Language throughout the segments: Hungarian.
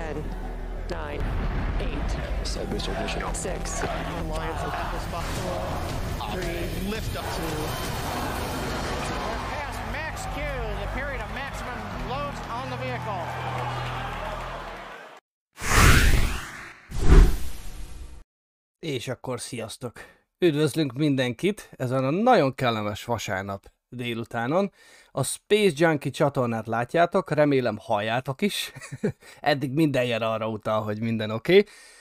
10, 9, 8, Side booster ignition. 6, Alliance Atlas Buffalo 3, lift up 2. We're past max Q, the period of maximum loads on the vehicle. És akkor sziasztok! Üdvözlünk mindenkit ezen a nagyon kellemes vasárnap délutánon. A Space Junkie csatornát látjátok, remélem halljátok is. Eddig minden jel arra utal, hogy minden oké.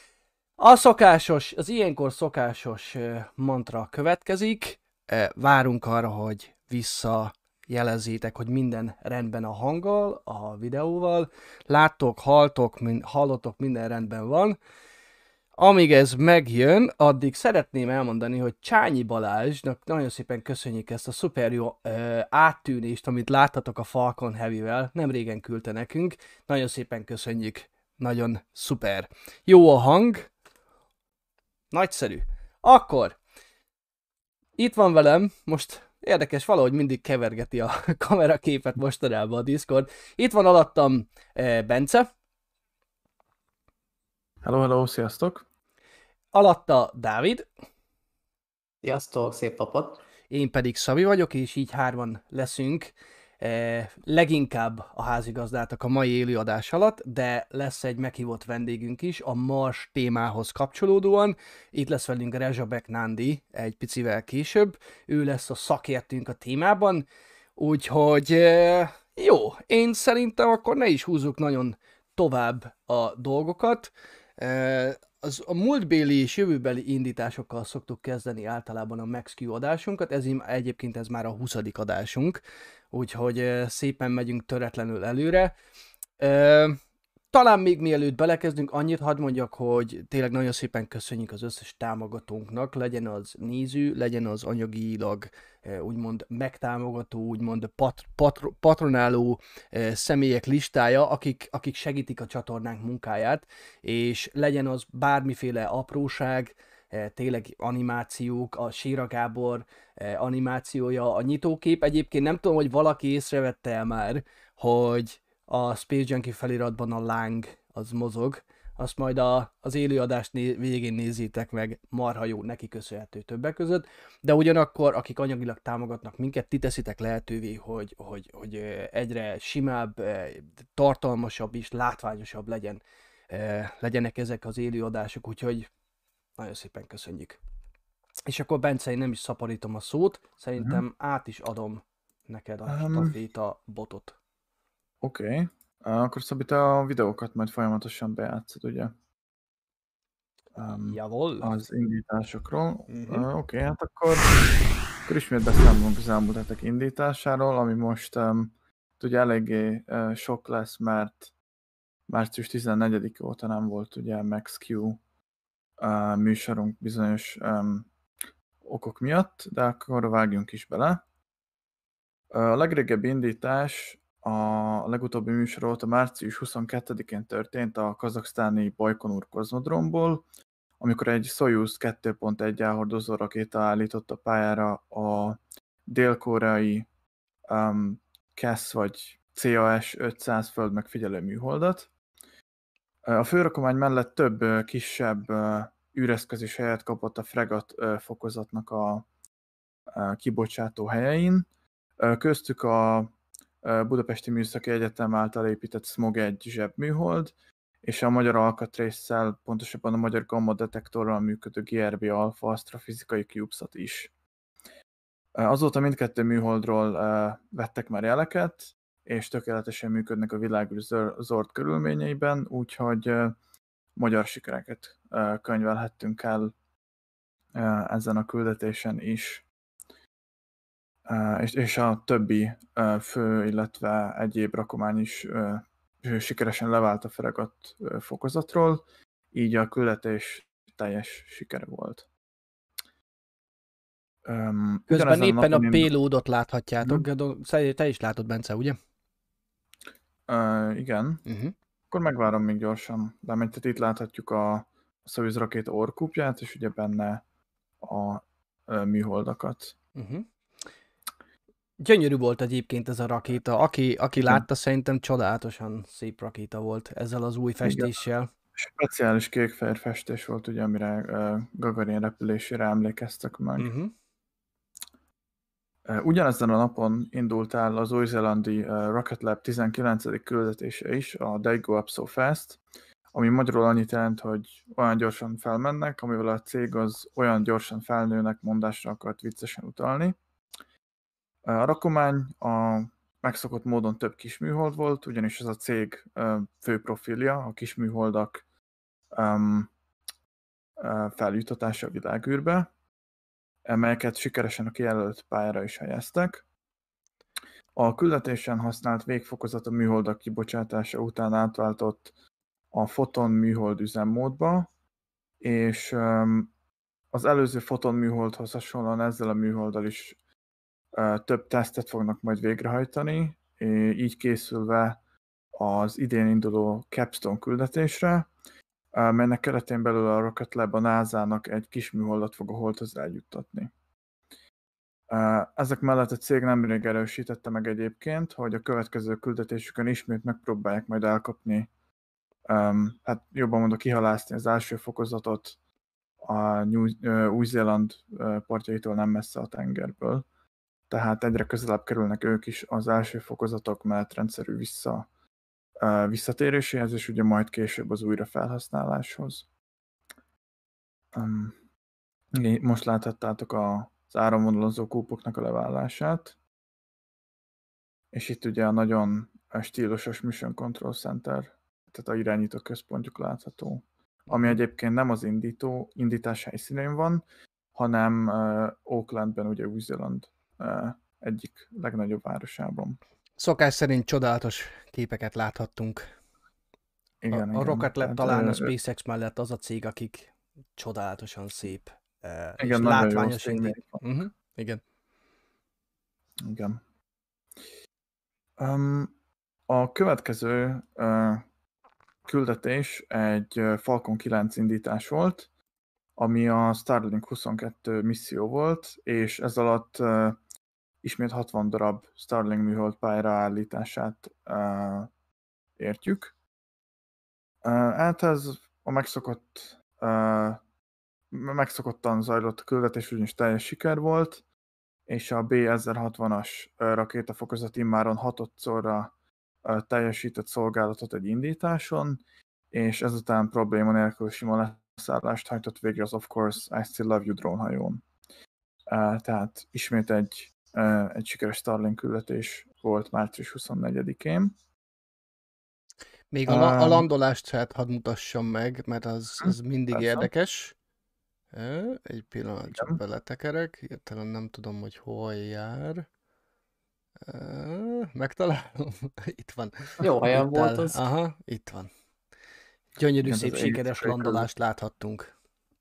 Az ilyenkor szokásos mantra következik. Várunk arra, hogy visszajelezzétek, hogy minden rendben a hanggal, a videóval. Láttok, hallottok, minden rendben van. Amíg ez megjön, addig szeretném elmondani, hogy Csányi Balázsnak nagyon szépen köszönjük ezt a szuper jó áttűnést, amit láttatok a Falcon Heavy-vel, nem régen küldte nekünk. Nagyon szépen köszönjük, nagyon szuper. Jó a hang, nagyszerű. Akkor, itt van velem, most érdekes, valahogy mindig kevergeti a kameraképet mostanában a Discord. Itt van alattam Bence. Hello, sziasztok! Alatta Dávid. Sziasztok, szép napot! Én pedig Szabi vagyok, és így hárman leszünk leginkább a házigazdátok a mai élőadás alatt, de lesz egy meghívott vendégünk is a Mars témához kapcsolódóan. Itt lesz velünk Rezsabek Nándi egy picivel később. Ő lesz a szakértőnk a témában, úgyhogy jó, én szerintem akkor ne is húzzuk nagyon tovább a dolgokat. A múltbéli és jövőbeli indításokkal szoktuk kezdeni általában a MaxQ adásunkat, egyébként ez már a 20. adásunk, úgyhogy szépen megyünk töretlenül előre. Talán még mielőtt belekezdünk, annyit hadd mondjak, hogy tényleg nagyon szépen köszönjük az összes támogatónknak, legyen az néző, legyen az anyagilag úgymond megtámogató, úgymond patronáló személyek listája, akik segítik a csatornánk munkáját, és legyen az bármiféle apróság, tényleg animációk, a Síra Gábor animációja, a nyitókép. Egyébként nem tudom, hogy valaki észrevette el már, hogy a Space Junkie feliratban a láng az mozog, azt majd az élőadást végén nézzétek meg, marha jó, neki köszönhető többek között, de ugyanakkor, akik anyagilag támogatnak minket, ti teszitek lehetővé, hogy egyre simább, tartalmasabb és látványosabb legyenek ezek az élőadások, úgyhogy nagyon szépen köszönjük. És akkor Bence, én nem is szaporítom a szót, szerintem át is adom neked a staféta botot. Oké. Akkor Szabi, te a videókat majd folyamatosan bejátszod, ugye? Javol. Az indításokról. Oké, hát akkor ismét beszámolunk az elmúlt hetek indításáról, ami most ugye eléggé sok lesz, mert március 14 óta nem volt ugye MaxQ műsorunk bizonyos okok miatt, de akkor vágjunk is bele. A legrégebbi indítás a legutóbbi műsor óta március 22-én történt a kazaksztáni Bajkonur kozmodromból, amikor egy Szojuz 2.1 elhordozó rakéta állított a pályára a dél-koreai KESS vagy CAS 500 földmegfigyelő műholdat. A főrakomány mellett több kisebb űreszköz helyet kapott a Fregat fokozatnak a kibocsátó helyein. Köztük a Budapesti Műszaki Egyetem által épített SMOG 1 zsebműhold, és a magyar alkatrésszel, pontosabban a magyar gamma detektorral működő GRB Alpha asztrofizikai CubeSat is. Azóta mindkettő műholdról vettek már jeleket, és tökéletesen működnek a világűr zord körülményeiben, úgyhogy magyar sikereket könyvelhettünk el ezen a küldetésen is. És a többi fő, illetve egyéb rakomány is sikeresen levált a Fregat fokozatról, így a küldetés teljes sikere volt. Közben éppen a payloadot láthatjátok, te is látod, Bence, ugye? Igen. Akkor megvárom még gyorsan. Tehát itt láthatjuk a Szojuz rakéta orkúpját, és ugye benne a műholdakat. Gyönyörű volt egyébként ez a rakéta. Aki Igen. látta, szerintem csodálatosan szép rakéta volt ezzel az új festéssel. Speciális kék-fehér festés volt, ugye, amire Gagarin repülésére emlékeztek meg. Ugyanezen a napon indult el az új-zélandi Rocket Lab 19. küldetése is, a They Go Up So Fast, ami magyarul annyit jelent, hogy olyan gyorsan felmennek, amivel a cég az olyan gyorsan felnőnek mondásra akart viccesen utalni. A rakomány a megszokott módon több kisműhold volt, ugyanis ez a cég fő profilja, a kisműholdak feljuttatása a világűrbe, melyeket sikeresen a kijelölt pályára is helyeztek. A küldetésen használt végfokozat a műholdak kibocsátása után átváltott a Photon műhold üzemmódba, és az előző Photon műholdhoz hasonlóan ezzel a műholddal is több tesztet fognak majd végrehajtani, így készülve az idén induló Capstone küldetésre, melynek keretén belül a Rocket Lab a NASA-nak egy kis műholdat fog a Holdhoz eljuttatni. Ezek mellett a cég nemrég erősítette meg egyébként, hogy a következő küldetésükön ismét megpróbálják majd elkapni, hát jobban mondok, kihalászni az első fokozatot a Új-Zéland partjaitól nem messze a tengerből. Tehát egyre közelebb kerülnek ők is az első fokozatok menetrendszerű visszatéréséhez, és ugye majd később az újrafelhasználáshoz. Most láthattátok az áramvonalazó kúpoknak a leválását, és itt ugye a nagyon stílusos Mission Control Center, tehát a irányító központjuk látható, ami egyébként nem az indítás helyszínén van, hanem Aucklandben, ugye Új-Zéland egyik legnagyobb városában. Szokás szerint csodálatos képeket láthattunk. Igen, a Rocket Lab talán a SpaceX mellett az a cég, akik csodálatosan szép és látványos Igen. Igen. A következő küldetés egy Falcon 9 indítás volt, ami a Starlink 22 misszió volt, és ez alatt ismét 60 darab Starlink műhold pályára állítását értjük. Hát ez a megszokottan zajlott a küldetés, ugyanis teljes siker volt, és a B1060-as rakétafokozat immáron 6-szorra teljesített szolgálatot egy indításon, és ezután probléma nélkül sima leszállást hajtott végre az Of Course I Still Love You drónhajón. Tehát ismét egy sikeres Starlink küldetés volt március 24-én. Még a landolást hadd mutassam meg, mert az mindig persze. Érdekes. Egy pillanat, csak beletekerek. Hirtelen nem tudom, hogy hol jár. Megtalálom. Itt van. Jó helyen volt az. Aha, itt van. Gyönyörű, Igen, szép, sikeres landolást láthattunk.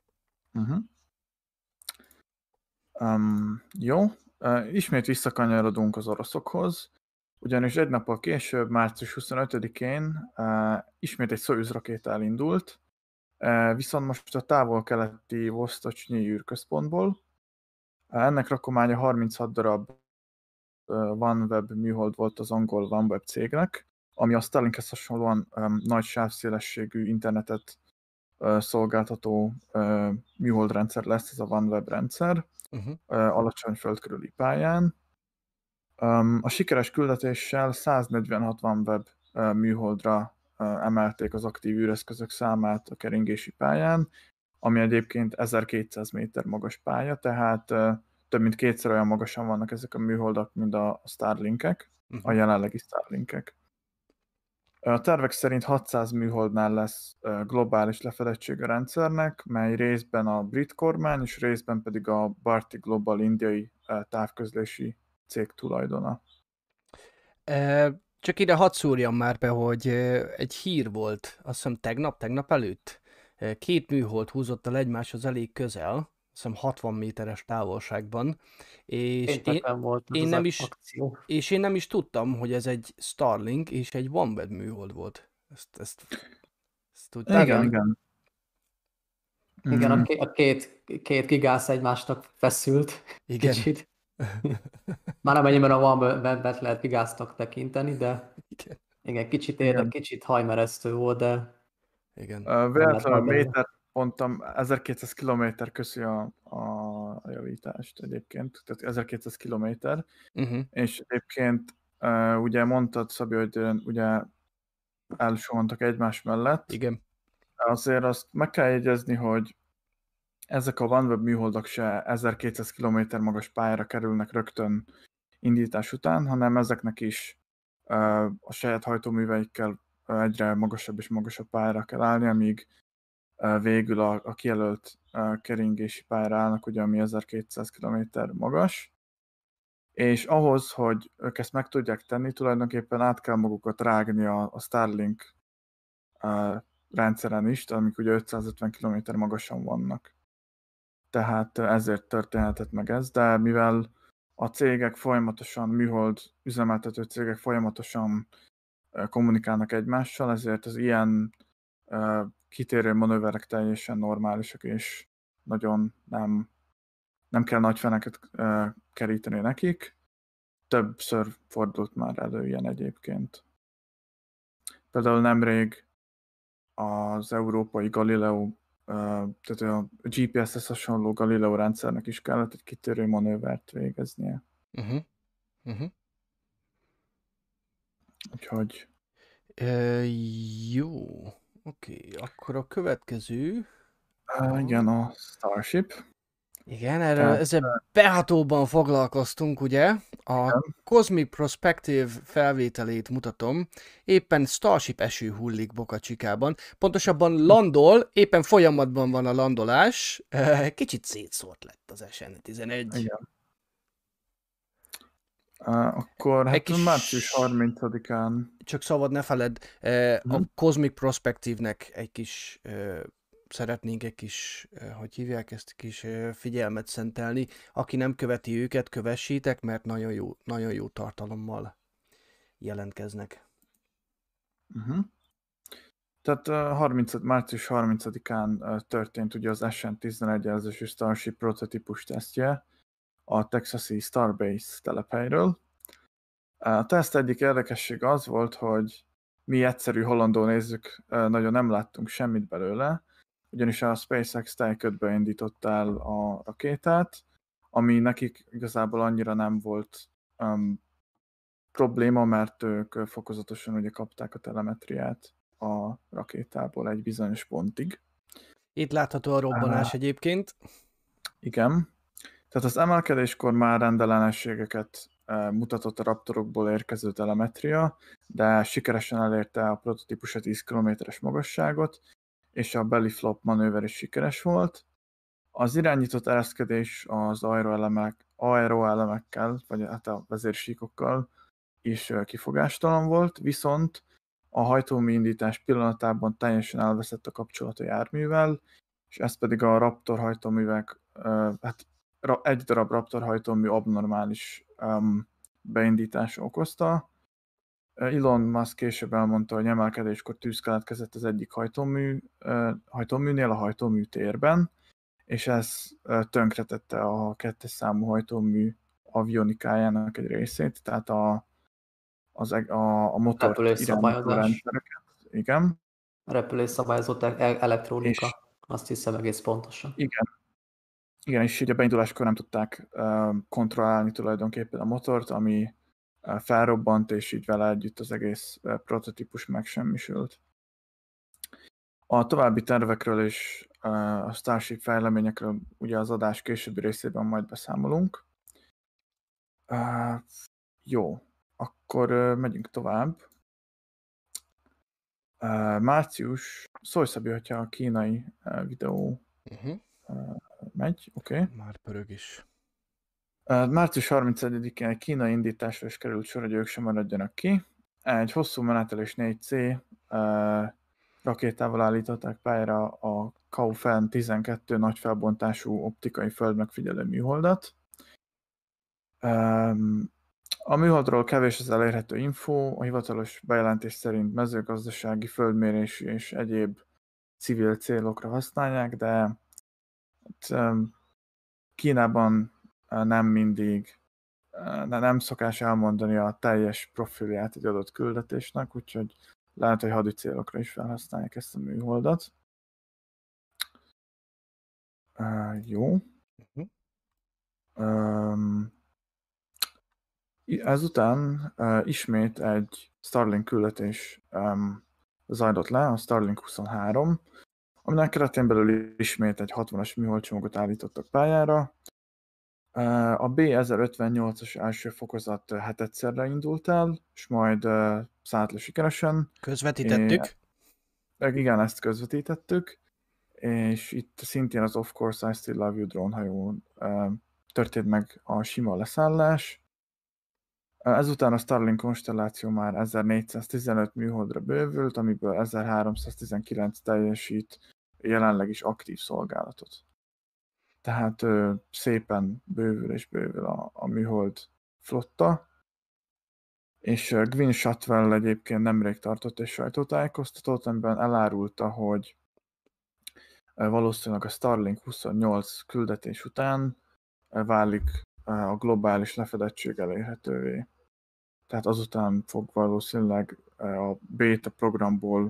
Jó. Ismét visszakanyarodunk az oroszokhoz, ugyanis egy nappal később, március 25-én ismét egy Szojuz rakéta elindult, viszont most a távol-keleti Vosztocsnyi űrközpontból. Ennek rakománya 36 darab OneWeb műhold volt az angol OneWeb cégnek, ami a Starlinkhez hasonlóan nagy sávszélességű internetet szolgáltató műholdrendszer lesz, ez a OneWeb rendszer, alacsony földkörüli pályán. A sikeres küldetéssel 146 OneWeb műholdra emelték az aktív űreszközök számát a keringési pályán, ami egyébként 1200 méter magas pálya, tehát több mint kétszer olyan magasan vannak ezek a műholdak, mint a Starlinkek, a jelenlegi Starlinkek. A tervek szerint 600 műholdnál lesz globális lefedettség a rendszernek, mely részben a brit kormány, és részben pedig a Bharti Global indiai távközlési cég tulajdona. Csak ide hadd szúrjam már be, hogy egy hír volt, azt hiszem tegnap előtt. Két műhold húzott el egymáshoz elég közel, azt hiszem 60 méteres távolságban, és én nem is tudtam, hogy ez egy Starlink és egy OneWeb műhold volt. Ezt tudtál? Igen. Igen, a két gigász egymásnak feszült. Igen. Kicsit. Már amennyiben a OneWeb-et lehet vigásznak tekinteni, de Igen. igen, Igen. kicsit hajmeresztő volt, de Igen. nem lett Véletlenül baj belőle. méter pontom 1200 km köszi a javítást egyébként, tehát 1200 km, és egyébként ugye mondtad, Szabi, hogy ugye elsuhantak egymás mellett. Igen. Azért azt meg kell jegyezni, hogy ezek a OneWeb műholdak se 1200 km magas pályára kerülnek rögtön indítás után, hanem ezeknek is a saját hajtóműveikkel egyre magasabb és magasabb pályára kell állni, amíg végül a kijelölt keringési pályára állnak, ugye, ami 1200 km magas. És ahhoz, hogy ők ezt meg tudják tenni, tulajdonképpen át kell magukat rágni a Starlink rendszeren is, amik ugye 550 km magasan vannak. Tehát ezért történhetett meg ez, de mivel a cégek folyamatosan, műhold üzemeltető cégek folyamatosan kommunikálnak egymással, ezért az ilyen kitérő manőverek teljesen normálisak, és nagyon nem kell nagy feneket keríteni nekik. Többször fordult már elő ilyen egyébként. Például nemrég az európai Galileo, tehát a GPS-hez hasonló Galileo rendszernek is kellett egy kitérő manővert végeznie. Úgyhogy... Jó. Oké, akkor a következő... igen, a Starship. Igen, ezzel behatóban foglalkoztunk, ugye? A Cosmic Prospective felvételét mutatom. Éppen Starship eső hullik Boca Chicában. Pontosabban landol, éppen folyamatban van a landolás. Kicsit szétszórt lett az SN11. Igen. Akkor hát kis... március 30-án... Csak szabad ne feled, a Cosmic Prospective-nek egy kis... szeretnénk egy kis, hogy hívják ezt, kis figyelmet szentelni. Aki nem követi őket, kövessétek, mert nagyon jó tartalommal jelentkeznek. Tehát március 30-án történt ugye az SN11 jelzésű Starship prototípus tesztje a texasi Starbase telephelyről. A teszt egyik érdekesség az volt, hogy mi egyszerű hollandó nézzük, nagyon nem láttunk semmit belőle, ugyanis a SpaceX tejködbe indított el a rakétát, ami nekik igazából annyira nem volt probléma, mert ők fokozatosan ugye kapták a telemetriát a rakétából egy bizonyos pontig. Itt látható a robbanás egyébként. Igen. Tehát az emelkedéskor már rendellenességeket mutatott a Raptorokból érkező telemetria, de sikeresen elérte a prototípus a 10 km-es magasságot, és a belly flop manőver is sikeres volt. Az irányított ereszkedés az aeroelemekkel, vagy hát a vezérsíkokkal is kifogástalan volt, viszont a hajtómű indítás pillanatában teljesen elveszett a kapcsolat a járművel, és ez pedig a Raptor hajtóművek, hát egy darab Raptor hajtómű abnormális beindítása okozta. Elon Musk később elmondta, hogy emelkedéskor tűz keletkezett az egyik hajtóműnél, a hajtóműtérben, és ez tönkretette a 2-es számú hajtómű avionikájának egy részét, tehát a motor irányító rendszereket. Igen. A repülés szabályozott elektronika, azt hiszem egész pontosan. Igen, és így a beinduláskor nem tudták kontrollálni tulajdonképpen a motort, ami felrobbant, és így vele együtt az egész prototípus megsemmisült. A további tervekről és a Starship fejleményekről ugye az adás későbbi részében majd beszámolunk. Jó, akkor megyünk tovább. Március, szólj Szabi, hogyha a kínai videó megy, oké. Már pörög is. Március 31-én egy kínai indításra is került sor, hogy ők sem maradjanak ki. Egy hosszú menetelés 4C rakétával állították pályára a Kaofen 12 nagy felbontású optikai földmegfigyelő műholdat. A műholdról kevés az elérhető info, a hivatalos bejelentés szerint mezőgazdasági, földmérési és egyéb civil célokra használják, de Kínában nem mindig nem szokás elmondani a teljes profilját egy adott küldetésnek, úgyhogy lehet, hogy hadi célokra is felhasználják ezt a műholdat. Jó. Ezután ismét egy Starlink küldetés zajlott le, a Starlink 23, aminek keretén belül ismét egy 60-as műholdcsomagot állítottak pályára. A B1058-as első fokozat hetedszerre indult el, és majd szállt le sikeresen. Közvetítettük. Igen, ezt közvetítettük, és itt szintén az Of Course I Still Love You drónhajón történt meg a sima leszállás. Ezután a Starlink konstelláció már 1415 műholdra bővült, amiből 1319 teljesít jelenleg is aktív szolgálatot. Tehát szépen bővül és bővül a műhold flotta. És Gwynne Shotwell egyébként nemrég tartott egy sajtótájékoztatót, amiben elárulta, hogy valószínűleg a Starlink 28 küldetés után válik a globális lefedettség elérhetővé. Tehát azután fog valószínűleg a beta programból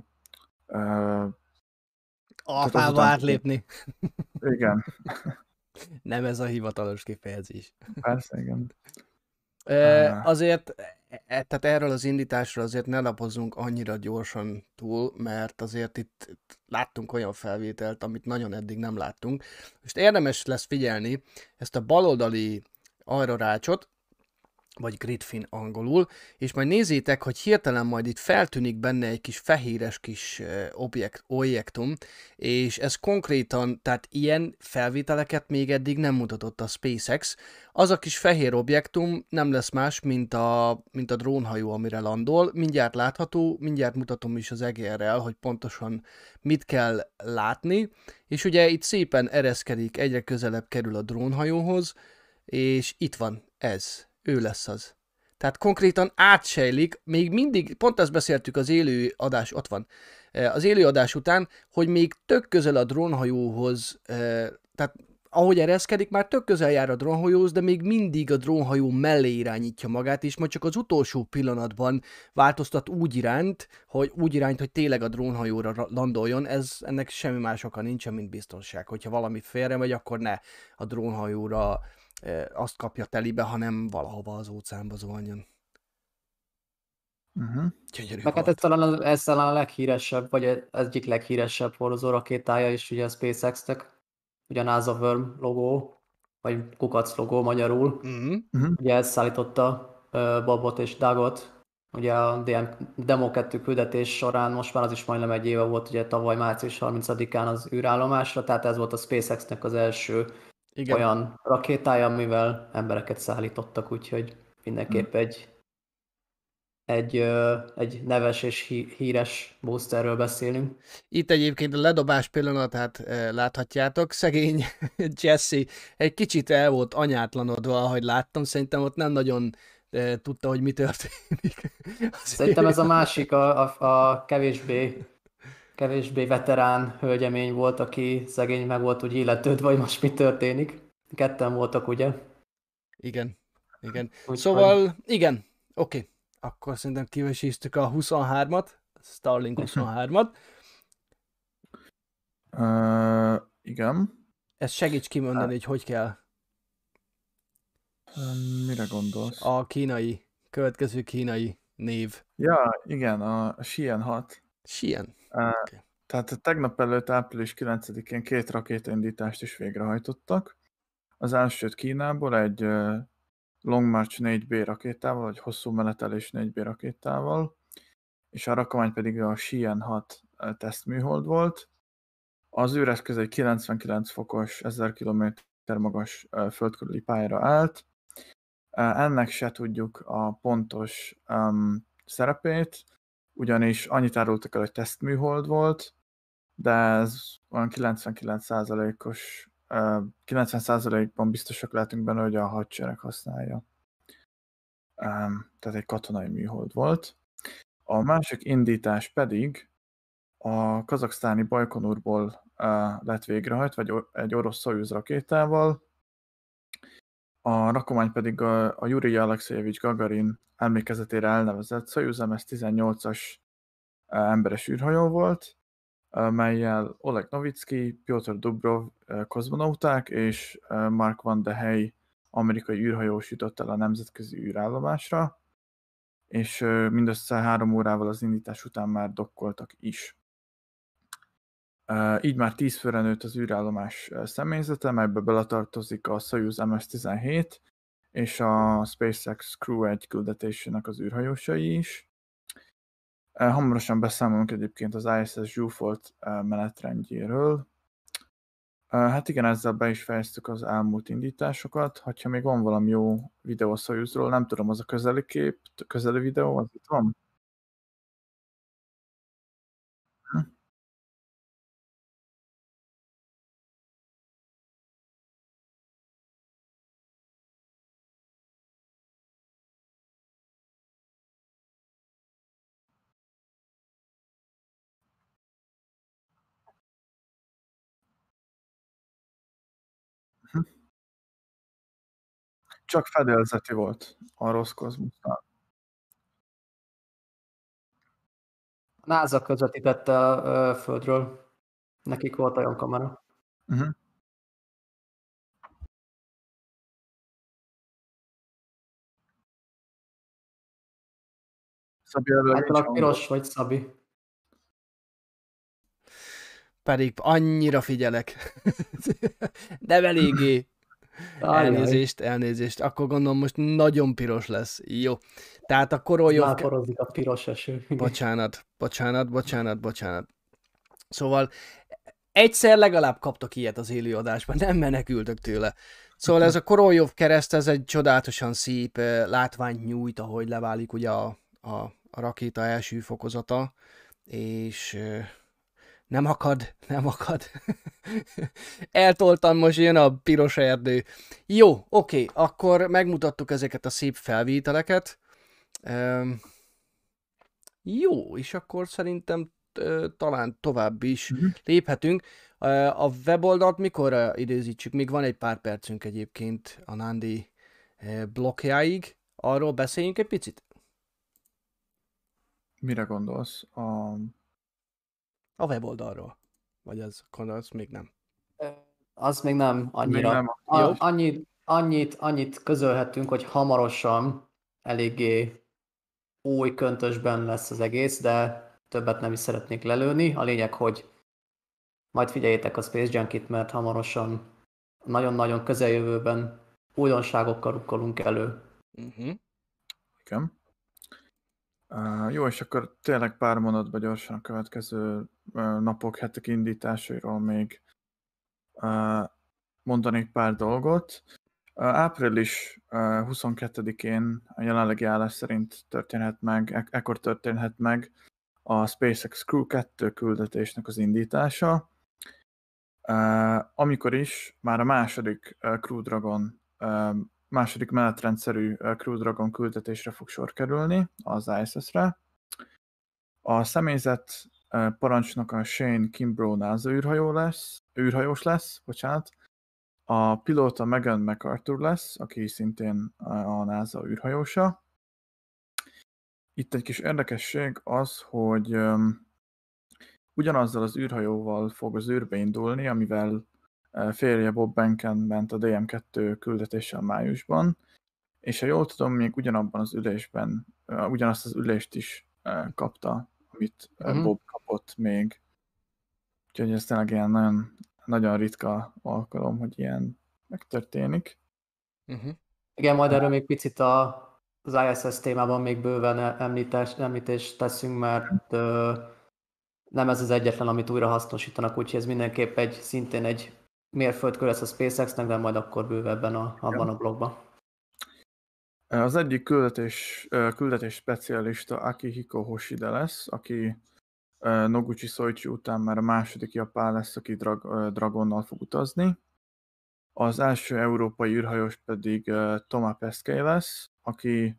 alfába átlépni. Igen. Nem ez a hivatalos kifejezés. Persze, igen. Azért, tehát erről az indításról azért ne lapozzunk annyira gyorsan túl, mert azért itt láttunk olyan felvételt, amit nagyon eddig nem láttunk. Most érdemes lesz figyelni ezt a baloldali aerorácsot, vagy gridfin angolul, és majd nézzétek, hogy hirtelen majd itt feltűnik benne egy kis fehéres kis objektum, és ez konkrétan, tehát ilyen felvételeket még eddig nem mutatott a SpaceX. Az a kis fehér objektum nem lesz más, mint a drónhajó, amire landol. Mindjárt látható, mindjárt mutatom is az EGR-rel, hogy pontosan mit kell látni, és ugye itt szépen ereszkedik, egyre közelebb kerül a drónhajóhoz, és itt van ez. Ő lesz az. Tehát konkrétan átsejlik, még mindig, pont ezt beszéltük az élő adás, ott van, az élő adás után, hogy még tök közel a drónhajóhoz, tehát ahogy ereszkedik, már tök közel jár a drónhajóhoz, de még mindig a drónhajó mellé irányítja magát, és majd csak az utolsó pillanatban változtat úgy irányt, hogy tényleg a drónhajóra landoljon. Ennek semmi más oka nincsen, mint biztonság. Hogyha valami félre megy, akkor ne a drónhajóra azt kapja telibe, hanem valahova az óceánba zuhanjon. Gyönyörű meg hát ez talán a leghíresebb, vagy egyik leghíresebb hordozó rakétája is ugye a SpaceX-nek, ugye a NASA Worm logó, vagy kukac logó magyarul. Ugye ez szállította Bobot és Dougot, ugye a Demo 2 küldetés során, most már az is majdnem egy éve volt, ugye tavaly március 30-án az űrállomásra, tehát ez volt a SpaceX-nek az első olyan rakétája, amivel embereket szállítottak, úgyhogy mindenképp egy neves és híres boosterről beszélünk. Itt egyébként a ledobás pillanatát láthatjátok. Szegény Jesse egy kicsit el volt anyátlanodva, ahogy láttam. Szerintem ott nem nagyon tudta, hogy mi történik. Szerintem ez a másik, a kevésbé veterán hölgyemény volt, aki szegény meg volt úgy illetődve, hogy most mi történik. Ketten voltak, ugye? Igen. Szóval, igen, oké. Akkor szerintem kiveséztük a 23-at, Starlink 23-at. Igen. Ezt segíts kimondani, hogy kell. Mire gondolsz? A következő kínai név. Ja, igen, a Xi'an 6. Xi'an. Okay. Tehát tegnap előtt április 9-én 2 rakétaindítást is végrehajtottak. Az elsőt Kínából egy Long March 4B rakétával, vagy hosszú menetelés 4B rakétával, és a rakomány pedig a Xi'an 6 tesztműhold volt. Az űreszköz egy 99 fokos, 1000 km magas földkörüli pályára állt. Ennek se tudjuk a pontos szerepét, ugyanis annyit árultak el, hogy tesztműhold volt, de ez olyan 99%-os 90%-ban biztosak lehetünk benne, hogy a hadsereg használja. Tehát egy katonai műhold volt. A másik indítás pedig a kazaksztáni Bajkonurból lett végrehajtva, vagy egy orosz Szojuz rakétával. A rakomány pedig a Jurij Alexejevics Gagarin emlékezetére elnevezett Szojuz MS-18-as emberes űrhajó volt, mellyel Oleg Novicki, Pyotr Dubrov kozmonauták és Mark van de Hey amerikai űrhajós jutott el a nemzetközi űrállomásra, és mindössze 3 órával az indítás után már dokkoltak is. Így már 10 főre nőtt az űrállomás személyzete, melybe beletartozik a Szojuz MS-17 és a SpaceX Crew 1 küldetésének az űrhajósai is. Hamarosan beszámolunk egyébként az ISS Zsúfolt menetrendjéről. Hát igen, ezzel be is fejeztük az elmúlt indításokat. Ha még van valami jó videó a Szojuzról, nem tudom, az a közeli kép, közeli videó, az itt van? Csak fedélzeti volt a Roszkozmosznál. A NASA közvetítette a Földről. Nekik volt olyan kamera. Szabi Általában piros vagy Szabi. Pedig annyira figyelek. De eléggé. Elnézést. Akkor gondolom most nagyon piros lesz. Jó. Tehát a Koroljov... Láporozik a piros eső. Bocsánat. Szóval egyszer legalább kaptok ilyet az élőadásban, nem menekültök tőle. Szóval ez a Koroljov kereszt, ez egy csodálatosan szép látványt nyújt, ahogy leválik ugye a rakéta első fokozata, és... Nem akad. Eltoltam, most jön a piros erdő. Jó, oké, akkor megmutattuk ezeket a szép felvételeket. Jó, és akkor szerintem talán tovább is léphetünk. A weboldalt mikor időzítsük? Még van egy pár percünk egyébként a Nandi blokkjáig. Arról beszéljünk egy picit? Mire gondolsz? A weboldalról. Vagy az még nem? Az még nem annyira. Még nem. Annyit közölhetünk, hogy hamarosan eléggé új köntösben lesz az egész, de többet nem is szeretnék lelőni. A lényeg, hogy majd figyeljétek a Space Junkit, mert hamarosan nagyon-nagyon közeljövőben újdonságokkal rukkolunk elő. Igen. Jó, és akkor tényleg pár mondatban gyorsan a következő napok, hetek indításairól még mondanék pár dolgot. Április 22-én a jelenlegi állás szerint ekkor történhet meg a SpaceX Crew 2 küldetésnek az indítása, amikor is már a második Crew Dragon, második menetrendszerű Crew Dragon küldetésre fog sor kerülni az ISS-re. A személyzet parancsnoka Shane Kimbrough NASA űrhajós lesz, a pilóta Megan MacArthur lesz, aki szintén a NASA űrhajósa. Itt egy kis érdekesség az, hogy ugyanazzal az űrhajóval fog az űrbe indulni, amivel férje Bob Behnken ment a DM2 küldetéssel májusban, és ha jól tudom, még ugyanabban az ülésben, ugyanazt az ülést is kapta, amit Bob kapott még. Úgyhogy ez tényleg ilyen nagyon, nagyon ritka alkalom, hogy ilyen megtörténik. Igen, majd erről még picit az ISS témában még bőven említést teszünk, mert nem ez az egyetlen, amit újra hasznosítanak, úgyhogy ez mindenképp szintén egy mérföldkő lesz a SpaceX-nek, de majd akkor bővebben abban a blogban. Az egyik küldetés specialista Akihiko Hoshide lesz, aki Noguchi Soichi után már a második japán lesz, aki Dragonnal fog utazni. Az első európai űrhajós pedig Thomas Pesquet lesz, aki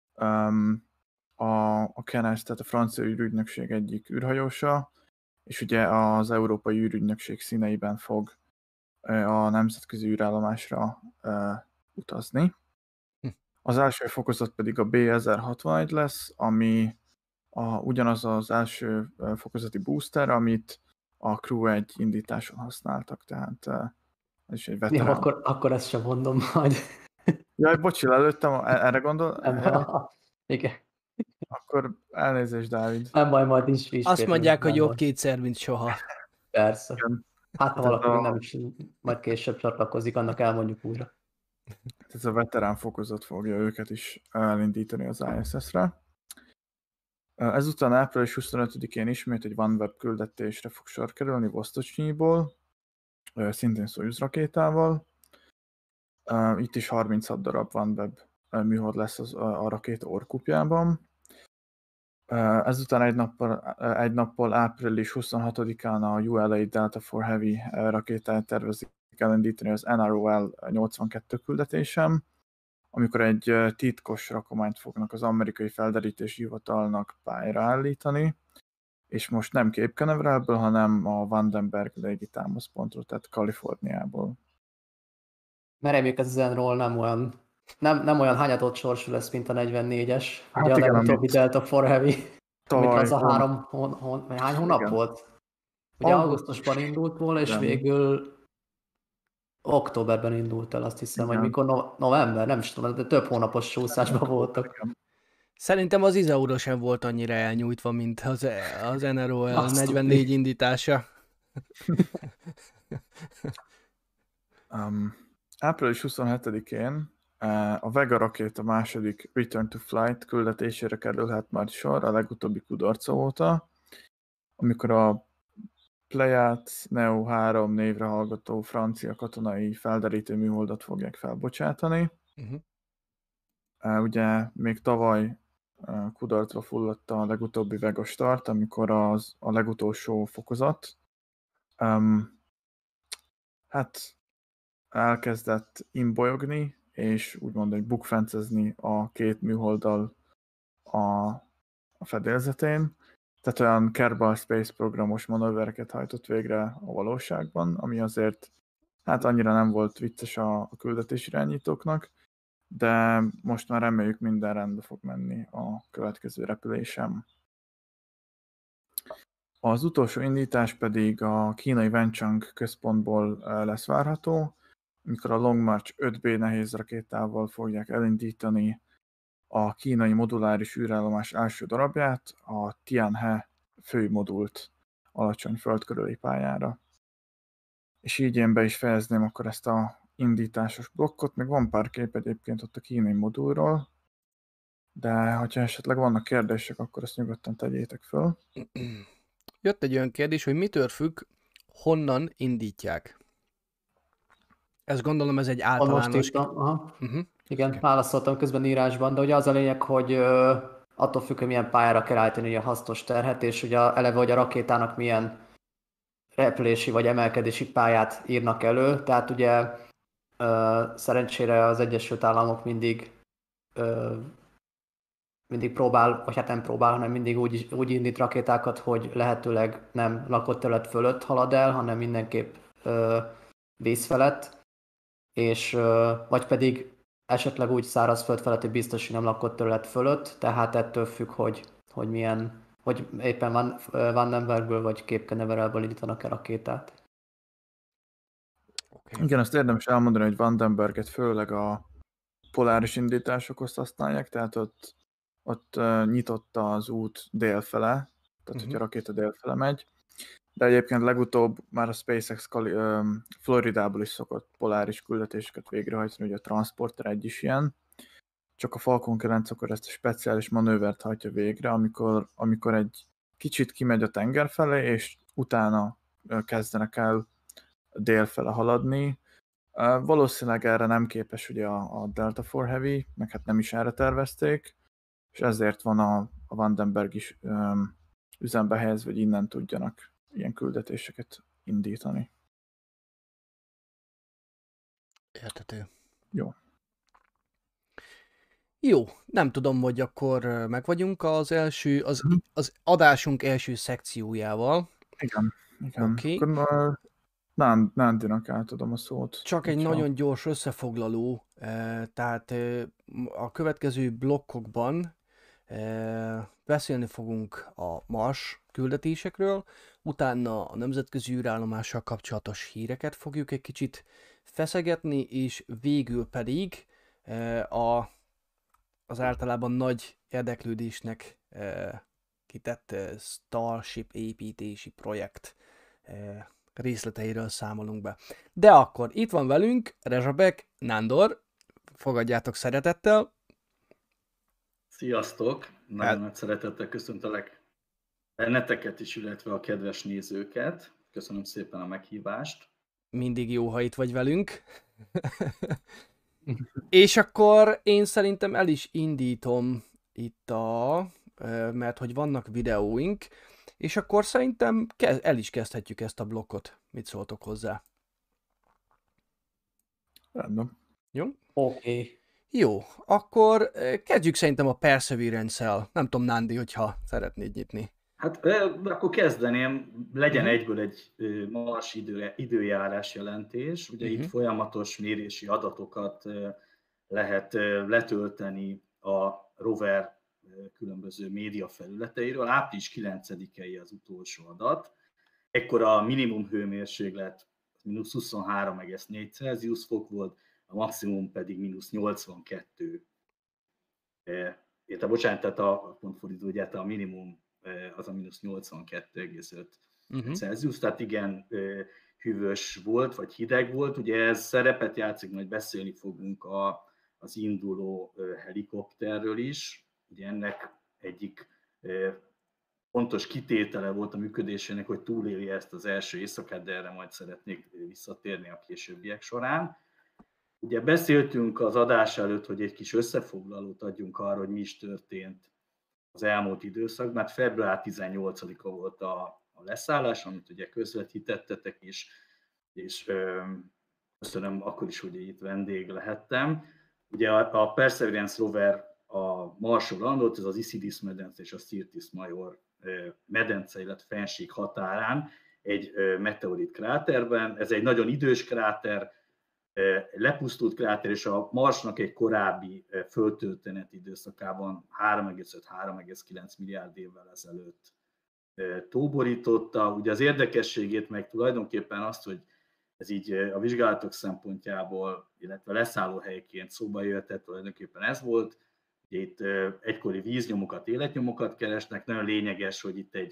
a KENES, tehát a francia űrügynökség egyik űrhajósa, és ugye az európai űrügynökség színeiben fog a nemzetközi űrállomásra utazni. Az első fokozat pedig a B1061 lesz, ami ugyanaz az első fokozati booster, amit a Crew 1 indításon használtak, tehát ez is egy veterán. Jó, akkor ezt sem mondom majd. Jaj, bocsi, előttem, erre gondol? Igen. Akkor elnézést, Dávid. Nem baj, majd is. Azt mondják, hogy jobb kétszer, mint soha. Persze. Igen. Hát ha valaki nem is majd később csatlakozik, annak elmondjuk újra. Ez a veterán fokozat fogja őket is elindítani az ISS-re. Ezután április 25-én ismét egy OneWeb küldetésre fog sor kerülni Vostochnyból, szintén Soyuz rakétával. Itt is 36 darab OneWeb műhold lesz a rakéta orkupjában. Ezután egy nappal április 26-án a ULA Delta IV Heavy rakétáját tervezik elindítani az NROL 82 küldetésem, amikor egy titkos rakományt fognak az amerikai felderítési hivatalnak pályára állítani, és most nem Cape Canaveralből, hanem a Vandenberg légi támaszpontról, tehát Kaliforniából. Mert reméljük ez az NROL nem olyan hányatott sorsú lesz, mint a 44-es. Hát ugye igen, a legutóbbi Delta IV Heavy, amit az a hány hónap igen. volt? Ugye augusztusban indult volna, és végül októberben indult el, azt hiszem, igen. vagy mikor november, nem is tudom, de több hónapos csúszásban voltak. Szerintem az Isauro sem volt annyira elnyújtva, mint az NROL 44 indítása. Április 27-én a Vega rakéta második Return to Flight küldetésére kerülhet majd sor a legutóbbi kudarca óta, amikor a Pléiad Neo 3 névre hallgató francia katonai felderítő műholdat fogják felbocsátani. Ugye még tavaly kudarcba fulladt a legutóbbi Vega start, amikor a legutolsó fokozat hát elkezdett imbolyogni, és úgymond egy bukfencezni a két műholddal a fedélzetén. Tehát olyan Kerbal Space programos manővereket hajtott végre a valóságban, ami azért hát annyira nem volt vicces a küldetés irányítóknak, de most már reméljük minden rendbe fog menni a következő repülésem. Az utolsó indítás pedig a kínai Wenchang központból lesz várható, amikor a Long March 5B nehéz rakétával fogják elindítani a kínai moduláris űrállomás első darabját, a Tianhe főmodult alacsony földkörüli pályára. És így én be is fejezném akkor ezt a indításos blokkot, még van pár kép egyébként ott a kínai modulról, de ha esetleg vannak kérdések, akkor ezt nyugodtan tegyétek föl. Jött egy olyan kérdés, hogy mitől függ, honnan indítják. Ezt gondolom, ez egy általános... Igen, válaszoltam közben írásban, de ugye az a lényeg, hogy attól függ, hogy milyen pályára kell állítani a hasznos terhet, és ugye eleve, hogy a rakétának milyen repülési vagy emelkedési pályát írnak elő, tehát ugye szerencsére az Egyesült Államok mindig próbál, vagy hát nem próbál, hanem mindig úgy indít rakétákat, hogy lehetőleg nem lakott terület fölött halad el, hanem mindenképp víz felett, és vagy pedig esetleg úgy szárazföld felett, hogy biztos, hogy nem lakott terület fölött, tehát ettől függ, hogy milyen, hogy éppen Vandenbergből vagy Cape Canaveralből indítanak el rakétát. Okay. Igen, azt érdemes elmondani, hogy Vandenberget főleg a poláris indításokhoz használják, tehát ott nyitott az út délfele, tehát hogy a rakéta délfele megy, de egyébként legutóbb már a SpaceX Floridából is szokott poláris küldetéseket végrehajtani, ugye a Transporter egy is ilyen, csak a Falcon 9 akkor ezt a speciális manővert hajtja végre, amikor egy kicsit kimegy a tenger felé, és utána kezdenek el délfele haladni. Valószínűleg erre nem képes ugye a Delta IV Heavy, meg hát nem is erre tervezték, és ezért van a Vandenberg is üzembe helyezve, hogy innen tudjanak ilyen küldetéseket indítani. Érthető. Jó, nem tudom, hogy akkor meg vagyunk az adásunk első szekciójával. Igen. Okay. Akkor Nándinak átadom a szót. Csak egy nagyon gyors összefoglaló, tehát a következő blokkokban beszélni fogunk a Mars küldetésekről, utána a nemzetközi űrállomással kapcsolatos híreket fogjuk egy kicsit feszegetni, és végül pedig az általában nagy érdeklődésnek kitett Starship építési projekt részleteiről számolunk be. De akkor itt van velünk Rezsabek Nándor, fogadjátok szeretettel. Sziasztok! Nagyon nagy szeretettel köszöntelek benneteket is, illetve a kedves nézőket. Köszönöm szépen a meghívást. Mindig jó, ha itt vagy velünk. És akkor én szerintem el is indítom itt mert hogy vannak videóink, és akkor szerintem el is kezdhetjük ezt a blokkot. Mit szóltok hozzá? Rendben. Jó? Oké. Jó, akkor kezdjük szerintem a Perseverance-el. Nem tudom, Nándi, hogyha szeretnéd nyitni. Hát akkor kezdeném, legyen egyből egy Mars időjárás jelentés. Ugye itt folyamatos mérési adatokat lehet letölteni a rover különböző média felületeiről. Április 9-i az utolsó adat. Ekkor a minimum hőmérséklet -23,4 Celsius fok volt, a maximum pedig -82. Bocsánat, tehát a pontfordító, ugye a minimum az a -82,5 Celsius, tehát igen hűvös volt, vagy hideg volt. Ugye ez szerepet játszik, majd beszélni fogunk az induló helikopterről is. Ugye ennek egyik fontos kitétele volt a működésének, hogy túlélje ezt az első éjszakát, de erre majd szeretnék visszatérni a későbbiek során. Ugye beszéltünk az adás előtt, hogy egy kis összefoglalót adjunk arra, hogy mi is történt az elmúlt időszakban, mert február 18-a volt a leszállás, amit ugye közvetítettetek is, és köszönöm akkor is, hogy itt vendég lehettem. Ugye a Perseverance rover a Marson landolt, ez az Isidis medence és a Syrtis Major medence, illetve fenség határán, egy meteorit kráterben. Ez egy nagyon idős kráter, lepusztult kráter, és a Marsnak egy korábbi földtörténeti időszakában 3,5-3,9 milliárd évvel ezelőtt tóborította. Ugye az érdekességét meg tulajdonképpen azt, hogy ez így a vizsgálatok szempontjából, illetve leszállóhelyként szóba jöhetett, tulajdonképpen ez volt. Ugye itt egykori víznyomokat, életnyomokat keresnek, nagyon lényeges, hogy itt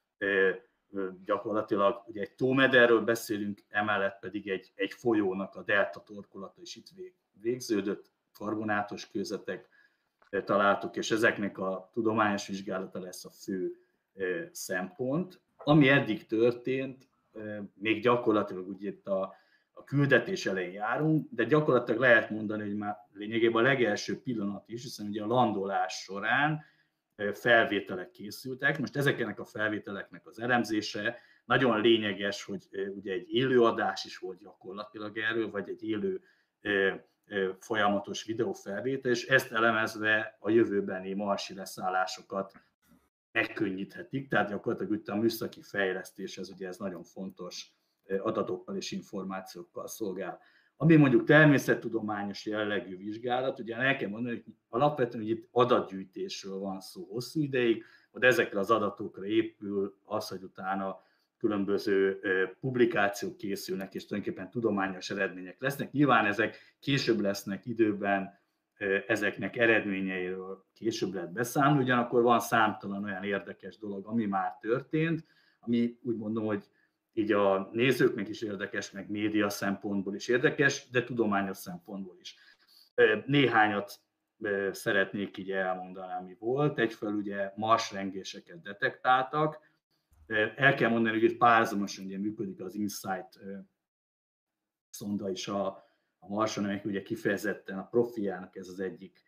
gyakorlatilag ugye egy tómederről beszélünk, emellett pedig egy folyónak a delta torkolata is itt végződött, karbonátos kőzetek találtuk, és ezeknek a tudományos vizsgálata lesz a fő szempont. Ami eddig történt, még gyakorlatilag ugye itt a küldetés elején járunk, de gyakorlatilag lehet mondani, hogy már lényegében a legelső pillanat is, hiszen ugye a landolás során felvételek készültek. Most ezeknek a felvételeknek az elemzése nagyon lényeges, hogy ugye egy élőadás is volt gyakorlatilag erről, vagy egy élő folyamatos videófelvétel, és ezt elemezve a jövőbeni marsi leszállásokat megkönnyíthetik, tehát gyakorlatilag itt a műszaki fejlesztés, ez nagyon fontos adatokkal és információkkal szolgál. Ami mondjuk természettudományos jellegű vizsgálat, ugye el kell mondani, hogy alapvetően hogy itt adatgyűjtésről van szó hosszú ideig, de ezekre az adatokra épül az, hogy utána különböző publikációk készülnek, és tulajdonképpen tudományos eredmények lesznek. Nyilván ezek később lesznek időben, ezeknek eredményeiről később lehet beszámolni, ugyanakkor van számtalan olyan érdekes dolog, ami már történt, ami úgy mondom, hogy így a nézőknek is érdekes, meg média szempontból is érdekes, de tudományos szempontból is. Néhányat szeretnék így elmondani, ami volt. Egyfelől ugye marsrengéseket detektáltak. El kell mondani, hogy itt párhuzamosan ugye működik az InSight szonda is a Marson, amelyik ugye kifejezetten a profiljának ez az egyik,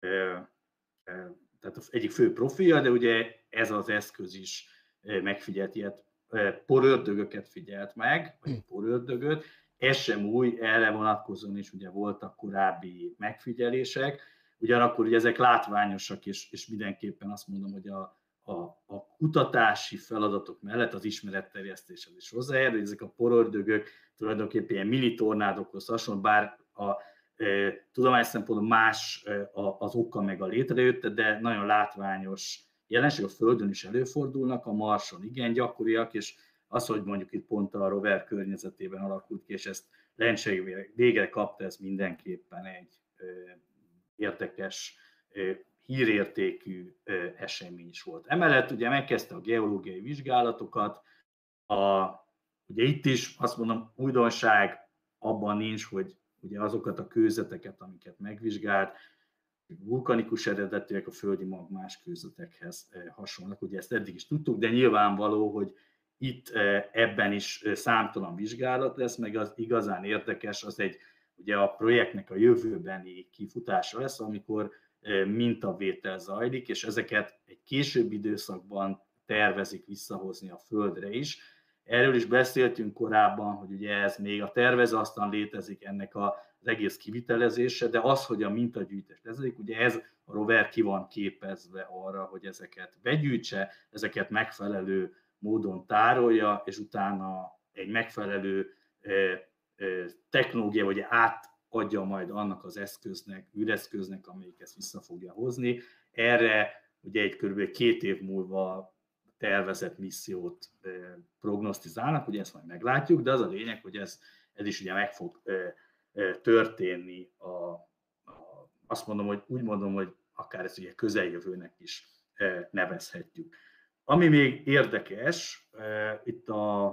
tehát az egyik fő profilja, de ugye ez az eszköz is megfigyelt ilyet, porördögöket figyelt meg, vagy porördögöt. Ez sem új, erre vonatkozóan is ugye voltak korábbi megfigyelések, ugyanakkor ugye ezek látványosak, és mindenképpen azt mondom, hogy a kutatási feladatok mellett az ismeretterjesztéshez is hozzájárul, hogy ezek a porördögök tulajdonképpen ilyen mini tornádokhoz hasonló, bár a tudományos szempontból más az oka meg a létrejötte, de nagyon látványos jelenség, a Földön is előfordulnak, a Marson igen gyakoriak, és az, hogy mondjuk itt pont a rover környezetében alakult ki, és ezt Lencse végre kapta, ez mindenképpen egy érdekes, hírértékű esemény is volt. Emellett ugye megkezdte a geológiai vizsgálatokat, ugye itt is azt mondom, újdonság abban nincs, hogy ugye azokat a kőzeteket, amiket megvizsgált, vulkanikus eredetűek, a földi magmás kőzetekhez hasonlnak. Ugye ezt eddig is tudtuk, de nyilvánvaló, hogy itt ebben is számtalan vizsgálat lesz, meg az igazán érdekes, az ugye a projektnek a jövőbeni kifutása lesz, amikor mintavétel zajlik, és ezeket egy későbbi időszakban tervezik visszahozni a Földre is. Erről is beszéltünk korábban, hogy ugye ez még a tervezasztalon létezik ennek az egész kivitelezése, de az, hogy a mintagyűjtés lezedik, ugye ez a rover ki van képezve arra, hogy ezeket begyűjtse, ezeket megfelelő módon tárolja, és utána egy megfelelő technológia, vagy átadja majd annak az eszköznek, űreszköznek, amelyik ezt vissza fogja hozni. Erre ugye egy kb. 2 év múlva tervezett missziót prognosztizálnak, ugye ezt majd meglátjuk, de az a lényeg, hogy ez is ugye meg fog történni, azt mondom, hogy úgy mondom, hogy akár ezt ugye közeljövőnek is nevezhetjük. Ami még érdekes, itt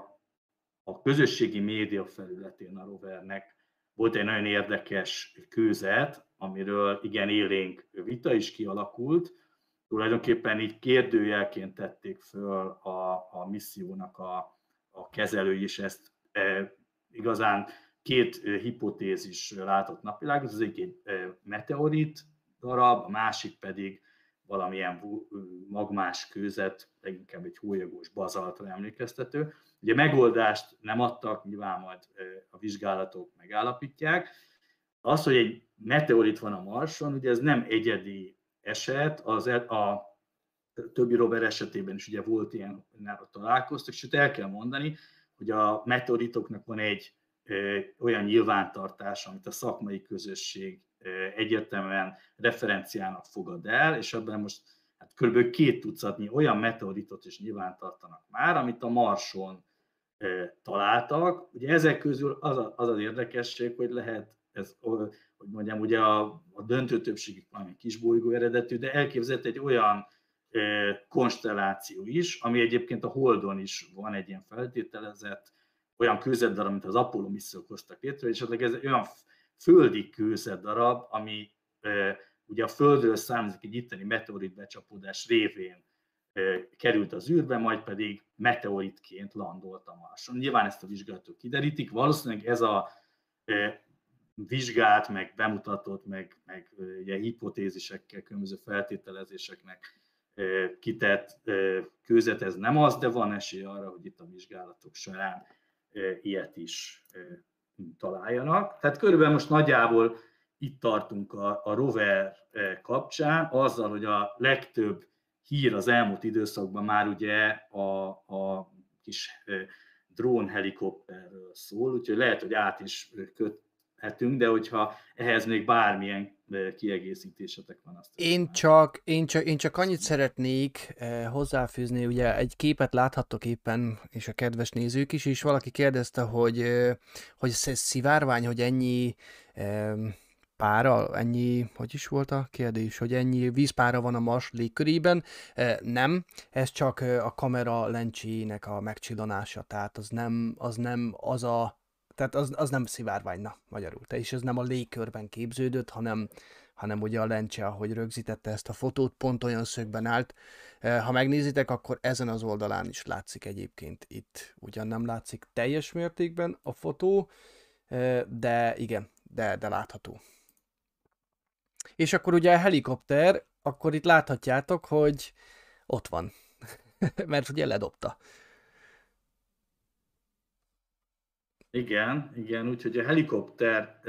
a közösségi média felületén a rovernek volt egy nagyon érdekes kőzet, amiről igen élénk vita is kialakult. Tulajdonképpen így kérdőjelként tették föl a missziónak a kezelői, és ezt igazán 2 hipotézis látott napvilágot, az egyik egy meteorit darab, a másik pedig valamilyen magmás kőzet, leginkább egy hólyagos bazaltra emlékeztető. Ugye megoldást nem adtak, nyilván majd a vizsgálatok megállapítják. Az, hogy egy meteorit van a Marson, ugye ez nem egyedi eset, a többi rover esetében is ugye volt ilyen, találkoztak, és itt el kell mondani, hogy a meteoritoknak van egy olyan nyilvántartása, amit a szakmai közösség egyértelműen referenciának fogad el, és ebben most kb. 2 tucatnyi olyan meteoritot is nyilvántartanak már, amit a Marson találtak. Ugye ezek közül az érdekesség, hogy lehet, hogy mondjam, ugye a döntő többségük valami kisbolygó eredetű, de elképzelhető egy olyan konstelláció is, ami egyébként a Holdon is van egy ilyen feltételezett, olyan kőzetdarab, mint az Apollo missziók hoztak létre, és ez egy olyan földi kőzetdarab, ami ugye a Földről származik egy itteni meteorit becsapódás révén került az űrbe, majd pedig meteoritként landolt a Marson. Nyilván ezt a vizsgálatok kiderítik, valószínűleg ez a vizsgált, meg bemutatott, meg ugye hipotézisekkel, különböző feltételezéseknek kitett kőzet, ez nem az, de van esély arra, hogy itt a vizsgálatok során ilyet is találjanak. Tehát körülbelül most nagyjából itt tartunk a rover kapcsán, azzal, hogy a legtöbb hír az elmúlt időszakban már ugye a kis drónhelikopterről szól, úgyhogy lehet, hogy át is köthetünk, de hogyha ehhez még bármilyen kiegészítésetek van, azt... Én csak annyit szeretnék hozzáfűzni, ugye egy képet láthattok éppen, és a kedves nézők is, és valaki kérdezte, hogy szivárvány, hogy ennyi pára, ennyi, hogy is volt a kérdés, hogy ennyi vízpára van a Mars légkörében. Nem, ez csak a kamera lencséjének a megcsillanása, tehát az nem szivárvány, na, magyarul. És ez nem a légkörben képződött, hanem ugye a lencse, ahogy rögzítette ezt a fotót, pont olyan szögben állt. Ha megnézitek, akkor ezen az oldalán is látszik egyébként itt. Ugyan nem látszik teljes mértékben a fotó, de igen, de látható. És akkor ugye a helikopter, akkor itt láthatjátok, hogy ott van, mert ugye ledobta. Igen, úgyhogy a helikopter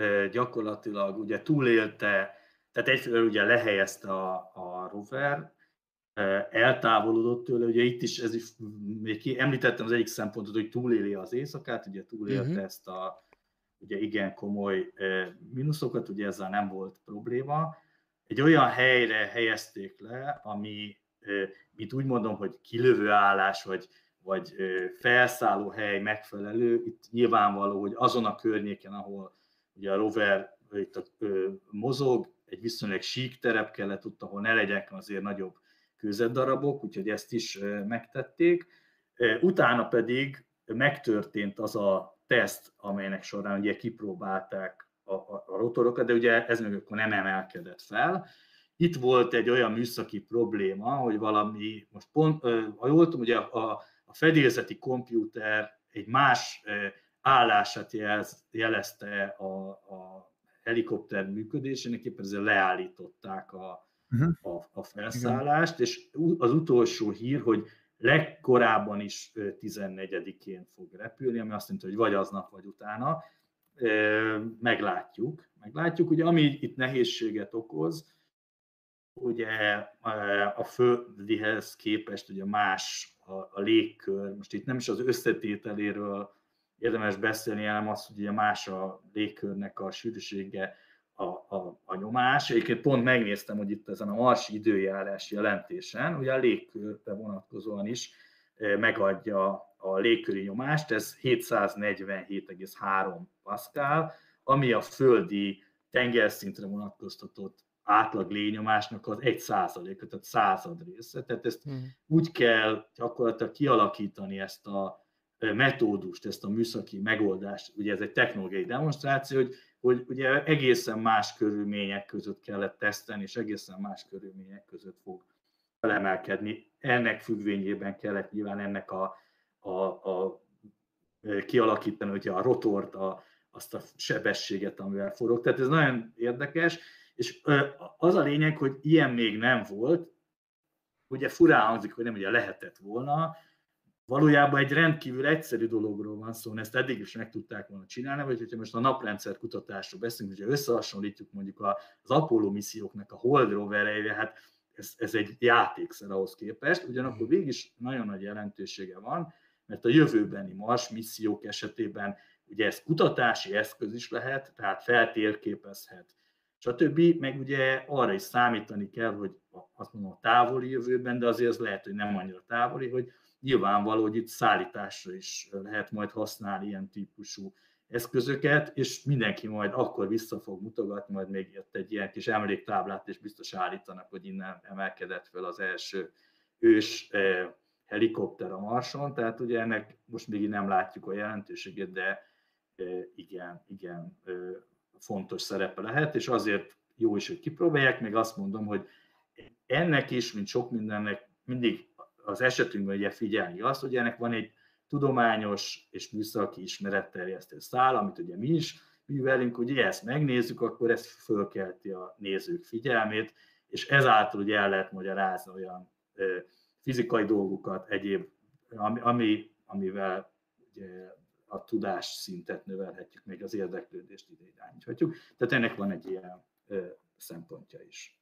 gyakorlatilag ugye túlélte, tehát egyfelől ugye lehelyezte a rover, eltávolodott tőle, ugye itt is, ez is még említettem az egyik szempontot, hogy túléli az éjszakát, ugye túlélte ezt a ugye igen komoly mínuszokat, ugye ezzel nem volt probléma. Egy olyan helyre helyezték le, ami, mint úgy mondom, hogy kilövő állás, vagy felszálló hely megfelelő, itt nyilvánvaló, hogy azon a környéken, ahol ugye a rover itt mozog, egy viszonylag sík terep kellett ott, ahol ne legyenek azért nagyobb kőzetdarabok, úgyhogy ezt is megtették. Utána pedig megtörtént az a teszt, amelynek során ugye kipróbálták a rotorokat, de ugye ez meg akkor nem emelkedett fel. Itt volt egy olyan műszaki probléma, hogy valami, most pont, ha jól tudom, ugye a fedélzeti kompjúter egy más állását jelezte a helikopter működésének, éppen ezzel leállították a felszállást, és az utolsó hír, hogy legkorábban is 14-én fog repülni, ami azt jelenti, hogy vagy aznap, vagy utána. Meglátjuk. Ugye ami itt nehézséget okoz, ugye a földihez képest ugye más a légkör, most itt nem is az összetételéről érdemes beszélni, hanem az, hogy ugye más a légkörnek a sűrűsége, a nyomás. Egyébként pont megnéztem, hogy itt ezen a marsi időjárás jelentésen, ugye a légkörre vonatkozóan is megadja a légköri nyomást, ez 747,3 Pascal, ami a földi tengerszintre vonatkoztatott átlag légnyomásnak az 1%, tehát század része. Tehát ezt úgy kell gyakorlatilag kialakítani, ezt a metódust, ezt a műszaki megoldást, ugye ez egy technológiai demonstráció, hogy ugye egészen más körülmények között kellett tesztelni, és egészen más körülmények között fog felemelkedni. Ennek függvényében kellett nyilván ennek a kialakítani, ugye a rotort, azt a sebességet, amivel forog. Tehát ez nagyon érdekes, és az a lényeg, hogy ilyen még nem volt, ugye furán hangzik, hogy nem ugye lehetett volna, valójában egy rendkívül egyszerű dologról van szó, ezt eddig is meg tudták volna csinálni, vagy hogyha most a naprendszer kutatásról beszélünk, hogyha összehasonlítjuk mondjuk az Apollo misszióknak a Hold roverjeivel, hát ez egy játékszer ahhoz képest, ugyanakkor végig is nagyon nagy jelentősége van, mert a jövőbeni Mars missziók esetében ugye ez kutatási eszköz is lehet, tehát feltérképezhet, stb. Meg ugye arra is számítani kell, hogy azt mondom a távoli jövőben, de azért az lehet, hogy nem annyira távoli, hogy nyilvánvaló, hogy itt szállításra is lehet majd használni ilyen típusú eszközöket, és mindenki majd akkor vissza fog mutogatni, majd még jött egy ilyen kis emléktáblát, és biztos állítanak, hogy innen emelkedett fel az első ős helikopter a Marson, tehát ugye ennek most még nem látjuk a jelentőségét, de igen fontos szerepe lehet, és azért jó is, hogy kipróbálják, még azt mondom, hogy ennek is, mint sok mindennek, mindig az esetünkben ugye figyelni azt, hogy ennek van egy tudományos és műszaki ismeretterjesztő szál, amit ugye mi is művelünk, hogy ezt megnézzük, akkor ez fölkelti a nézők figyelmét, és ezáltal ugye el lehet magyarázni olyan fizikai dolgokat, egyéb, amivel ugye a tudásszintet növelhetjük, még az érdeklődést ide irányíthatjuk. Tehát ennek van egy ilyen szempontja is.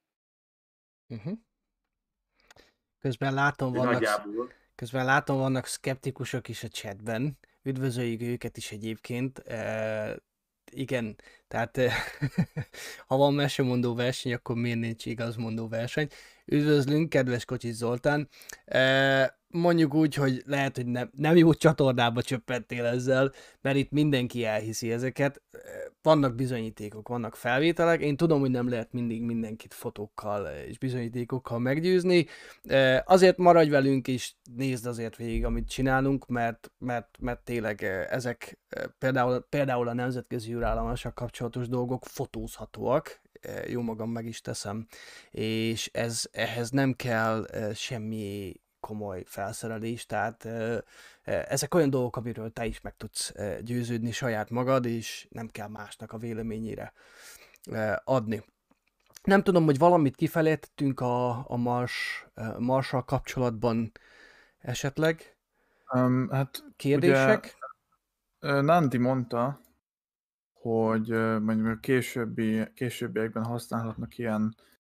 Közben látom, vannak szkeptikusok is a chatben. Üdvözöljük őket is egyébként. Igen, tehát ha van mesemondó verseny, akkor miért nincs igazmondó verseny. Üdvözlünk, kedves Kocsis Zoltán. Mondjuk úgy, hogy lehet, hogy nem jó csatornába csöppentél ezzel, mert itt mindenki elhiszi ezeket. Vannak bizonyítékok, vannak felvételek. Én tudom, hogy nem lehet mindig mindenkit fotókkal és bizonyítékokkal meggyőzni. Azért maradj velünk, és nézd azért végig, amit csinálunk, mert tényleg ezek például a nemzetközi űrállomással kapcsolatos dolgok fotózhatóak. Jó magam meg is teszem. És ehhez nem kell semmi komoly felszerelés, tehát ezek olyan dolgok, amiről te is meg tudsz győződni saját magad, és nem kell másnak a véleményére adni. Nem tudom, hogy valamit kifelejtettünk a Marssal kapcsolatban esetleg? Hát kérdések? Ugye, Nandi mondta, hogy mondjuk a későbbiekben használhatnak ilyen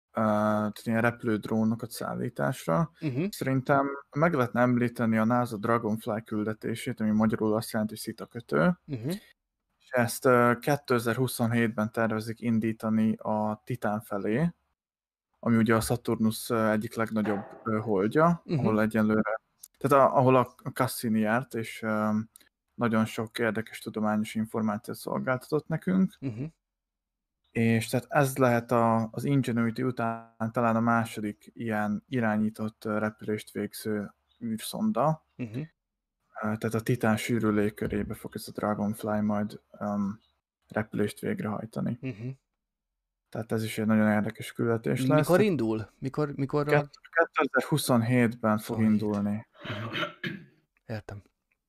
tehát ilyen repülődrónokat szállításra. Szerintem meg lehetne említeni a NASA Dragonfly küldetését, ami magyarul azt jelenti, hogy szitakötő. És ezt 2027-ben tervezik indítani a Titán felé, ami ugye a Saturnus egyik legnagyobb holdja, ahol egyenlőre, tehát ahol a Cassini járt, és nagyon sok érdekes tudományos információt szolgáltatott nekünk. És tehát ez lehet az Ingenuity után talán a második ilyen irányított repülést végző űrszonda. Tehát a Titán sűrű légkörébe fog ez a Dragonfly majd repülést végrehajtani. Tehát ez is egy nagyon érdekes küldetés lesz. Mikor indul? Mikor 2027-ben fog indulni. Értem.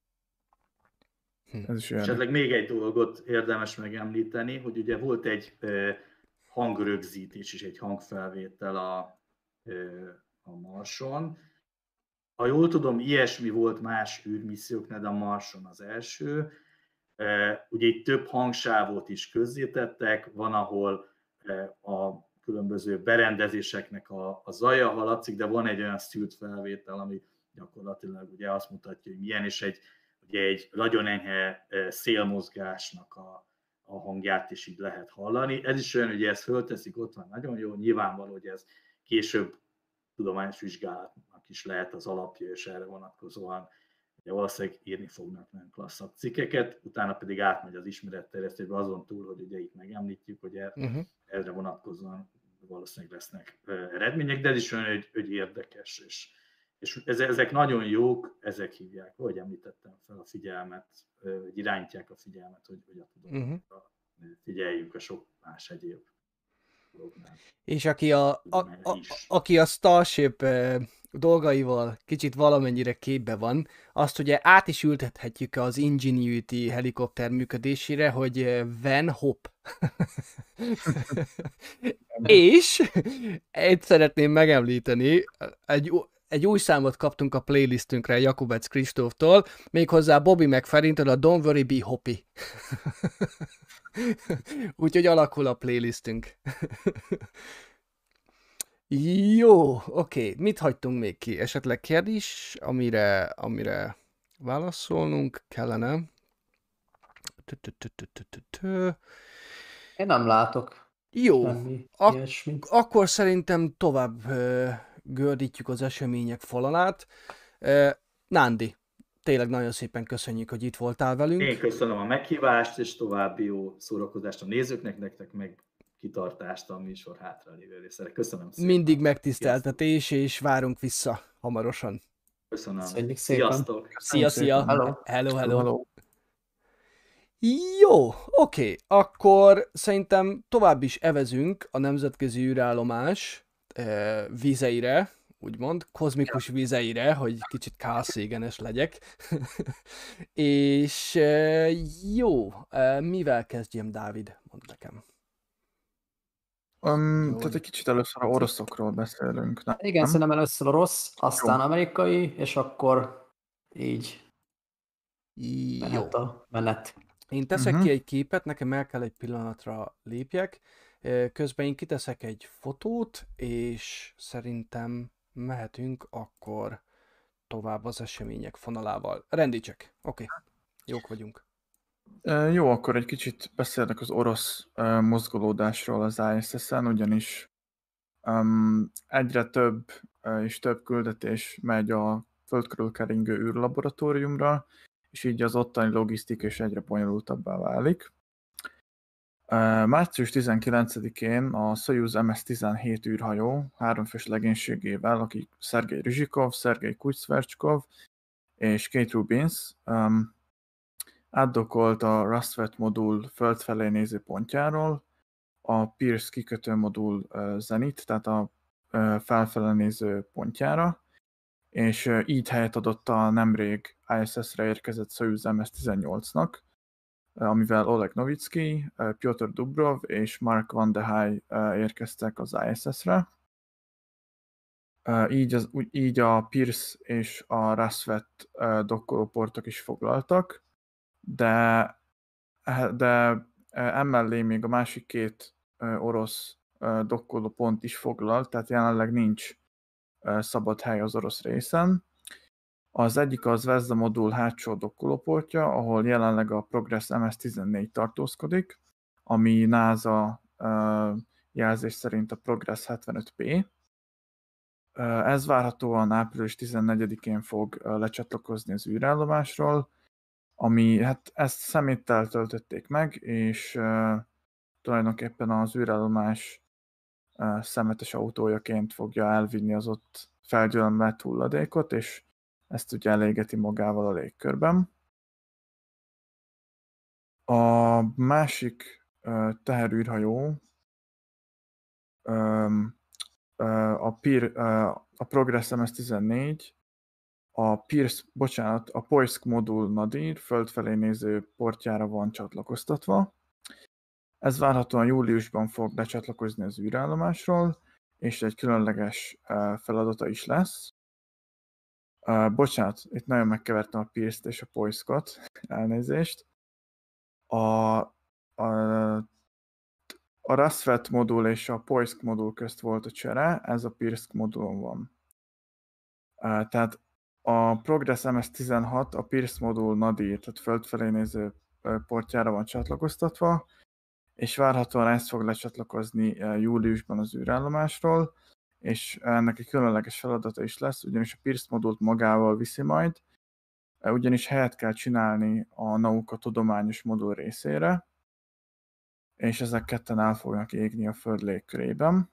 Ez is esetleg még egy dolgot érdemes megemlíteni, hogy ugye volt egy hangrögzítés és egy hangfelvétel a Marson. Ha jól tudom, ilyesmi volt más űrmisszióknál, de a Marson az első. Ugye itt több hangsávot is közzétettek, van, ahol a különböző berendezéseknek a zaja hallatszik, de van egy olyan szűrt felvétel, ami gyakorlatilag ugye azt mutatja, hogy milyen, és egy nagyon enyhe szélmozgásnak a hangját is így lehet hallani. Ez is olyan, hogy ezt fölteszik, ott van nagyon jó, nyilvánvaló, hogy ez később tudományos vizsgálatnak is lehet az alapja, és erre vonatkozóan ugye valószínűleg írni fognak nagyon klasszabb cikkeket, utána pedig átmegy az ismeretterjesztésbe azon túl, hogy ugye itt megemlítjük, hogy erre vonatkozóan valószínűleg lesznek eredmények, de ez is olyan, hogy érdekes, és ezek nagyon jók, ezek hívják, ahogy említettem fel a figyelmet, hogy irányítják a figyelmet, hogy a tudományokra figyeljünk a sok más egyéb dolognál. És aki a Starship dolgaival kicsit valamennyire képbe van, azt ugye át is ültethetjük az Ingenuity helikopter működésére, hogy Van Hop. És egy szeretném megemlíteni, egy új számot kaptunk a playlistünkre Jakubec Kristóftól, méghozzá Bobby McFerrin-től a Don't Worry Be Hoppy. Úgyhogy alakul a playlistünk. Jó, oké. Mit hagytunk még ki? Esetleg kérdés, amire válaszolnunk kellene? Én nem látok. Jó, akkor szerintem tovább gördítjük az események falanát. Nándi, tényleg nagyon szépen köszönjük, hogy itt voltál velünk. Én köszönöm a meghívást, és további jó szórakozást a nézőknek, nektek meg kitartást a műsor hátralévő részére. Köszönöm szépen. Mindig megtiszteltetés, és várunk vissza hamarosan. Köszönöm. Köszönjük szépen. Sziasztok! Szia! Hello. Hello. Jó, oké. Akkor szerintem tovább is evezünk a nemzetközi űrállomás vizeire, úgymond, kozmikus vizeire, hogy kicsit kálszégenes legyek. És jó, mivel kezdjem, Dávid? Mondd nekem. Tehát egy kicsit először a oroszokról beszélünk. Nem? Igen, szerintem először orosz, aztán amerikai, és akkor így mehet a menet. Én teszek ki egy képet, nekem el kell egy pillanatra lépjek. Közben én kiteszek egy fotót, és szerintem mehetünk akkor tovább az események fonalával. Rendítsek. Oké. Jók vagyunk. Jó, akkor egy kicsit beszélnek az orosz mozgolódásról az ISS-en, ugyanis egyre több és több küldetés megy a föld körül keringő űrlaboratóriumra, és így az ottani logisztika is egyre bonyolultabbá válik. Március 19-én a Soyuz MS-17 űrhajó háromfős legénységével, akik Szergej Rizsikov, Szergej Kuczverchkov és Kate Rubins átdokolt a Rassvet modul föld felé néző pontjáról, a Pierce kikötő modul Zenit, tehát a felfele néző pontjára, és így helyet adott a nemrég ISS-re érkezett Soyuz MS-18-nak, amivel Oleg Novitsky, Pyotr Dubrov és Mark Van de Haye érkeztek az ISS-re. Így a Pierce és a Rassvet dokkolóportok is foglaltak, de emellé még a másik két orosz dokkoló pont is foglal, tehát jelenleg nincs szabad hely az orosz részen. Az egyik az Zvezda modul hátsó dokkolóportja, ahol jelenleg a Progress MS-14 tartózkodik, ami NASA jelzés szerint a Progress 75P. Ez várhatóan április 14-én fog lecsatlakozni az űrállomásról, ami, hát ezt szeméttel töltötték meg, és tulajdonképpen az űrállomás szemetes autójaként fogja elvinni az ott felgyülemlett hulladékot, és ezt ugye elégeti magával a légkörben. A másik teherűrhajó a Progress MS-14 a Poisk modul Nadir földfelé néző portjára van csatlakoztatva. Ez várhatóan júliusban fog lecsatlakozni az űrállomásról, és egy különleges feladata is lesz. Bocsánat, itt nagyon megkevertem a Pierce-t és a Poiskot, elnézést. A Rasvet modul és a Poisk modul közt volt a csere, ez a Pierce modulon van. Tehát a Progress MS-16 a Pierce modul Nadir, tehát földfelé néző portjára van csatlakoztatva, és várhatóan ez fog lecsatlakozni júliusban az űrállomásról, és ennek egy különleges feladata is lesz, ugyanis a Pierce modult magával viszi majd, ugyanis helyet kell csinálni a Nauka tudományos modul részére, és ezek ketten el fognak égni a Föld légkörében.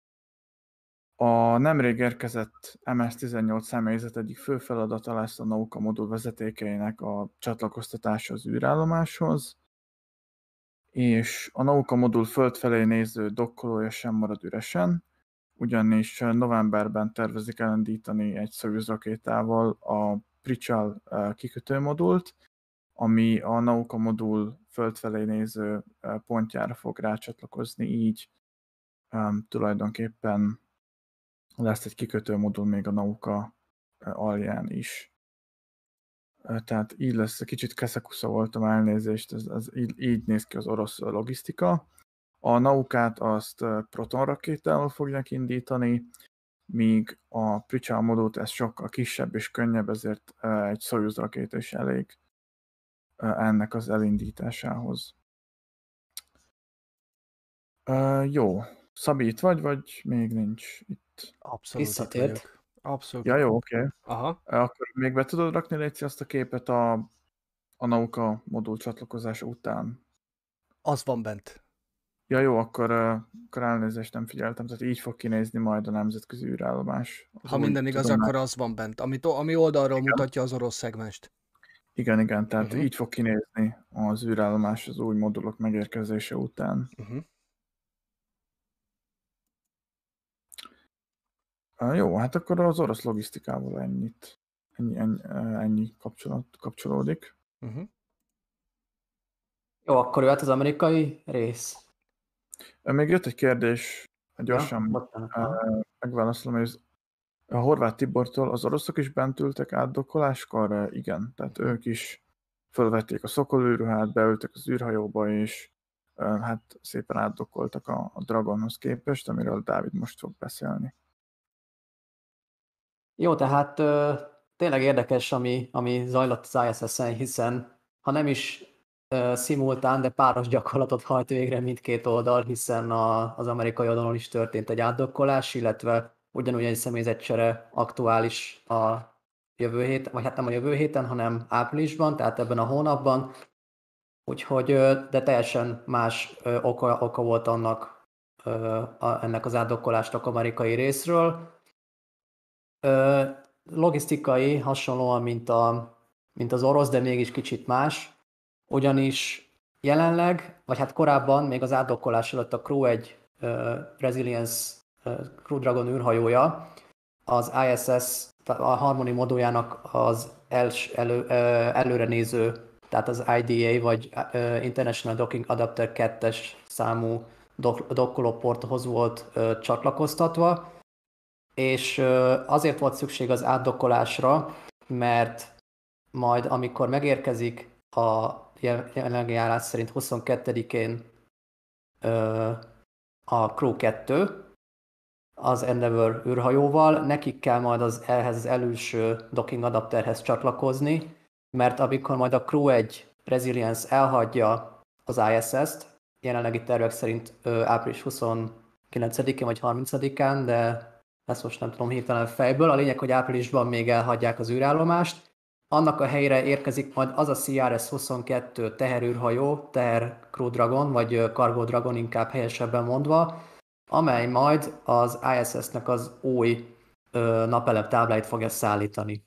A nemrég érkezett MS-18 személyzet egyik fő feladata lesz a Nauka modul vezetékeinek a csatlakoztatása az űrállomáshoz, és a Nauka modul föld felé néző dokkolója sem marad üresen, ugyanis novemberben tervezik elindítani egy Soyuz rakétával a Prichal kikötőmodult, ami a Nauka modul föld felé néző pontjára fog rácsatlakozni, így tulajdonképpen lesz egy kikötőmodul még a Nauka alján is. Tehát így lesz, kicsit keszekusza voltam, elnézést, ez így néz ki az orosz logisztika. A Naukát azt Proton rakétával fogják indítani, míg a Prichal modult ez sokkal kisebb és könnyebb, ezért egy Soyuz rakéta is elég ennek az elindításához. Jó. Szabi, itt vagy még nincs itt? Abszolút Visszatért. itt vagyok. Abszolút. Ja, jó, oké. Aha. Akkor még be tudod rakni, Léci, azt a képet a Nauka modul csatlakozása után? Az van bent. Ja, jó, akkor elnézést, nem figyeltem, tehát így fog kinézni majd a nemzetközi űrállomás. Ha minden igaz, akkor az van bent. Ami oldalról mutatja az orosz szegmest. Igen, tehát így fog kinézni az űrállomás az új modulok megérkezése után. Jó, hát akkor az orosz logisztikával ennyi kapcsolódik. Jó, akkor jöhet az amerikai rész. Még jött egy kérdés, gyorsan megválaszolom, hogy a Horváth Tibortól az oroszok is bent ültek átdokkoláskor? Igen, tehát ők is fölvették a Szokol űrruhát, beültek az űrhajóba, és hát szépen átdokkoltak a Dragonhoz képest, amiről Dávid most fog beszélni. Jó, tehát tényleg érdekes, ami zajlott az ISS-en, hiszen ha nem is szimultán, de páros gyakorlatot hajt végre mindkét oldal, hiszen az amerikai oldalon is történt egy átdokkolás, illetve ugyanúgy egy személyzetcsere aktuális a jövő héten, vagy hát nem a jövő héten, hanem áprilisban, tehát ebben a hónapban. Úgyhogy, de teljesen más oka volt ennek az átdokkolásnak amerikai részről. Logisztikai hasonlóan, mint az orosz, de mégis kicsit más, ugyanis jelenleg, vagy hát korábban, még az átdokkolás előtt a Crew egy Resilience Crew Dragon űrhajója, az ISS, a Harmony moduljának az előre néző, tehát az IDA, vagy International Docking Adapter 2-es számú dokkolóporthoz volt csatlakoztatva, és azért volt szükség az átdokkolásra, mert majd amikor megérkezik a jelenlegi állás szerint 22-én a Crew 2, az Endeavour űrhajóval, nekik kell majd ehhez az előső docking adapterhez csatlakozni, mert amikor majd a Crew 1 Resilience elhagyja az ISS-t, jelenlegi tervek szerint április 29-én vagy 30-án, de ezt most nem tudom hirtelen fejből, a lényeg, hogy áprilisban még elhagyják az űrállomást, annak a helyre érkezik majd az a CRS-22 teherűrhajó, Teher Crew Dragon, vagy Cargo Dragon inkább helyesebben mondva, amely majd az ISS-nek az új napelem tábláit fogja szállítani.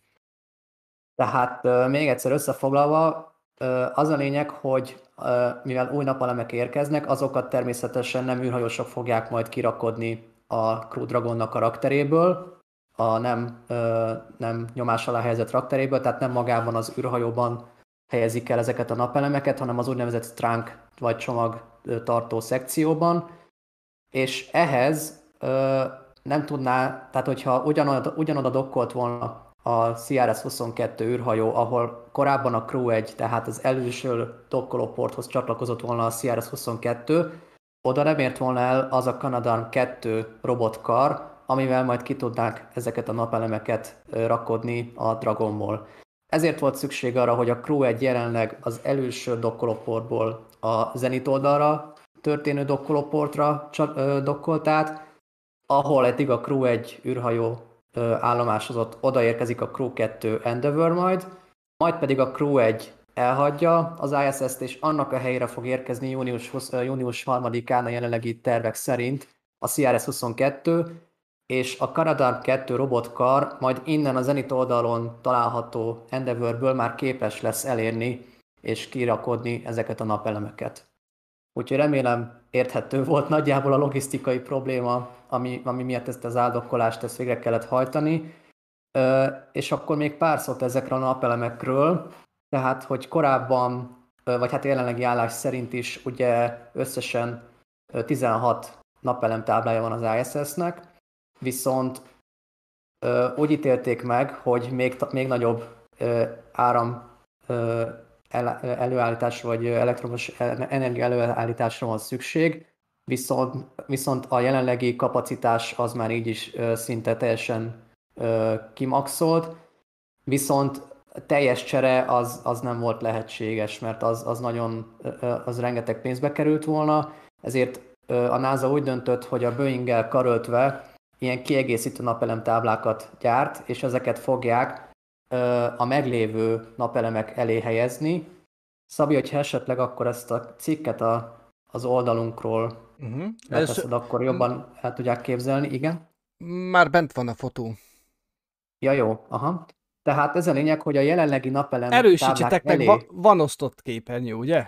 Tehát még egyszer összefoglalva, az a lényeg, hogy mivel új napelemek érkeznek, azokat természetesen nem űrhajósok fogják majd kirakodni a Crew Dragon karakteréből, a nem nyomás alá helyezett rakteréből, tehát nem magában az űrhajóban helyezik el ezeket a napelemeket, hanem az úgynevezett trunk vagy csomagtartó szekcióban, és ehhez nem tudná, tehát hogyha ugyanoda dokkolt volna a CRS-22 űrhajó, ahol korábban a Crew 1, tehát az előső dokkolóporthoz csatlakozott volna a CRS-22, oda nem ért volna el az a Canadarm2 robotkar, amivel majd ki tudnák ezeket a napelemeket rakodni a Dragonból. Ezért volt szükség arra, hogy a Crew 1 jelenleg az előső dokkolóportból a Zenit oldalra történő dokkolóportra dokkolt át, ahol eddig a Crew 1 űrhajó állomásozott, odaérkezik a Crew 2 Endeavour majd pedig a Crew 1 elhagyja az ISS-t, és annak a helyére fog érkezni június 3-án a jelenlegi tervek szerint a CRS-22, és a Canadarm2 robotkar majd innen a Zenit oldalon található Endeavourből már képes lesz elérni és kirakodni ezeket a napelemeket. Úgyhogy remélem érthető volt nagyjából a logisztikai probléma, ami miatt ezt az áldokkolást végre kellett hajtani. És akkor még pár szót ezekről a napelemekről, tehát hogy korábban, vagy hát jelenlegi állás szerint is ugye összesen 16 napelem táblája van az ISS-nek, viszont úgy ítélték meg, hogy még nagyobb áram előállításra, vagy elektromos energia előállításra van szükség, viszont a jelenlegi kapacitás az már így is szinte teljesen kimaxolt, viszont teljes csere az nem volt lehetséges, mert az rengeteg pénzbe került volna, ezért a NASA úgy döntött, hogy a Boeing-gel karöltve ilyen kiegészítő napelemtáblákat gyárt, és ezeket fogják a meglévő napelemek elé helyezni. Szabi, hogyha esetleg akkor ezt a cikket az oldalunkról leteszed, akkor jobban el tudják képzelni, igen? Már bent van a fotó. Ja, jó, aha. Tehát ez a lényeg, hogy a jelenlegi napelem erősítsetek táblák meg, van osztott képernyő, ugye?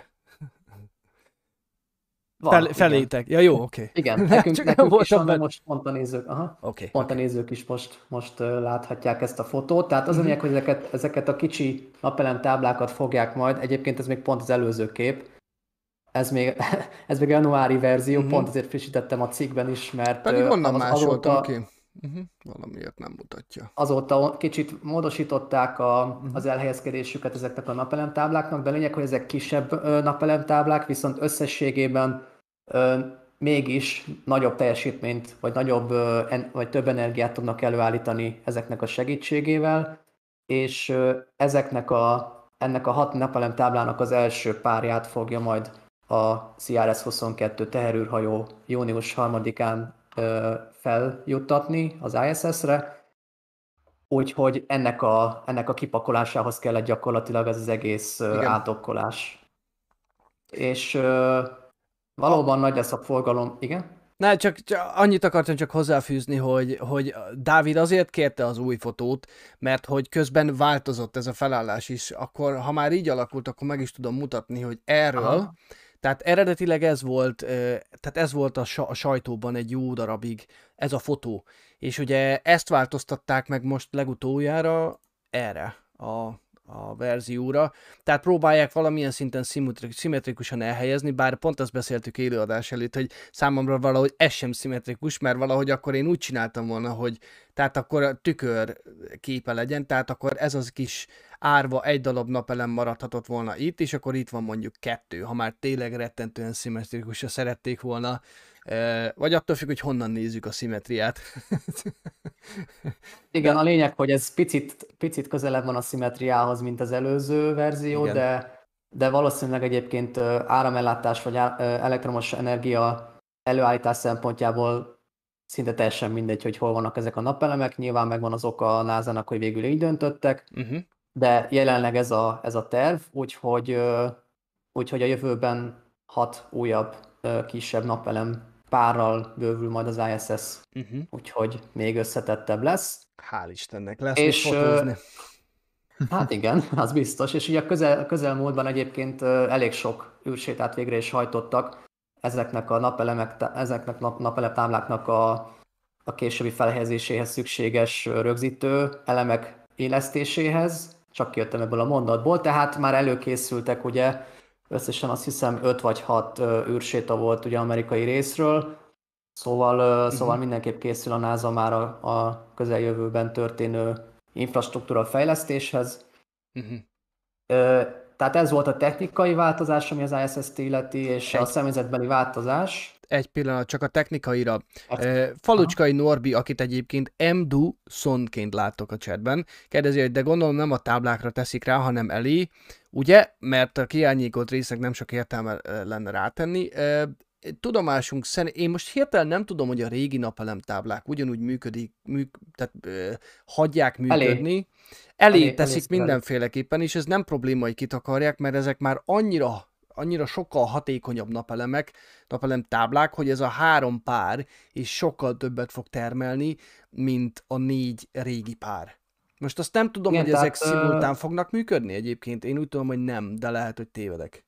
Felétek. Ja, jó, oké. Igen, nekünk is van, de most pont a nézők, a nézők is most láthatják ezt a fotót. Tehát az a lényeg, hogy ezeket a kicsi napelem táblákat fogják majd, egyébként ez még pont az előző kép, ez még januári verzió, pont ezért frissítettem a cikkben is, mert pedig onnan másoltam ki. Valamiért nem mutatja. Azóta kicsit módosították az elhelyezkedésüket ezeknek a napelemtábláknak, de a lényeg, hogy ezek kisebb napelemtáblák, viszont összességében mégis nagyobb teljesítményt, vagy több energiát tudnak előállítani ezeknek a segítségével, és ennek a 6 napelemtáblának az első párját fogja majd a CRS-22 teherűrhajó június 3-án feljuttatni az ISS-re, úgyhogy ennek a kipakolásához kellett gyakorlatilag az egész átdokkolás. És valóban nagy lesz a forgalom, igen? Ne, csak annyit akartam csak hozzáfűzni, hogy Dávid azért kérte az új fotót, mert hogy közben változott ez a felállás is, akkor ha már így alakult, akkor meg is tudom mutatni, hogy erről, tehát eredetileg ez volt a sajtóban egy jó darabig, ez a fotó. És ugye ezt változtatták meg most legutoljára erre a verzióra. Tehát próbálják valamilyen szinten szimmetrikusan elhelyezni, bár pont azt beszéltük élőadás előtt, hogy számomra valahogy ez sem szimmetrikus, mert valahogy akkor én úgy csináltam volna, hogy tehát akkor a tükör képe legyen, tehát akkor ez az kis árva egy darab napelem maradhatott volna itt, és akkor itt van mondjuk 2, ha már tényleg rettentően szimmetrikusra szerették volna Vagy attól függ, hogy honnan nézzük a szimmetriát. Igen, a lényeg, hogy ez picit közelebb van a szimmetriához, mint az előző verzió, de valószínűleg egyébként áramellátás vagy elektromos energia előállítás szempontjából szinte teljesen mindegy, hogy hol vannak ezek a napelemek. Nyilván megvan az oka a NASA-nak, hogy végül így döntöttek, de jelenleg ez a terv, úgyhogy a jövőben 6 újabb kisebb napelem párral bővül majd az ISS, úgyhogy még összetettebb lesz. Hál' Istennek, lesz és fotózni. Hát igen, az biztos. És ugye a közelmúltban egyébként elég sok űrsétát végre is hajtottak ezeknek a napelemtábláknak a későbbi felhelyezéséhez szükséges rögzítő elemek élesztéséhez. Csak kijöttem ebből a mondatból, tehát már előkészültek, ugye összesen azt hiszem 5 vagy 6 űrséta volt ugye amerikai részről, szóval mindenképp készül a NASA már a közeljövőben történő infrastruktúra fejlesztéshez. Tehát ez volt a technikai változás, ami az ISS-t illeti, és a személyzetbeli változás. Egy pillanat, csak a technikaira. Falucskai Norbi, akit egyébként MDU Sonként láttok a chatben, kérdezi, hogy de gondolom nem a táblákra teszik rá, hanem elé, ugye? Mert a kiárnyékolt résznek nem sok értelme lenne rátenni. Tudomásunk szerint, én most hirtelen nem tudom, hogy a régi napelemtáblák ugyanúgy tehát hagyják működni. Elé teszik mindenféleképpen, és ez nem probléma, hogy kitakarják, mert ezek már annyira sokkal hatékonyabb napelemtáblák, hogy ez a 3 pár is sokkal többet fog termelni, mint a 4 régi pár. Most azt nem tudom, hogy ezek szimultán fognak működni egyébként. Én úgy tudom, hogy nem, de lehet, hogy tévedek.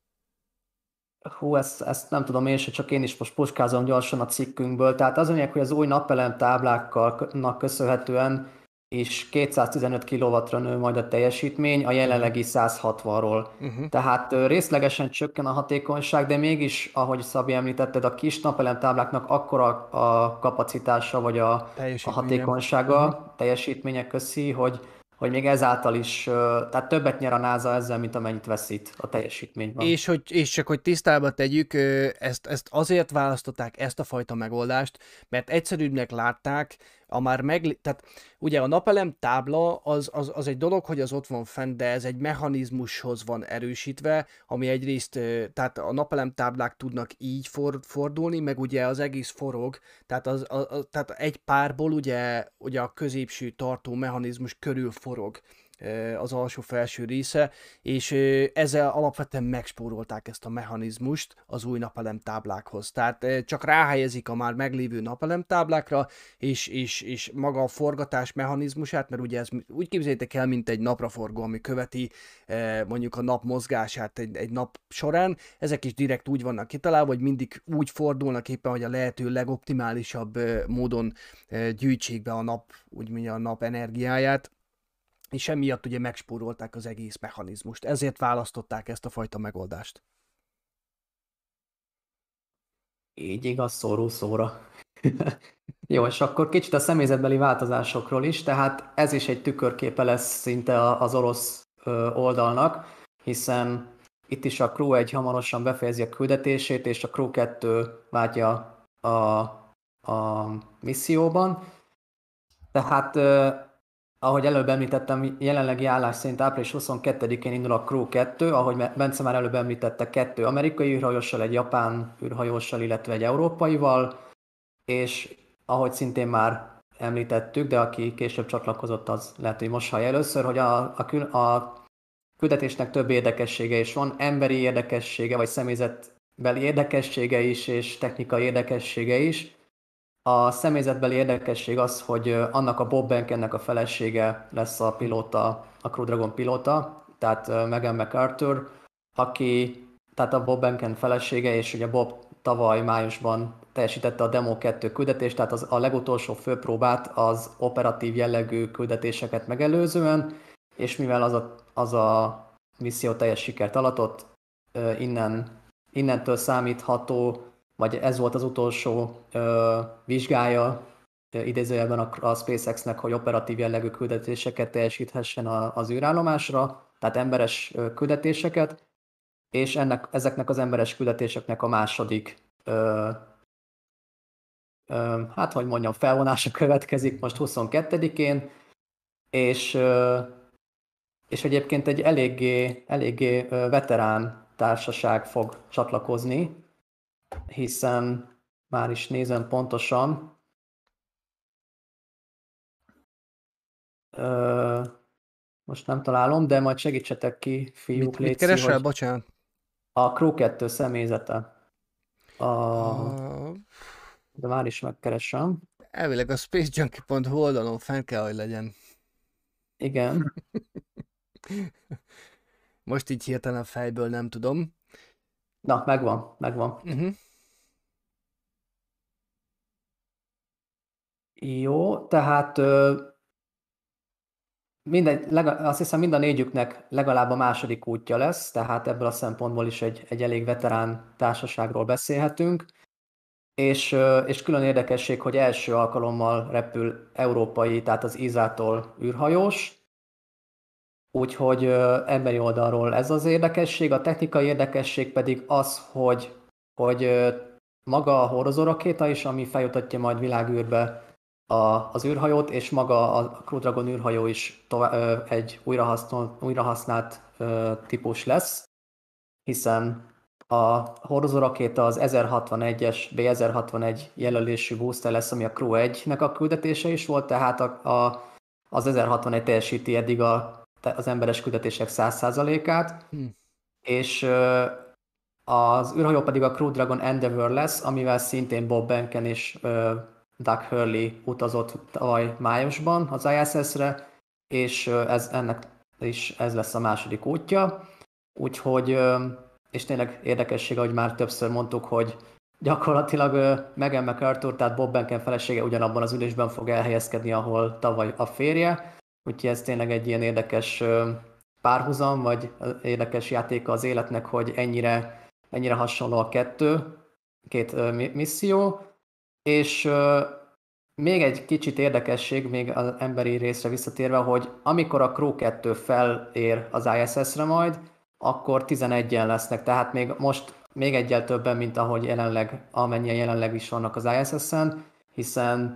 Hú, ezt nem tudom én se, csak én is most puskázom gyorsan a cikkünkből. Tehát az mondják, hogy az új napelemtábláknak köszönhetően és 215 kW-ra nő majd a teljesítmény, a jelenlegi 160-ról. Tehát részlegesen csökken a hatékonyság, de mégis, ahogy Szabi említetted, a kis napelemtábláknak akkora a kapacitása, vagy a hatékonysága, teljesítménye köszi, hogy még ezáltal is, tehát többet nyer a NASA ezzel, mint amennyit veszít a teljesítményben. És csak hogy tisztába tegyük, ezt azért választották ezt a fajta megoldást, mert egyszerűbbnek látták, tehát ugye a napelem tábla az egy dolog, hogy az ott van fent, de ez egy mechanizmushoz van erősítve, ami egyrészt, tehát a napelem táblák tudnak így fordulni, meg ugye az egész forog, tehát egy párból ugye a középső tartó mechanizmus körül forog az alsó-felső része, és ezzel alapvetően megspórolták ezt a mechanizmust az új napelemtáblákhoz. Tehát csak ráhelyezik a már meglévő napelemtáblákra, és maga a forgatás mechanizmusát, mert ugye ez úgy képzeljétek el, mint egy napraforgó, ami követi mondjuk a nap mozgását egy nap során. Ezek is direkt úgy vannak kitalálva, hogy mindig úgy fordulnak éppen, hogy a lehető legoptimálisabb módon gyűjtsék be a nap energiáját, és emiatt ugye megspórolták az egész mechanizmust. Ezért választották ezt a fajta megoldást. Így igaz, szóra. Jó, és akkor kicsit a személyzetbeli változásokról is, tehát ez is egy tükörképe lesz szinte az orosz oldalnak, hiszen itt is a Crew 1 hamarosan befejezi a küldetését, és a Crew 2 várja a misszióban. Tehát ahogy előbb említettem, jelenlegi állás szerint április 22-én indul a Crew 2, ahogy Bence már előbb említette, 2 amerikai űrhajóssal, egy japán űrhajóssal, illetve egy európaival, és ahogy szintén már említettük, de aki később csatlakozott, az lehet, hogy most hallja először, hogy a küldetésnek több érdekessége is van, emberi érdekessége, vagy személyzetbeli érdekessége is, és technikai érdekessége is. A személyzetbeli érdekesség az, hogy annak a Bob Behnkennek a felesége lesz a pilóta, a Crew Dragon pilóta, tehát Megan McArthur, tehát a Bob Behnken felesége, és ugye Bob tavaly májusban teljesítette a Demo 2 küldetést, tehát a legutolsó főpróbát az operatív jellegű küldetéseket megelőzően, és mivel az a misszió teljes sikert aratott, innentől számítható, vagy ez volt az utolsó vizsgája idézőjelben a SpaceX-nek, hogy operatív jellegű küldetéseket teljesíthessen az űrállomásra, tehát emberes küldetéseket, és ezeknek az emberes küldetéseknek a második hát hogy mondjam, felvonása következik most 22-én, és egyébként egy eléggé veterán társaság fog csatlakozni, hiszen már is nézem pontosan, most nem találom, de majd segítsetek ki, fiúk, Mit keresel? Bocsánat. A Crew 2 személyzete. De már is megkeresem. Elvileg a spacejunkie.hu oldalon fenn kell, hogy legyen. Igen. Most így hirtelen fejből nem tudom. Na, megvan. Jó, tehát azt hiszem mind a négyüknek legalább a második útja lesz, tehát ebből a szempontból is egy elég veterán társaságról beszélhetünk. És külön érdekesség, hogy első alkalommal repül európai, tehát az ESA-tól űrhajós. Úgyhogy emberi oldalról ez az érdekesség. A technikai érdekesség pedig az, hogy maga a hordozó rakéta is, ami feljutatja majd világűrbe az űrhajót, és maga a Crew Dragon űrhajó is egy újrahasznált típus lesz, hiszen a hordozó rakéta az 1061-es B1061 jelölésű booster lesz, ami a Crew 1-nek a küldetése is volt, tehát az 1061 teljesíti eddig az emberes küldetések 100%-át, és az űrhajó pedig a Crew Dragon Endeavour lesz, amivel szintén Bob Behnken és Doug Hurley utazott tavaly májusban az ISS-re, és ennek is ez lesz a második útja. Úgyhogy, és tényleg érdekesség, ahogy már többször mondtuk, hogy gyakorlatilag Megan McArthur, tehát Bob Behnken felesége ugyanabban az ülésben fog elhelyezkedni, ahol tavaly a férje. Úgyhogy ez tényleg egy ilyen érdekes párhuzam, vagy érdekes játéka az életnek, hogy ennyire hasonló a két misszió. És még egy kicsit érdekesség, még az emberi részre visszatérve, hogy amikor a Crew 2 felér az ISS-re majd, akkor 11-en lesznek, tehát még egyel többen, mint amennyien jelenleg is vannak az ISS-en, hiszen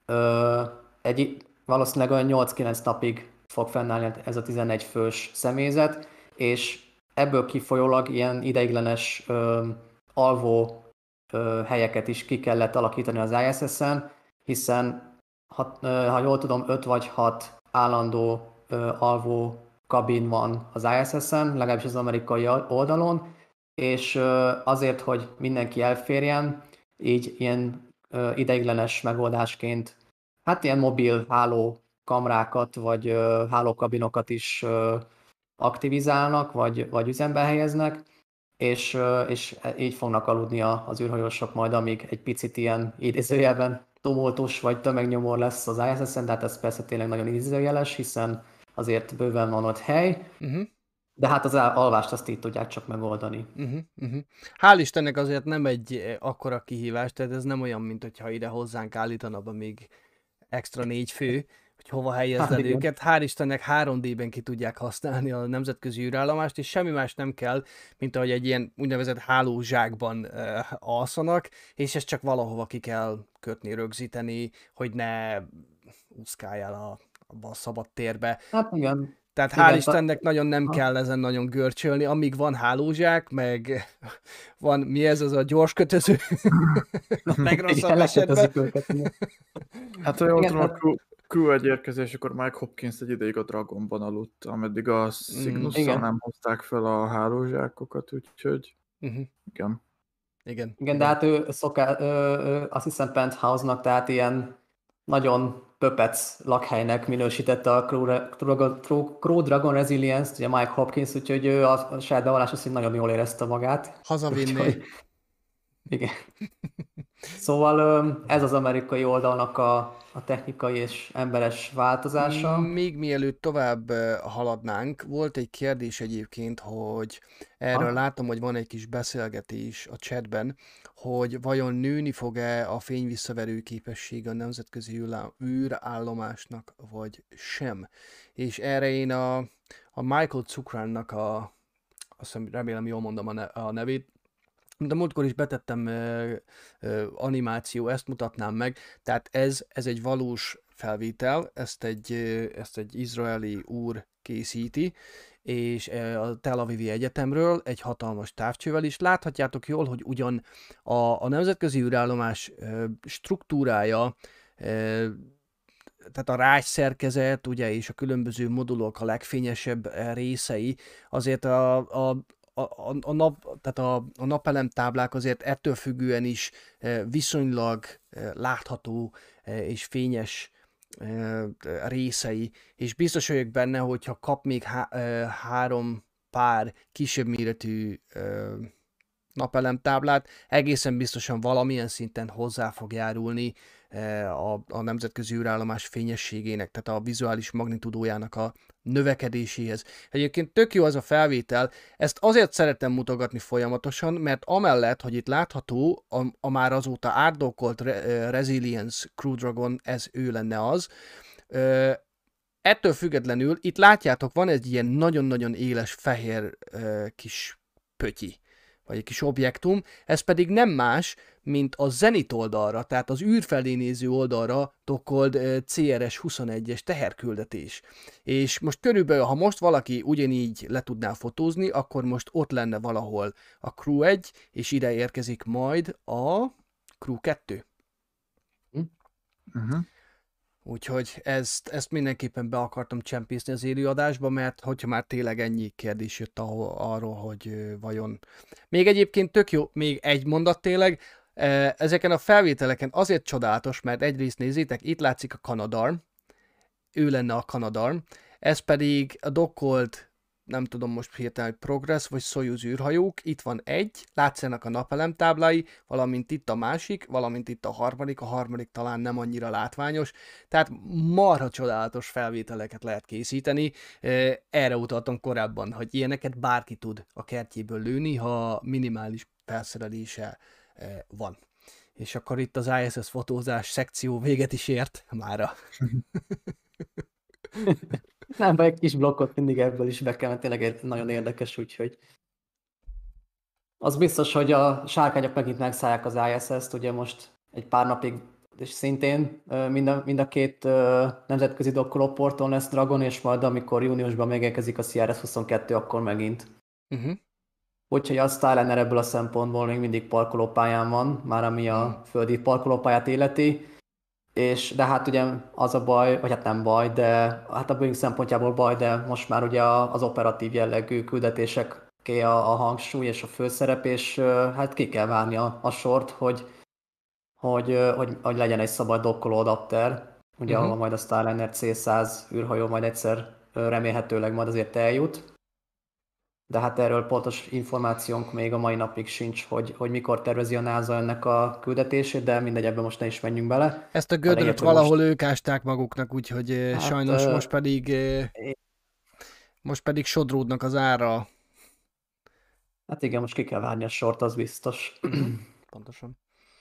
valószínűleg olyan 8-9 napig fog fennállni ez a 11 fős személyzet, és ebből kifolyólag ilyen ideiglenes alvó helyeket is ki kellett alakítani az ISS-en, hiszen ha jól tudom, 5 vagy 6 állandó alvó kabin van az ISS-en, legalábbis az amerikai oldalon, és azért, hogy mindenki elférjen, így ilyen ideiglenes megoldásként, hát ilyen mobil hálókamrákat, vagy hálókabinokat is aktivizálnak, vagy üzembe helyeznek, és így fognak aludni az űrhajósok majd, amíg egy picit ilyen idézőjelben tumultus vagy tömegnyomor lesz az ISS-en, de hát ez persze tényleg nagyon idézőjeles, hiszen azért bőven van ott hely, de hát az alvást azt így tudják csak megoldani. Hál' Istennek azért nem egy akkora kihívás, tehát ez nem olyan, mint hogyha ide hozzánk állítanak be még extra 4 fő, hogy hova helyezd el őket. Hál' Istennek 3D-ben ki tudják használni a nemzetközi űrállomást, és semmi más nem kell, mint ahogy egy ilyen úgynevezett hálózsákban alszanak, és ezt csak valahova ki kell kötni, rögzíteni, hogy ne úszkáljál a szabad térbe. Hát igen. Tehát hál' Istennek nagyon nem kell ezen nagyon görcsölni, amíg van hálózsák, meg van, mi ez az a gyors kötöző? Legrosszabb esetben. Hát olyan tudom, a Crew 1 érkezésekor Mike Hopkins egy ideig a Dragonban aludt, ameddig a Cygnusszal nem hozták fel a hálózsákokat, úgyhogy igen. Igen, de hát ő azt hiszem Penthouse-nak, tehát ilyen nagyon pöpec lakhelynek minősítette a Crew Dragon Resilience-t, ugye Mike Hopkins, úgyhogy ő a saját bevallás azt, hogy nagyon jól érezte magát. Hazavinni. Igen. Szóval ez az amerikai oldalnak a technikai és emberes változása. Még mielőtt tovább haladnánk, volt egy kérdés egyébként, hogy erről látom, hogy van egy kis beszélgetés a chatben, hogy vajon nőni fog-e a fényvisszaverő képessége a nemzetközi űrállomásnak, vagy sem. És erre én a Michael Cukrannak azt remélem jól mondom a nevét, De múltkor is betettem animáció, ezt mutatnám meg, tehát ez egy valós felvétel, ezt egy izraeli úr készíti, és a Tel Avivi Egyetemről egy hatalmas távcsővel is. Láthatjátok jól, hogy ugyan a nemzetközi űrállomás struktúrája, tehát a rácsszerkezet, ugye, és a különböző modulok, a legfényesebb részei, azért a napelemtáblák azért ettől függően is viszonylag látható és fényes részei, és biztos vagyok benne, hogyha kap még 3 pár kisebb méretű napelemtáblát, egészen biztosan valamilyen szinten hozzá fog járulni a nemzetközi űrállomás fényességének, tehát a vizuális magnitudójának a növekedéséhez. Egyébként tök jó az a felvétel, ezt azért szeretem mutogatni folyamatosan, mert amellett, hogy itt látható a már azóta átdokkolt Resilience Crew Dragon, ez ő lenne az, ettől függetlenül itt látjátok, van egy ilyen nagyon-nagyon éles fehér kis pötyi, vagy egy kis objektum, ez pedig nem más, mint a zenit oldalra, tehát az űr felé néző oldalra dokkolt CRS-21-es teherküldetés. És most körülbelül, ha most valaki ugyanígy le tudná fotózni, akkor most ott lenne valahol a Crew 1, és ide érkezik majd a Crew 2. Úgyhogy ezt mindenképpen be akartam csempészni az élőadásba, mert hogyha már tényleg ennyi kérdés jött arról, hogy vajon... Még egyébként tök jó, még egy mondat tényleg, ezeken a felvételeken azért csodálatos, mert egyrészt nézzétek, itt látszik a Canadarm, ő lenne a Canadarm, ez pedig a dokkolt, nem tudom most hirtelen, hogy Progress vagy Soyuz űrhajók, itt van egy, látszanak a napelemtáblái, valamint itt a másik, valamint itt a harmadik talán nem annyira látványos, tehát marha csodálatos felvételeket lehet készíteni, erre utaltam korábban, hogy ilyeneket bárki tud a kertjéből lőni, ha minimális felszerelése van. És akkor itt az ISS fotózás szekció véget is ért mára. Nem, vagy egy kis blokkot mindig ebből is be kell, mert tényleg nagyon érdekes, úgyhogy az biztos, hogy a sárkányok megint megszállják az ISS-t, ugye most egy pár napig, és szintén mind a két nemzetközi dokkolóporton lesz Dragon, és majd amikor júniusban megérkezik a CRS-22, akkor megint. Úgyhogy a Starliner ebből a szempontból még mindig parkolópályán van, már ami a földi parkolópályát illeti. De hát ugye az a baj, vagy hát nem baj, de hát a Boeing szempontjából baj, de most már ugye az operatív jellegű küldetéseké a hangsúly és a főszerep, és hát ki kell várni a sort, hogy legyen egy szabad dokkoló adapter, ugye ahol majd a Starliner C-100 űrhajó majd egyszer remélhetőleg majd azért eljut. De hát erről pontos információnk még a mai napig sincs, hogy mikor tervezi a NASA ennek a küldetését, de mindegy, ebben most ne is menjünk bele. Ezt a gödröt valahol ők ásták maguknak, úgyhogy hát, sajnos most pedig sodródnak az ára. Hát igen, most ki kell várni a sort, az biztos. Pontosan.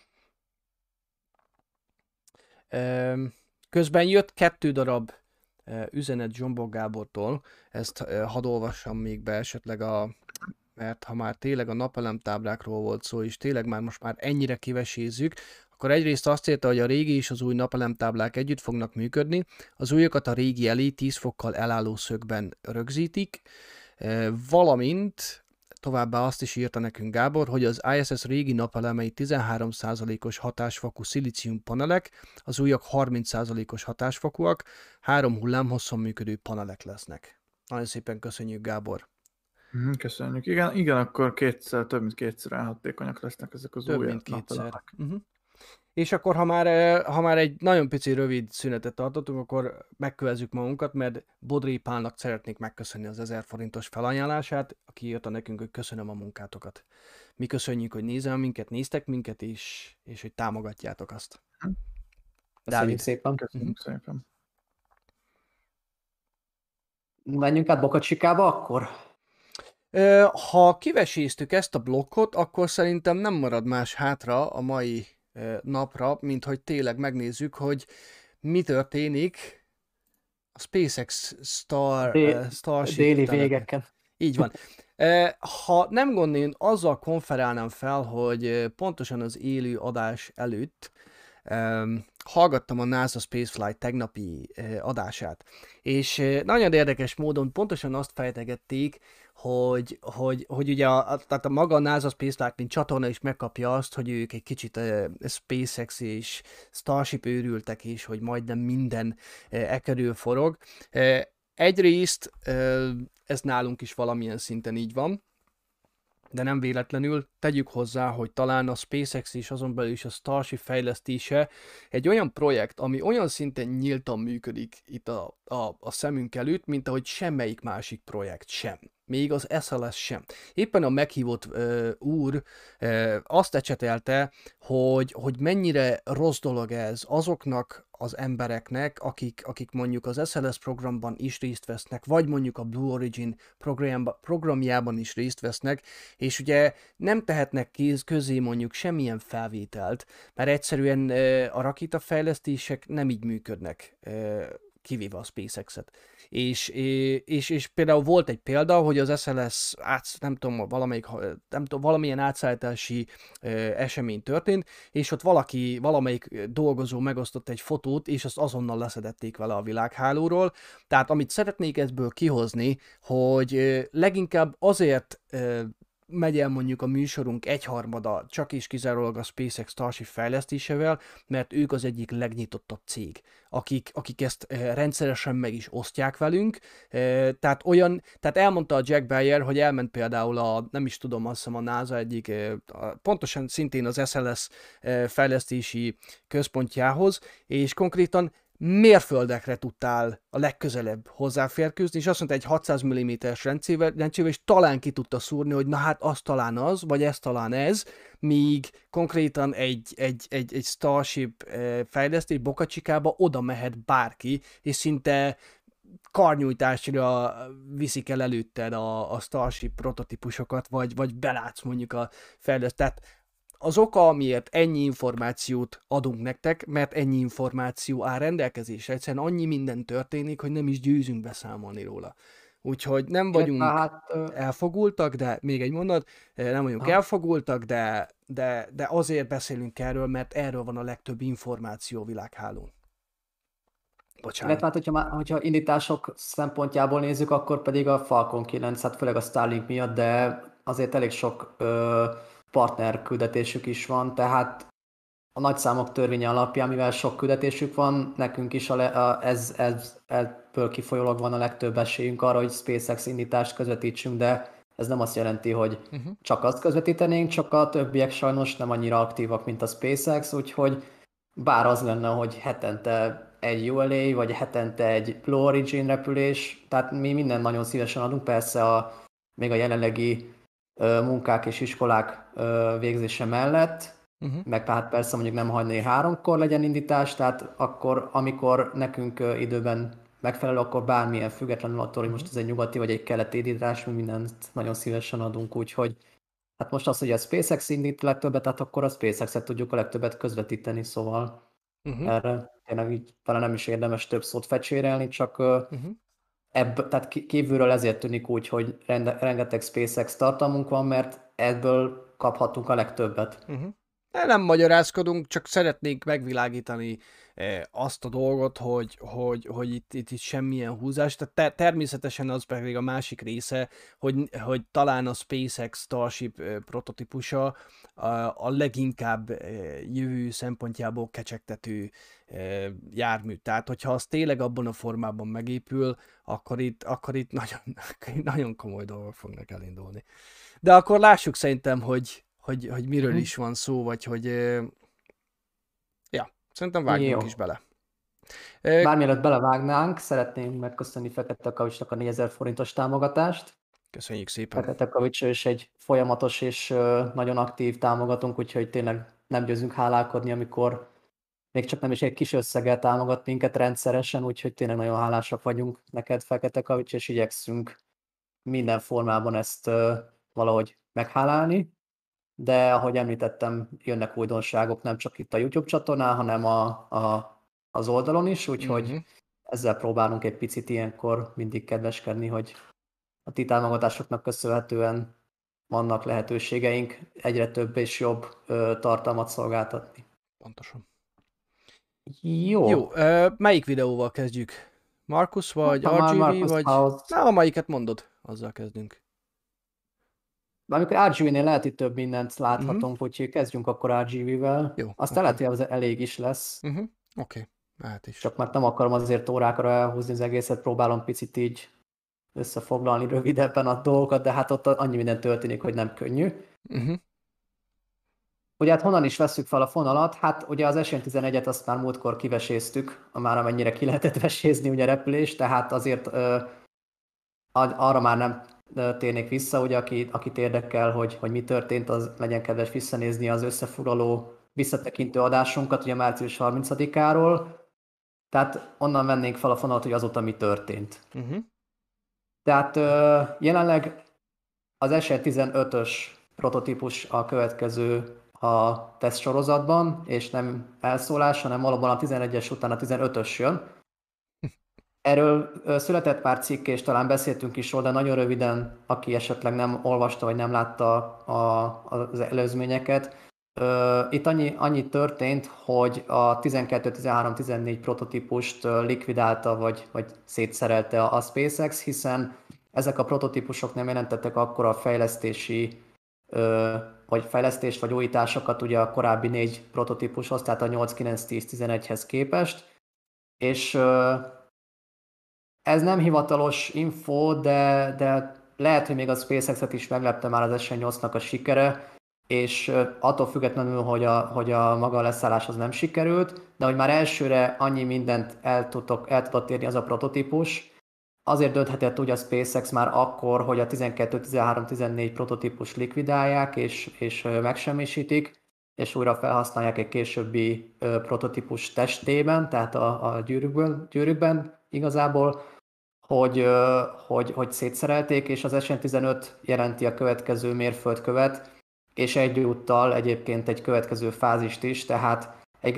Közben jött 2 darab üzenet Zsombor Gábortól, ezt hadd olvassam még be esetleg, mert ha már tényleg a napelemtáblákról volt szó, és tényleg most már ennyire kivesézzük, akkor egyrészt azt írta, hogy a régi és az új napelemtáblák együtt fognak működni, az újakat a régi elé 10 fokkal elálló szögben rögzítik, valamint továbbá azt is írta nekünk Gábor, hogy az ISS régi napelemei 13%-os hatásfokú szilícium panelek, az újak 30%-os hatásfokúak, 3 hullámhosszon működő panelek lesznek. Nagyon szépen köszönjük, Gábor. Köszönjük. Igen, akkor több mint kétszer elhatékonyak lesznek ezek az új napelemek. És akkor, ha már egy nagyon pici rövid szünetet tartottunk, akkor megkövezzük magunkat, mert Bodré Pálnak szeretnék megköszönni az 1000 forintos felajánlását, aki írta nekünk, hogy köszönöm a munkátokat. Mi köszönjük, hogy néztek minket is, és hogy támogatjátok azt. Köszönjük szépen. Köszönjük szépen. Menjünk át Boca Chica-ba akkor? Ha kiveséztük ezt a blokkot, akkor szerintem nem marad más hátra a mai napra, mint hogy tényleg megnézzük, hogy mi történik a SpaceX Starship déli végeken. Így van. Ha nem gond, én azzal konferálnám fel, hogy pontosan az élő adás előtt hallgattam a NASA Spaceflight tegnapi adását, és nagyon érdekes módon pontosan azt fejtegették, hogy ugye tehát a maga a NASA Spaceflight, mint csatorna is megkapja azt, hogy ők egy kicsit SpaceX és Starship őrültek, és hogy majdnem minden körül forog. Egyrészt ez nálunk is valamilyen szinten így van, de nem véletlenül tegyük hozzá, hogy talán a SpaceX és azon belül is a Starship fejlesztése egy olyan projekt, ami olyan szinten nyíltan működik itt a szemünk előtt, mint ahogy semmelyik másik projekt sem. Még az SLS sem. Éppen a meghívott úr azt ecsetelte, hogy mennyire rossz dolog ez azoknak az embereknek, akik mondjuk az SLS programban is részt vesznek, vagy mondjuk a Blue Origin programjában is részt vesznek, és ugye nem tehetnek közé mondjuk semmilyen felvételt, mert egyszerűen a rakétafejlesztések nem így működnek, kivéve a SpaceX-et. És például volt egy példa, hogy az SLS, valamilyen átszállítási esemény történt, és ott valamelyik dolgozó megosztott egy fotót, és azt azonnal leszedették vele a világhálóról. Tehát amit szeretnék ebből kihozni, hogy leginkább azért megy el mondjuk a műsorunk egyharmada csak és kizárólag a SpaceX Starship fejlesztésével, mert ők az egyik legnyitottabb cég, akik ezt rendszeresen meg is osztják velünk. Tehát elmondta a Jack Bayer, hogy elment például nem is tudom, azt hiszem a NASA egyik, pontosan szintén az SLS fejlesztési központjához, és konkrétan mérföldekre tudtál a legközelebb hozzáférkőzni, és azt mondta, egy 600 mm-es rendszerével, és talán ki tudta szúrni, hogy na hát az talán az, vagy ez talán ez, míg konkrétan egy Starship fejlesztés Boca Chica-ba oda mehet bárki, és szinte karnyújtásra viszik el előtted a Starship prototípusokat, vagy belátsz mondjuk a fejlesztést. Tehát az oka, amiért ennyi információt adunk nektek, mert ennyi információ áll rendelkezésre. Egyszerűen annyi minden történik, hogy nem is győzünk beszámolni róla. Úgyhogy nem vagyunk elfogultak, de még egy mondat, nem vagyunk elfogultak, de azért beszélünk erről, mert erről van a legtöbb információ a világhálón. Bocsánat. Illetve hát, hogyha indítások szempontjából nézzük, akkor pedig a Falcon 9, hát főleg a Starlink miatt, de azért elég sok partner küldetésük is van, tehát a nagyszámok törvénye alapján, mivel sok küldetésük van, nekünk is ebből kifolyólag van a legtöbb esélyünk arra, hogy SpaceX indítást közvetítsünk, de ez nem azt jelenti, hogy csak azt közvetítenénk, csak a többiek sajnos nem annyira aktívak, mint a SpaceX, úgyhogy bár az lenne, hogy hetente egy ULA, vagy hetente egy Blue Origin repülés, tehát mi minden nagyon szívesen adunk, persze még a jelenlegi munkák és iskolák végzése mellett, meg tehát persze mondjuk nem hagyni 3-kor legyen indítás, tehát akkor, amikor nekünk időben megfelelő, akkor bármilyen függetlenül attól, hogy most ez egy nyugati vagy egy keleti indítás, mi mindent nagyon szívesen adunk, úgyhogy hát most az, hogy a SpaceX indít legtöbbet, tehát akkor a SpaceX-et tudjuk a legtöbbet közvetíteni, szóval erre tényleg így talán nem is érdemes több szót fecsérelni, csak tehát kívülről ezért tűnik úgy, hogy rengeteg SpaceX tartalmunk van, mert ebből kaphatunk a legtöbbet. Nem magyarázkodunk, csak szeretnénk megvilágítani azt a dolgot, hogy itt semmilyen húzás. Tehát természetesen az pedig a másik része, hogy talán a SpaceX Starship prototípusa a leginkább jövő szempontjából kecsegtető jármű. Tehát, hogyha az tényleg abban a formában megépül, akkor itt nagyon komoly dolgok fognak elindulni. De akkor lássuk szerintem, hogy miről is van szó, vagy hogy... szerintem vágjunk is bele. Bár mielőtt belevágnánk, szeretném megköszönni Fekete Kavicsnak a 4000 forintos támogatást. Köszönjük szépen. Fekete Kavics is egy folyamatos és nagyon aktív támogatónk, úgyhogy tényleg nem győzünk hálálkodni, amikor még csak nem is egy kis összeggel támogat minket rendszeresen, úgyhogy tényleg nagyon hálásak vagyunk neked, Fekete Kavics, és igyekszünk minden formában ezt valahogy meghálálni. De ahogy említettem, jönnek újdonságok nem csak itt a YouTube csatornán, hanem az oldalon is, úgyhogy ezzel próbálunk egy picit ilyenkor mindig kedveskedni, hogy a ti támogatásoknak köszönhetően vannak lehetőségeink egyre több és jobb tartalmat szolgáltatni. Pontosan. Jó. Melyik videóval kezdjük? Markus vagy RGV, Markus vagy... Na, amelyiket mondod, azzal kezdünk. Amikor RGV-nél lehet, hogy több mindent láthatunk, úgyhogy kezdjünk akkor RGV-vel. Jó, Aztán lehet, hogy az elég is lesz. Oké, lehet is. Csak mert nem akarom azért órákra elhúzni az egészet, próbálom picit így összefoglalni rövidebben a dolgokat, de hát ott annyi minden történik, hogy nem könnyű. Ugye hát honnan is vesszük fel a fonalat? Hát ugye az SN11-et azt már múltkor kiveséztük, már amennyire ki lehetett vesézni ugye repülés, tehát azért arra már nem térnék vissza, ugye akit érdekel, hogy mi történt, az legyen kedves visszanézni az összefoglaló visszatekintő adásunkat, ugye március 30-áról, tehát onnan vennénk fel a fonalat, hogy azóta mi történt. Tehát jelenleg az SN15-ös prototípus a következő a teszt sorozatban, és nem elszólás, hanem valóban a 11-es után a 15-ös jön. Erről született pár cikk, és talán beszéltünk is róla, de nagyon röviden, aki esetleg nem olvasta, vagy nem látta az előzményeket. Itt annyi történt, hogy a 12, 13, 14 prototípust likvidálta, vagy szétszerelte a SpaceX, hiszen ezek a prototípusok nem jelentettek akkora fejlesztést, vagy újításokat ugye a korábbi 4 prototípushoz, tehát a 8, 9, 10, 11-hez képest. És ez nem hivatalos info, de lehet, hogy még a SpaceX-et is meglepte már az SN8-nak a sikere, és attól függetlenül, hogy a maga a leszállás az nem sikerült, de hogy már elsőre annyi mindent el tudott érni az a prototípus, azért dönthetett úgy a SpaceX már akkor, hogy a 12, 13, 14 prototípus likvidálják és megsemmisítik, és újra felhasználják egy későbbi prototípus testében, tehát a gyűrűkben igazából, hogy szétszerelték, és az SN15 jelenti a következő mérföldkövet, és egyúttal egyébként egy következő fázist is, tehát egy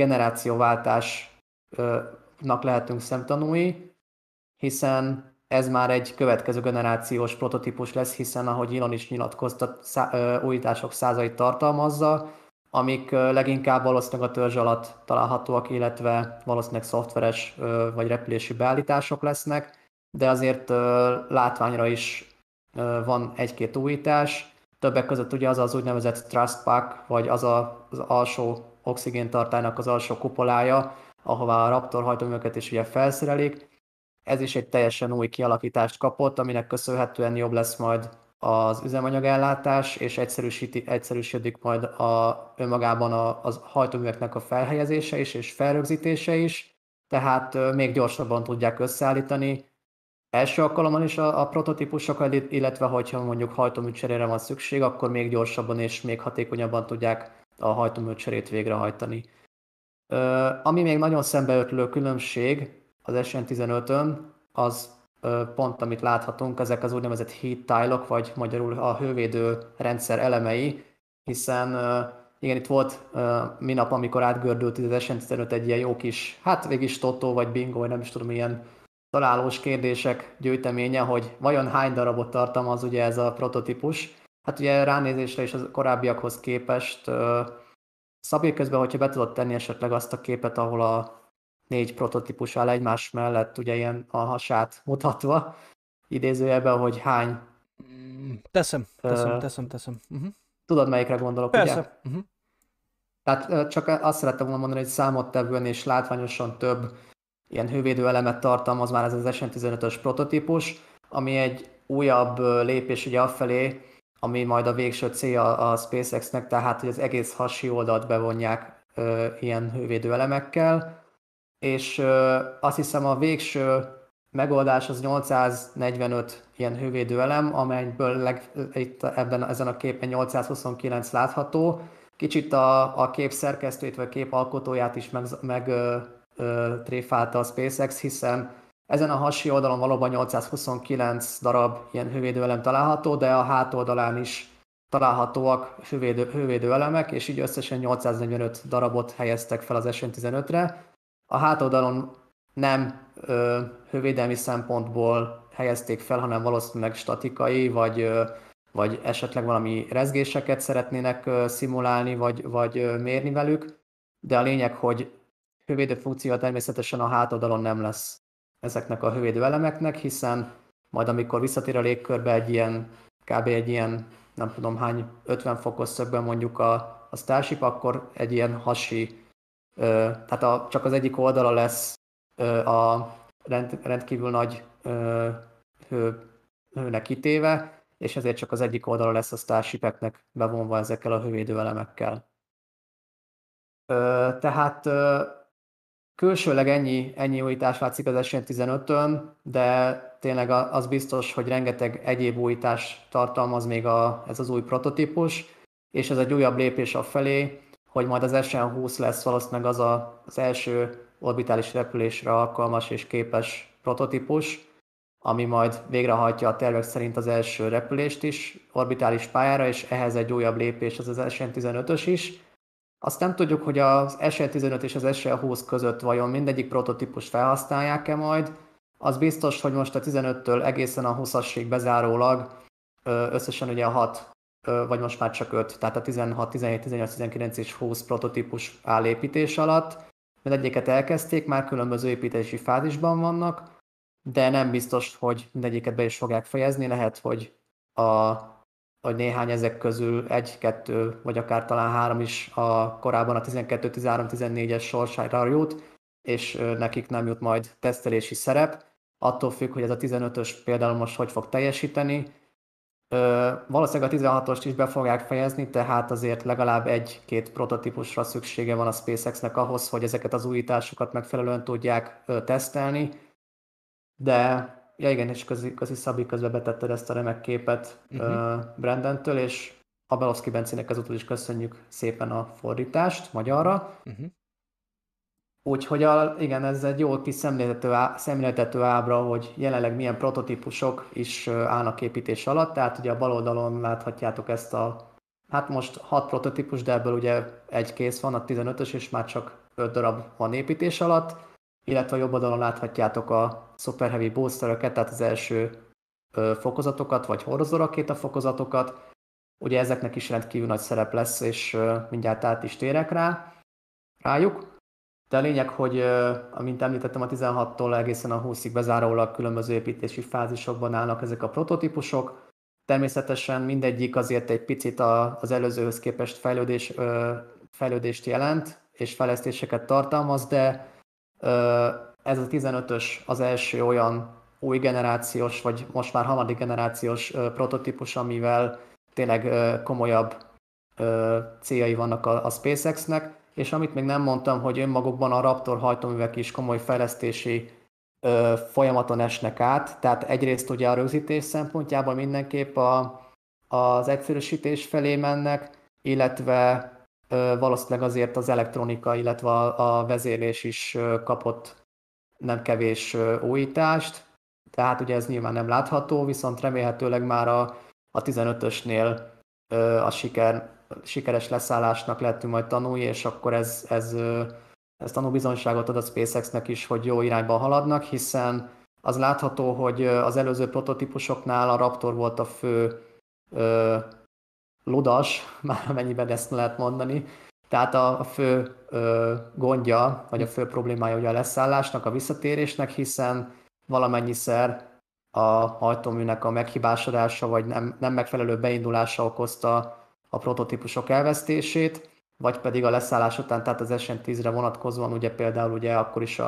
generációváltásnak lehetünk szemtanúi, hiszen ez már egy következő generációs prototípus lesz, hiszen ahogy Elon is nyilatkozta, újítások százait tartalmazza, amik leginkább valószínűleg a törzs alatt találhatóak, illetve valószínűleg szoftveres vagy repülési beállítások lesznek, de azért látványra is van egy-két újítás. Többek között ugye az úgynevezett thrust pack, vagy az alsó oxigéntartálynak az alsó kupolája, ahová a Raptor hajtóműveket is ugye felszerelik. Ez is egy teljesen új kialakítást kapott, aminek köszönhetően jobb lesz majd az üzemanyagellátás, és egyszerűsödik majd önmagában a hajtóműveknek a felhelyezése is, és felrögzítése is, tehát még gyorsabban tudják összeállítani első alkalommal is a prototípusokat, illetve hogyha mondjuk hajtóműcserére van szükség, akkor még gyorsabban és még hatékonyabban tudják a hajtóműcserét végrehajtani. Ami még nagyon szembeötlő különbség az SN15-ön, az pont, amit láthatunk, ezek az úgynevezett heat tile-ok, vagy magyarul a hővédő rendszer elemei, hiszen igen, itt volt minap, amikor átgördült az SN15 egy ilyen jó kis, hát végig totó, vagy bingo, vagy nem is tudom, ilyen találós kérdések gyűjteménye, hogy vajon hány darabot tartalmaz ugye ez a prototípus. Hát ugye ránézésre is a korábbiakhoz képest Szabély közben, hogyha be tudod tenni esetleg azt a képet, ahol a 4 prototípus áll egymás mellett, ugye ilyen a hasát mutatva, idézőjelben, hogy hány... Teszem. Tudod, melyikre gondolok, persze. Ugye? Tehát csak azt szerettem volna mondani, hogy számottevően és látványosan több ilyen hővédő elemet tartalmaz már ez az SN15-ös prototípus, ami egy újabb lépés ugye afelé, ami majd a végső célja a SpaceX-nek, tehát hogy az egész hasi oldalt bevonják ilyen hővédő elemekkel, és azt hiszem a végső megoldás az 845 ilyen hővédő elem, amelyből itt ezen a képen 829 látható. Kicsit a kép szerkesztőjét vagy kép alkotóját is tréfálta a SpaceX, hiszen ezen a hasi oldalon valóban 829 darab ilyen hővédőelem található, de a hátoldalán is találhatóak hővédő elemek, és így összesen 845 darabot helyeztek fel az SN15-re. A hátoldalon nem hővédelmi szempontból helyezték fel, hanem valószínűleg statikai, vagy esetleg valami rezgéseket szeretnének szimulálni, vagy mérni velük. De a lényeg, hogy hővédő funkció természetesen a hátoldalon nem lesz ezeknek a hővédő elemeknek, hiszen majd amikor visszatér a légkörbe kb. egy ilyen, nem tudom hány, 50 fokos szögben mondjuk a Starship, akkor egy ilyen hasi, tehát csak az egyik oldala lesz a rendkívül nagy hőnek kitéve, és ezért csak az egyik oldala lesz a Starshipeknek bevonva ezekkel a hővédő elemekkel. Tehát külsőleg ennyi újítás látszik az SN15-ön, de tényleg az biztos, hogy rengeteg egyéb újítás tartalmaz még ez az új prototípus, és ez egy újabb lépés afelé, hogy majd az SN20 lesz valószínűleg az első orbitális repülésre alkalmas és képes prototípus, ami majd végrehajtja a tervek szerint az első repülést is orbitális pályára, és ehhez egy újabb lépés az SN15-ös is. Azt nem tudjuk, hogy az SN15 és az SN20 között vajon mindegyik prototípus felhasználják-e majd. Az biztos, hogy most a 15-től egészen a 20-asig bezárólag összesen ugye 6, vagy most már csak 5, tehát a 16, 17, 18, 19 és 20 prototípus áll építés alatt. Mindegyiket elkezdték, már különböző építési fázisban vannak, de nem biztos, hogy mindegyiket be is fogják fejezni. Lehet, hogy néhány ezek közül 1, 2, vagy akár talán 3 is korábban a 12, 13, 14-es sorsára jut, és nekik nem jut majd tesztelési szerep. Attól függ, hogy ez a 15-ös például most hogy fog teljesíteni. Valószínűleg a 16-ost is be fogják fejezni, tehát azért legalább 1-2 prototípusra szüksége van a SpaceX-nek ahhoz, hogy ezeket az újításokat megfelelően tudják tesztelni. De ja igen, és közi Szabi, közben betetted ezt a remek képet Brandentől, és a Beloszki Bencének ezúttal is köszönjük szépen a fordítást magyarra. Úgyhogy igen, ez egy jó kis szemléltető ábra, hogy jelenleg milyen prototípusok is állnak építés alatt. Tehát ugye a bal oldalon láthatjátok ezt hát most 6 prototípus, de ebből ugye egy kész van, a 15-ös, és már csak 5 darab van építés alatt. Illetve a jobb oldalon láthatjátok a Super Heavy boosteröket, tehát az első fokozatokat, vagy hordozórakéta fokozatokat. Ugye ezeknek is rendkívül nagy szerep lesz, és mindjárt át is térek rájuk. De a lényeg, hogy amint említettem, a 16-tól egészen a 20-ig bezárólag különböző építési fázisokban állnak ezek a prototípusok. Természetesen mindegyik azért egy picit az előzőhöz képest fejlődést jelent, és fejlesztéseket tartalmaz, de ez a 15-ös az első olyan új generációs, vagy most már harmadik generációs prototípus, amivel tényleg komolyabb céljai vannak a SpaceX-nek, és amit még nem mondtam, hogy önmagukban a Raptor hajtóművek is komoly fejlesztési folyamaton esnek át, tehát egyrészt ugye a rögzítés szempontjából mindenképp az egyszerűsítés felé mennek, illetve valószínűleg azért az elektronika, illetve a vezérlés is kapott nem kevés újítást, tehát ugye ez nyilván nem látható, viszont remélhetőleg már a 15-ösnél a sikeres leszállásnak lehetünk majd tanulni, és akkor ez tanúbizonyságot ad a SpaceX-nek is, hogy jó irányba haladnak, hiszen az látható, hogy az előző prototípusoknál a Raptor volt a fő ludas, már amennyiben ezt lehet mondani. Tehát a fő gondja, vagy a fő problémája ugye a leszállásnak, a visszatérésnek, hiszen valamennyiszer a hajtóműnek a meghibásodása, vagy nem megfelelő beindulása okozta a prototípusok elvesztését, vagy pedig a leszállás után, tehát az SN10-re vonatkozóan ugye például ugye akkor is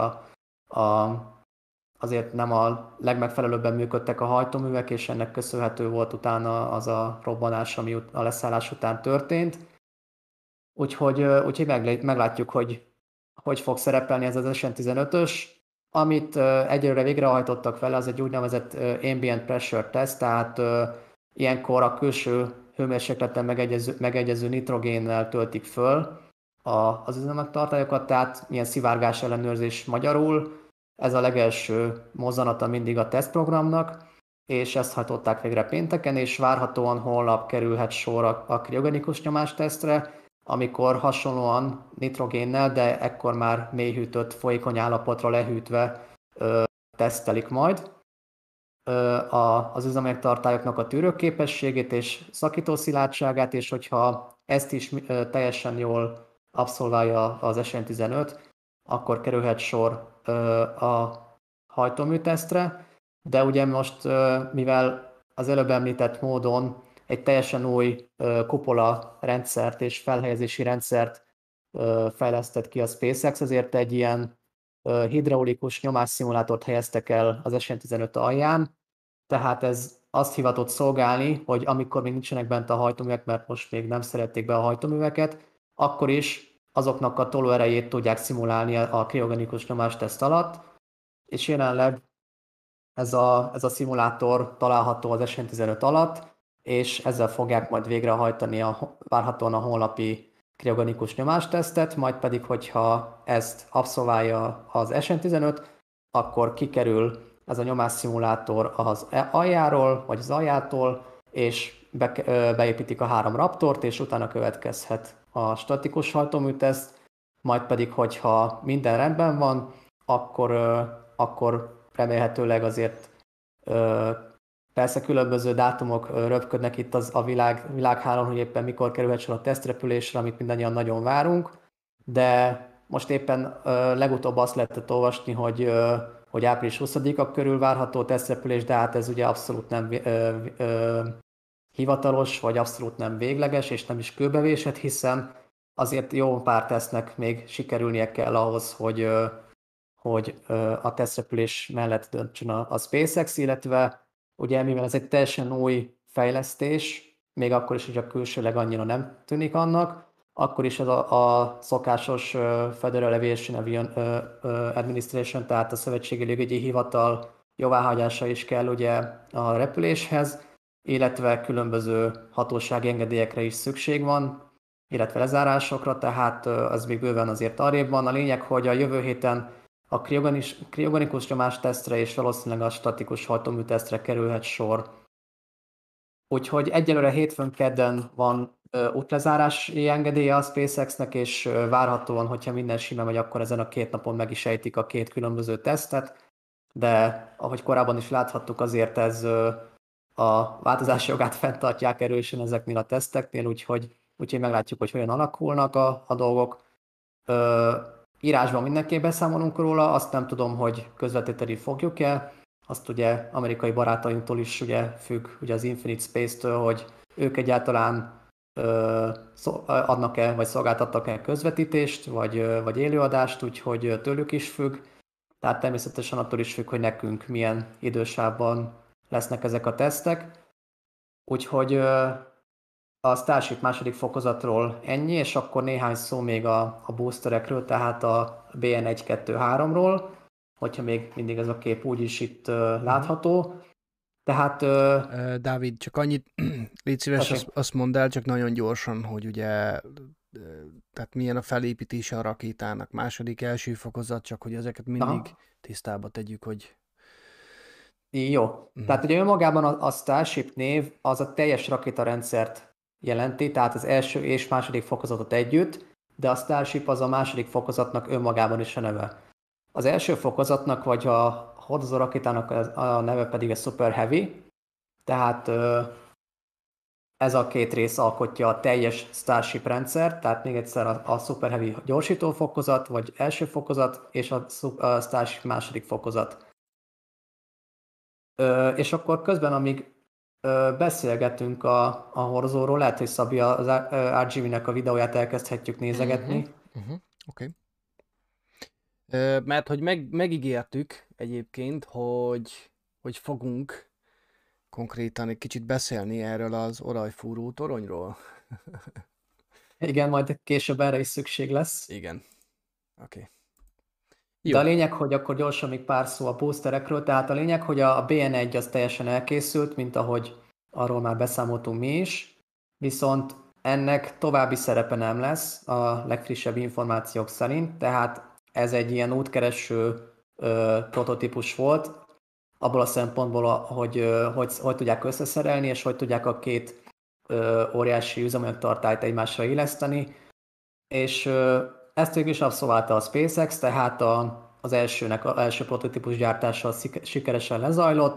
azért nem a legmegfelelőbben működtek a hajtóművek, és ennek köszönhető volt utána az a robbanás, ami a leszállás után történt. Úgyhogy meglátjuk, hogy fog szerepelni ez az SN15-ös. Amit egyelőre végrehajtottak vele, az egy úgynevezett ambient pressure test, tehát ilyenkor a külső hőmérsékleten megegyező nitrogénnel töltik föl az üzemanyagtartályokat, tehát ilyen szivárgás ellenőrzés magyarul. Ez a legelső mozzanata mindig a tesztprogramnak, és ezt hajtották végre pénteken, és várhatóan holnap kerülhet sor a kriogenikus nyomástesztre, amikor hasonlóan nitrogénnel, de ekkor már mélyhűtött, folyékony állapotra lehűtve tesztelik majd. az üzemanyagtartályoknak a tűrőképességét és szakítószilárdságát, és hogyha ezt is teljesen jól abszolválja az SN15, akkor kerülhet sor a hajtóműtesztre, de ugye most, mivel az előbb említett módon egy teljesen új kupola rendszert és felhelyezési rendszert fejlesztett ki a SpaceX, ezért egy ilyen hidraulikus nyomásszimulátort helyeztek el az SN15 alján, tehát ez azt hivatott szolgálni, hogy amikor még nincsenek bent a hajtóművek, mert most még nem szerették be a hajtóműveket, akkor is azoknak a tolóerejét tudják szimulálni a kriogenikus nyomásteszt alatt, és jelenleg ez a szimulátor található az SN15 alatt, és ezzel fogják majd végrehajtani várhatóan a honlapi kriogenikus nyomástesztet, majd pedig, hogyha ezt abszolválja az SN15, akkor kikerül ez a nyomásszimulátor az aljáról, vagy az aljától, és beépítik a 3 Raptort, és utána következhet a statikus hajtóműteszt, majd pedig, hogyha minden rendben van, akkor remélhetőleg azért persze különböző dátumok röpködnek itt a világhálón, hogy éppen mikor kerülhet sor a tesztrepülésre, amit mindannyian nagyon várunk, de most éppen legutóbb azt lehetett olvasni, hogy április 20-a körül várható tesztrepülés, de hát ez ugye abszolút nem hivatalos, vagy abszolút nem végleges, és nem is kőbevésett, hiszen azért jó pár tesztnek még sikerülnie kell ahhoz, hogy a tesztrepülés mellett döntsön a SpaceX, illetve ugye mivel ez egy teljesen új fejlesztés, még akkor is, hogy a külsőleg annyira nem tűnik annak, akkor is ez a szokásos Federal Aviation Administration, tehát a Szövetségi Légügyi Hivatal jóváhagyása is kell ugye a repüléshez, illetve különböző hatósági engedélyekre is szükség van, illetve lezárásokra, tehát az még bőven azért arrébb van. A lényeg, hogy a jövő héten a kriogenikus nyomástesztre és valószínűleg a statikus hajtóműtesztre kerülhet sor. Úgyhogy egyelőre hétfőn-kedden van útlezárási engedélye a SpaceX-nek, és várhatóan, hogyha minden sima megy, akkor ezen a 2 napon meg is ejtik a 2 különböző tesztet, de ahogy korábban is láthattuk, azért ez a változási jogát fenntartják erősen ezeknél a teszteknél, úgyhogy meglátjuk, hogy hogyan alakulnak a dolgok. Írásban mindenképp beszámolunk róla, azt nem tudom, hogy közvetíteni fogjuk-e, azt ugye amerikai barátainktól is ugye függ ugye az Infinite Space-től, hogy ők egyáltalán adnak-e, vagy szolgáltatnak-e közvetítést, vagy élőadást, úgyhogy tőlük is függ. Tehát természetesen attól is függ, hogy nekünk milyen idősávban lesznek ezek a tesztek. Úgyhogy a Starship második fokozatról ennyi, és akkor néhány szó még a boosterekről, tehát a BN1-2-3-ról, hogyha még mindig ez a kép úgyis itt látható. Tehát... Dávid, csak annyit, légy szíves, azt mondd el, csak nagyon gyorsan, hogy ugye, tehát milyen a felépítése a rakétának, második, első fokozat, csak hogy ezeket mindig tisztába tegyük, hogy... Jó, tehát ugye önmagában a Starship név az a teljes rakétarendszert jelenti, tehát az első és második fokozatot együtt, de a Starship az a második fokozatnak önmagában is a neve. Az első fokozatnak, vagy a hordozó rakétának a neve pedig a Super Heavy, tehát ez a 2 rész alkotja a teljes Starship rendszert, tehát még egyszer a Super Heavy gyorsító fokozat, vagy első fokozat, és a Starship második fokozat. És akkor közben, amíg beszélgetünk a hordozóról, lehet, hogy Szabi az RGV-nek a videóját elkezdhetjük nézegetni. Oké. Mert hogy megígértük egyébként, hogy fogunk konkrétan egy kicsit beszélni erről az olajfúró toronyról. Igen, majd később erre is szükség lesz. Igen. Oké. De a lényeg, hogy akkor gyorsan még pár szó a boosterekről, tehát a lényeg, hogy a BN1 az teljesen elkészült, mint ahogy arról már beszámoltunk mi is, viszont ennek további szerepe nem lesz a legfrissebb információk szerint, tehát ez egy ilyen útkereső prototípus volt, abból a szempontból, hogy tudják összeszerelni, és hogy tudják a 2 óriási üzemanyagtartályt egymásra illeszteni, és ezt végül is abszolválta a SpaceX, tehát az első prototípus gyártása sikeresen lezajlott,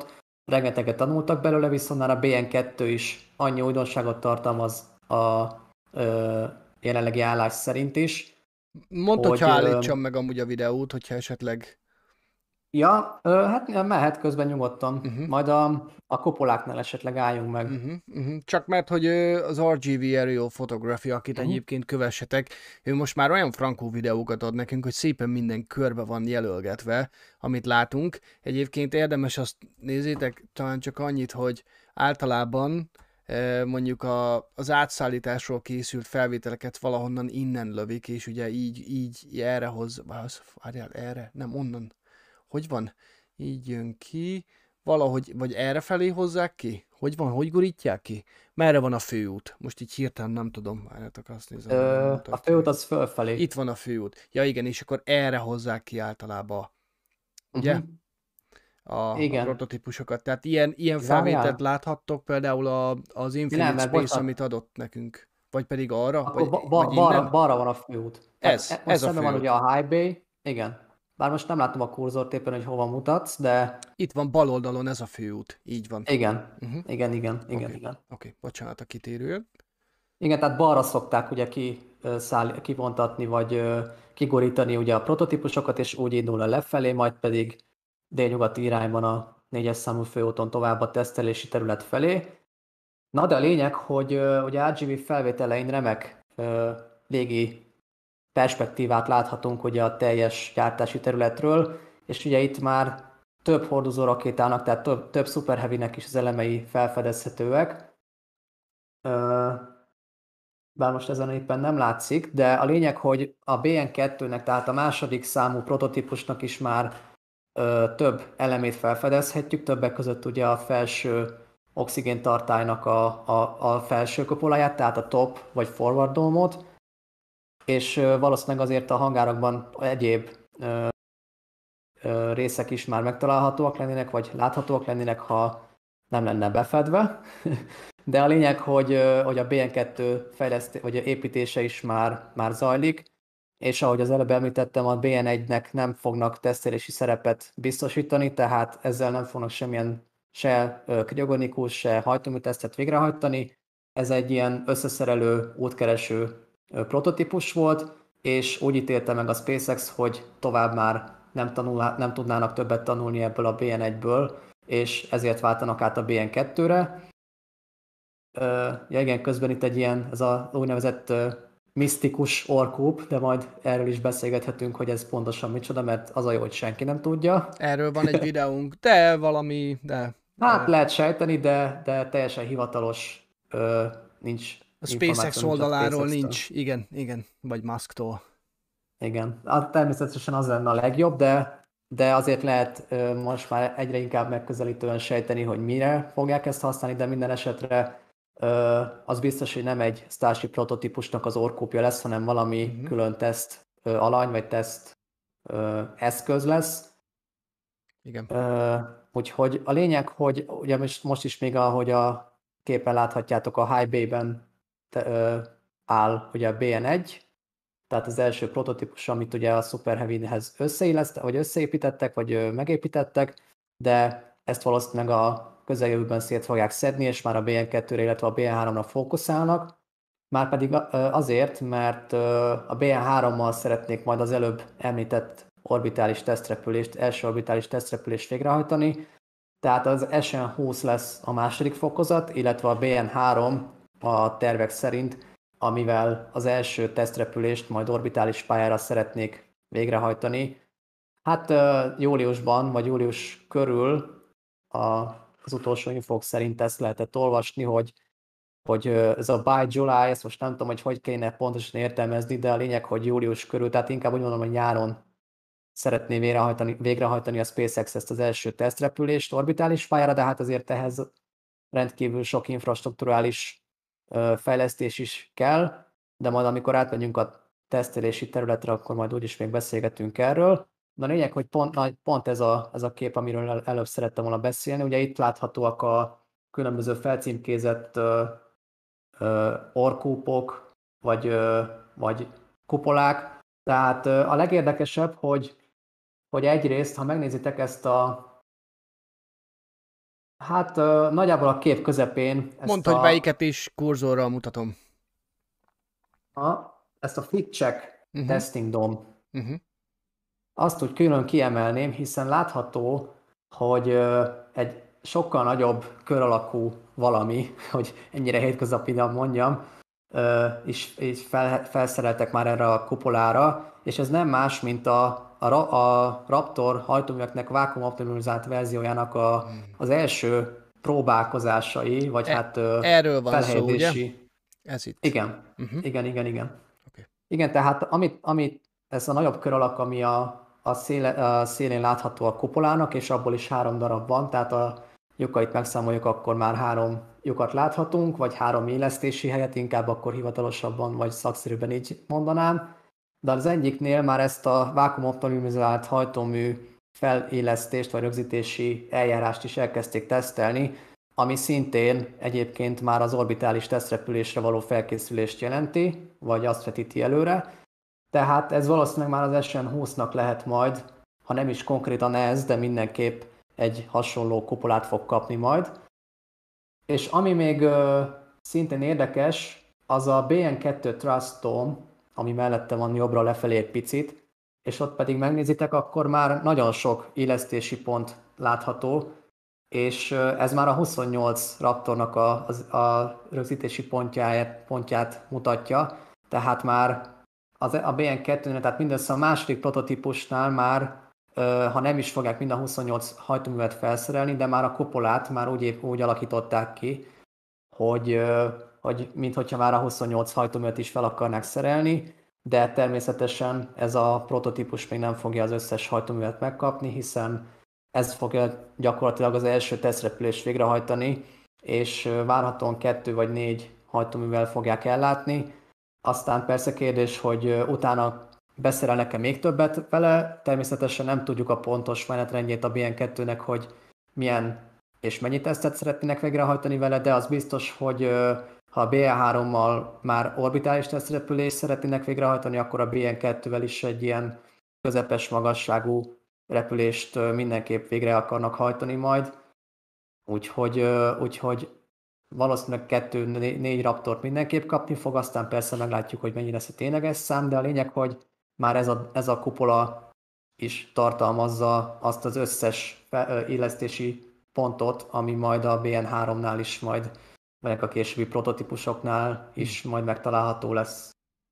rengeteget tanultak belőle, viszont már a BN2 is annyi újdonságot tartalmaz a jelenlegi állás szerint is. Mondta, hogy állítsam meg amúgy a videót, hogyha esetleg... Ja, hát mehet közben nyugodtan. Majd a kopoláknál esetleg álljunk meg. Csak mert, hogy az RGV Aerial Photography, akit egyébként kövessetek, ő most már olyan frankó videókat ad nekünk, hogy szépen minden körbe van jelölgetve, amit látunk. Egyébként érdemes azt nézzétek, talán csak annyit, hogy általában mondjuk az átszállításról készült felvételeket valahonnan innen lövik, és ugye így erre hoz... Várjál, erre? Nem, onnan. Hogy van? Így jön ki. Valahogy, vagy erre felé hozzák ki? Hogy van? Hogy gurítják ki? Merre van a főút? Most így hirtelen nem tudom. Várjátok, azt nézem. A főút az fölfelé. Itt van a főút. Ja igen, és akkor erre hozzák ki általában. Ugye? A prototípusokat. Tehát ilyen felvételt láthattok például az Infinite Space, amit adott nekünk. Vagy pedig arra? Akkor vagy balra van a főút. Ez a főút. Van ugye a High Bay. Igen. Bár most nem látom a kurzort éppen, hogy hova mutatsz, de... Itt van bal oldalon ez a főút. Így van. Igen. Oké, bocsánat a kitérő. Igen, tehát balra szokták ugye kivontatni, vagy kigorítani ugye a prototípusokat, és úgy indul a lefelé, majd pedig délnyugati irányban a 4-es számú főúton tovább a tesztelési terület felé. Na de a lényeg, hogy ugye RGV felvételein remek légi perspektívát láthatunk ugye a teljes gyártási területről, és ugye itt már több hordozó rakétának, tehát több Super Heavy-nek is az elemei felfedezhetőek. Bár most ezen éppen nem látszik, de a lényeg, hogy a BN2-nek, tehát a második számú prototípusnak is már több elemét felfedezhetjük, többek között ugye a felső oxigéntartálynak a felső kupoláját, tehát a top vagy forward dome-ot, és valószínűleg azért a hangárokban egyéb részek is már megtalálhatóak lennének, vagy láthatóak lennének, ha nem lenne befedve. De a lényeg, hogy a BN2 vagy építése is már zajlik, és ahogy az előbb említettem, a BN1-nek nem fognak tesztelési szerepet biztosítani, tehát ezzel nem fognak semmilyen se kriogonikus, se hajtóműtesztet végrehajtani. Ez egy ilyen összeszerelő, útkereső prototípus volt, és úgy ítélte meg a SpaceX, hogy tovább már nem tudnának többet tanulni ebből a BN1-ből, és ezért váltanak át a BN2-re. Ja igen, közben itt egy ilyen, ez a úgynevezett misztikus orkúp, de majd erről is beszélgethetünk, hogy ez pontosan micsoda, mert az a jó, hogy senki nem tudja. Erről van egy videónk, de... Hát lehet sejteni, de teljesen hivatalos nincs. A SpaceX oldaláról nincs, igen, vagy Musktól. Igen, természetesen az lenne a legjobb, de azért lehet most már egyre inkább megközelítően sejteni, hogy mire fogják ezt használni, de minden esetre az biztos, hogy nem egy Starship prototípusnak az orkúpja lesz, hanem valami külön teszt alany, vagy teszt eszköz lesz. Igen. Úgyhogy a lényeg, hogy ugye most is még ahogy a képen láthatjátok, a High Bay-ben áll ugye a BN1, tehát az első prototípus, amit ugye a Super Heavy-hez összeépítettek, vagy megépítettek, de ezt valószínűleg a közeljövőben szét fogják szedni, és már a BN2-re, illetve a BN3-ra fókuszálnak. Márpedig azért, mert a BN3-mal szeretnék majd az előbb említett első orbitális tesztrepülést végrehajtani, tehát az SN20 lesz a második fokozat, illetve a BN3 a tervek szerint, amivel az első tesztrepülést majd orbitális pályára szeretnék végrehajtani. Hát júliusban, vagy július körül az utolsó infók szerint ezt lehetett olvasni, hogy ez a by July, ezt most nem tudom, hogy kéne pontosan értelmezni, de a lényeg, hogy július körül, tehát inkább úgy mondom, hogy nyáron szeretné végrehajtani a SpaceX ezt az első tesztrepülést orbitális pályára, de hát azért ehhez rendkívül sok infrastrukturális fejlesztés is kell, de majd amikor átmegyünk a tesztelési területre, akkor majd úgyis még beszélgetünk erről. De a lényeg, hogy pont ez a kép, amiről előbb szerettem volna beszélni. Ugye itt láthatóak a különböző felcímkézett orkúpok, vagy kupolák. Tehát a legérdekesebb, hogy egyrészt, ha megnézitek ezt Hát nagyjából a kép közepén Mondd, hogy melyiket is kurzorral mutatom. Ezt a Fit Check Testing Dome. Uh-huh. Azt úgy külön kiemelném, hiszen látható, hogy egy sokkal nagyobb kör alakú valami, hogy ennyire hétköznapian mondjam, és felszereltek már erre a kupolára, és ez nem más, mint a Raptor hajtóműveknek vákuumoptimalizált verziójának az első próbálkozásai, vagy hát erről van felhelyezési. Szó, ugye? Ez itt. Igen, igen. Okay. Igen, tehát amit ez a nagyobb kör alak, ami a szélén látható a kupolának, és abból is 3 darab van, tehát a lyukait megszámoljuk, akkor már 3 lyukat láthatunk, vagy 3 élesztési helyet, inkább akkor hivatalosabban, vagy szakszerűben így mondanám. De az egyiknél már ezt a vákuumoptimalizált hajtómű felélesztést, vagy rögzítési eljárást is elkezdték tesztelni, ami szintén egyébként már az orbitális tesztrepülésre való felkészülést jelenti, vagy azt vetíti előre. Tehát ez valószínűleg már az SN20-nak lehet majd, ha nem is konkrétan ez, de mindenképp egy hasonló kupolát fog kapni majd. És ami még szintén érdekes, az a BN2 Thrust Dome, ami mellette van jobbra lefelé egy picit, és ott pedig megnézitek, akkor már nagyon sok illesztési pont látható, és ez már a 28 Raptornak a rögzítési pontját mutatja, tehát már a BN2-nél, tehát mindössze a második prototípusnál már, ha nem is fogják mind a 28 hajtóművet felszerelni, de már a kupolát már úgy alakították ki, hogy minthogyha már a 28 hajtóművet is fel akarnák szerelni, de természetesen ez a prototípus még nem fogja az összes hajtóművet megkapni, hiszen ez fogja gyakorlatilag az első tesztrepülést végrehajtani, és várhatóan 2 vagy 4 hajtóművel fogják ellátni. Aztán persze kérdés, hogy utána beszerelnek-e még többet vele, természetesen nem tudjuk a pontos menetrendjét a BN2-nek, hogy milyen és mennyi tesztet szeretnének végrehajtani vele, de az biztos, hogy ha a BN3-mal már orbitális tesztrepülést szeretnének végrehajtani, akkor a BN2-vel is egy ilyen közepes magasságú repülést mindenképp végre akarnak hajtani majd. Úgyhogy valószínűleg 2-4 Raptort mindenképp kapni fog, aztán persze meglátjuk, hogy mennyi lesz a tényleges szám, de a lényeg, hogy már ez a kupola is tartalmazza azt az összes illesztési pontot, ami majd a BN3-nál is majd, vagy a későbbi prototípusoknál is majd megtalálható lesz.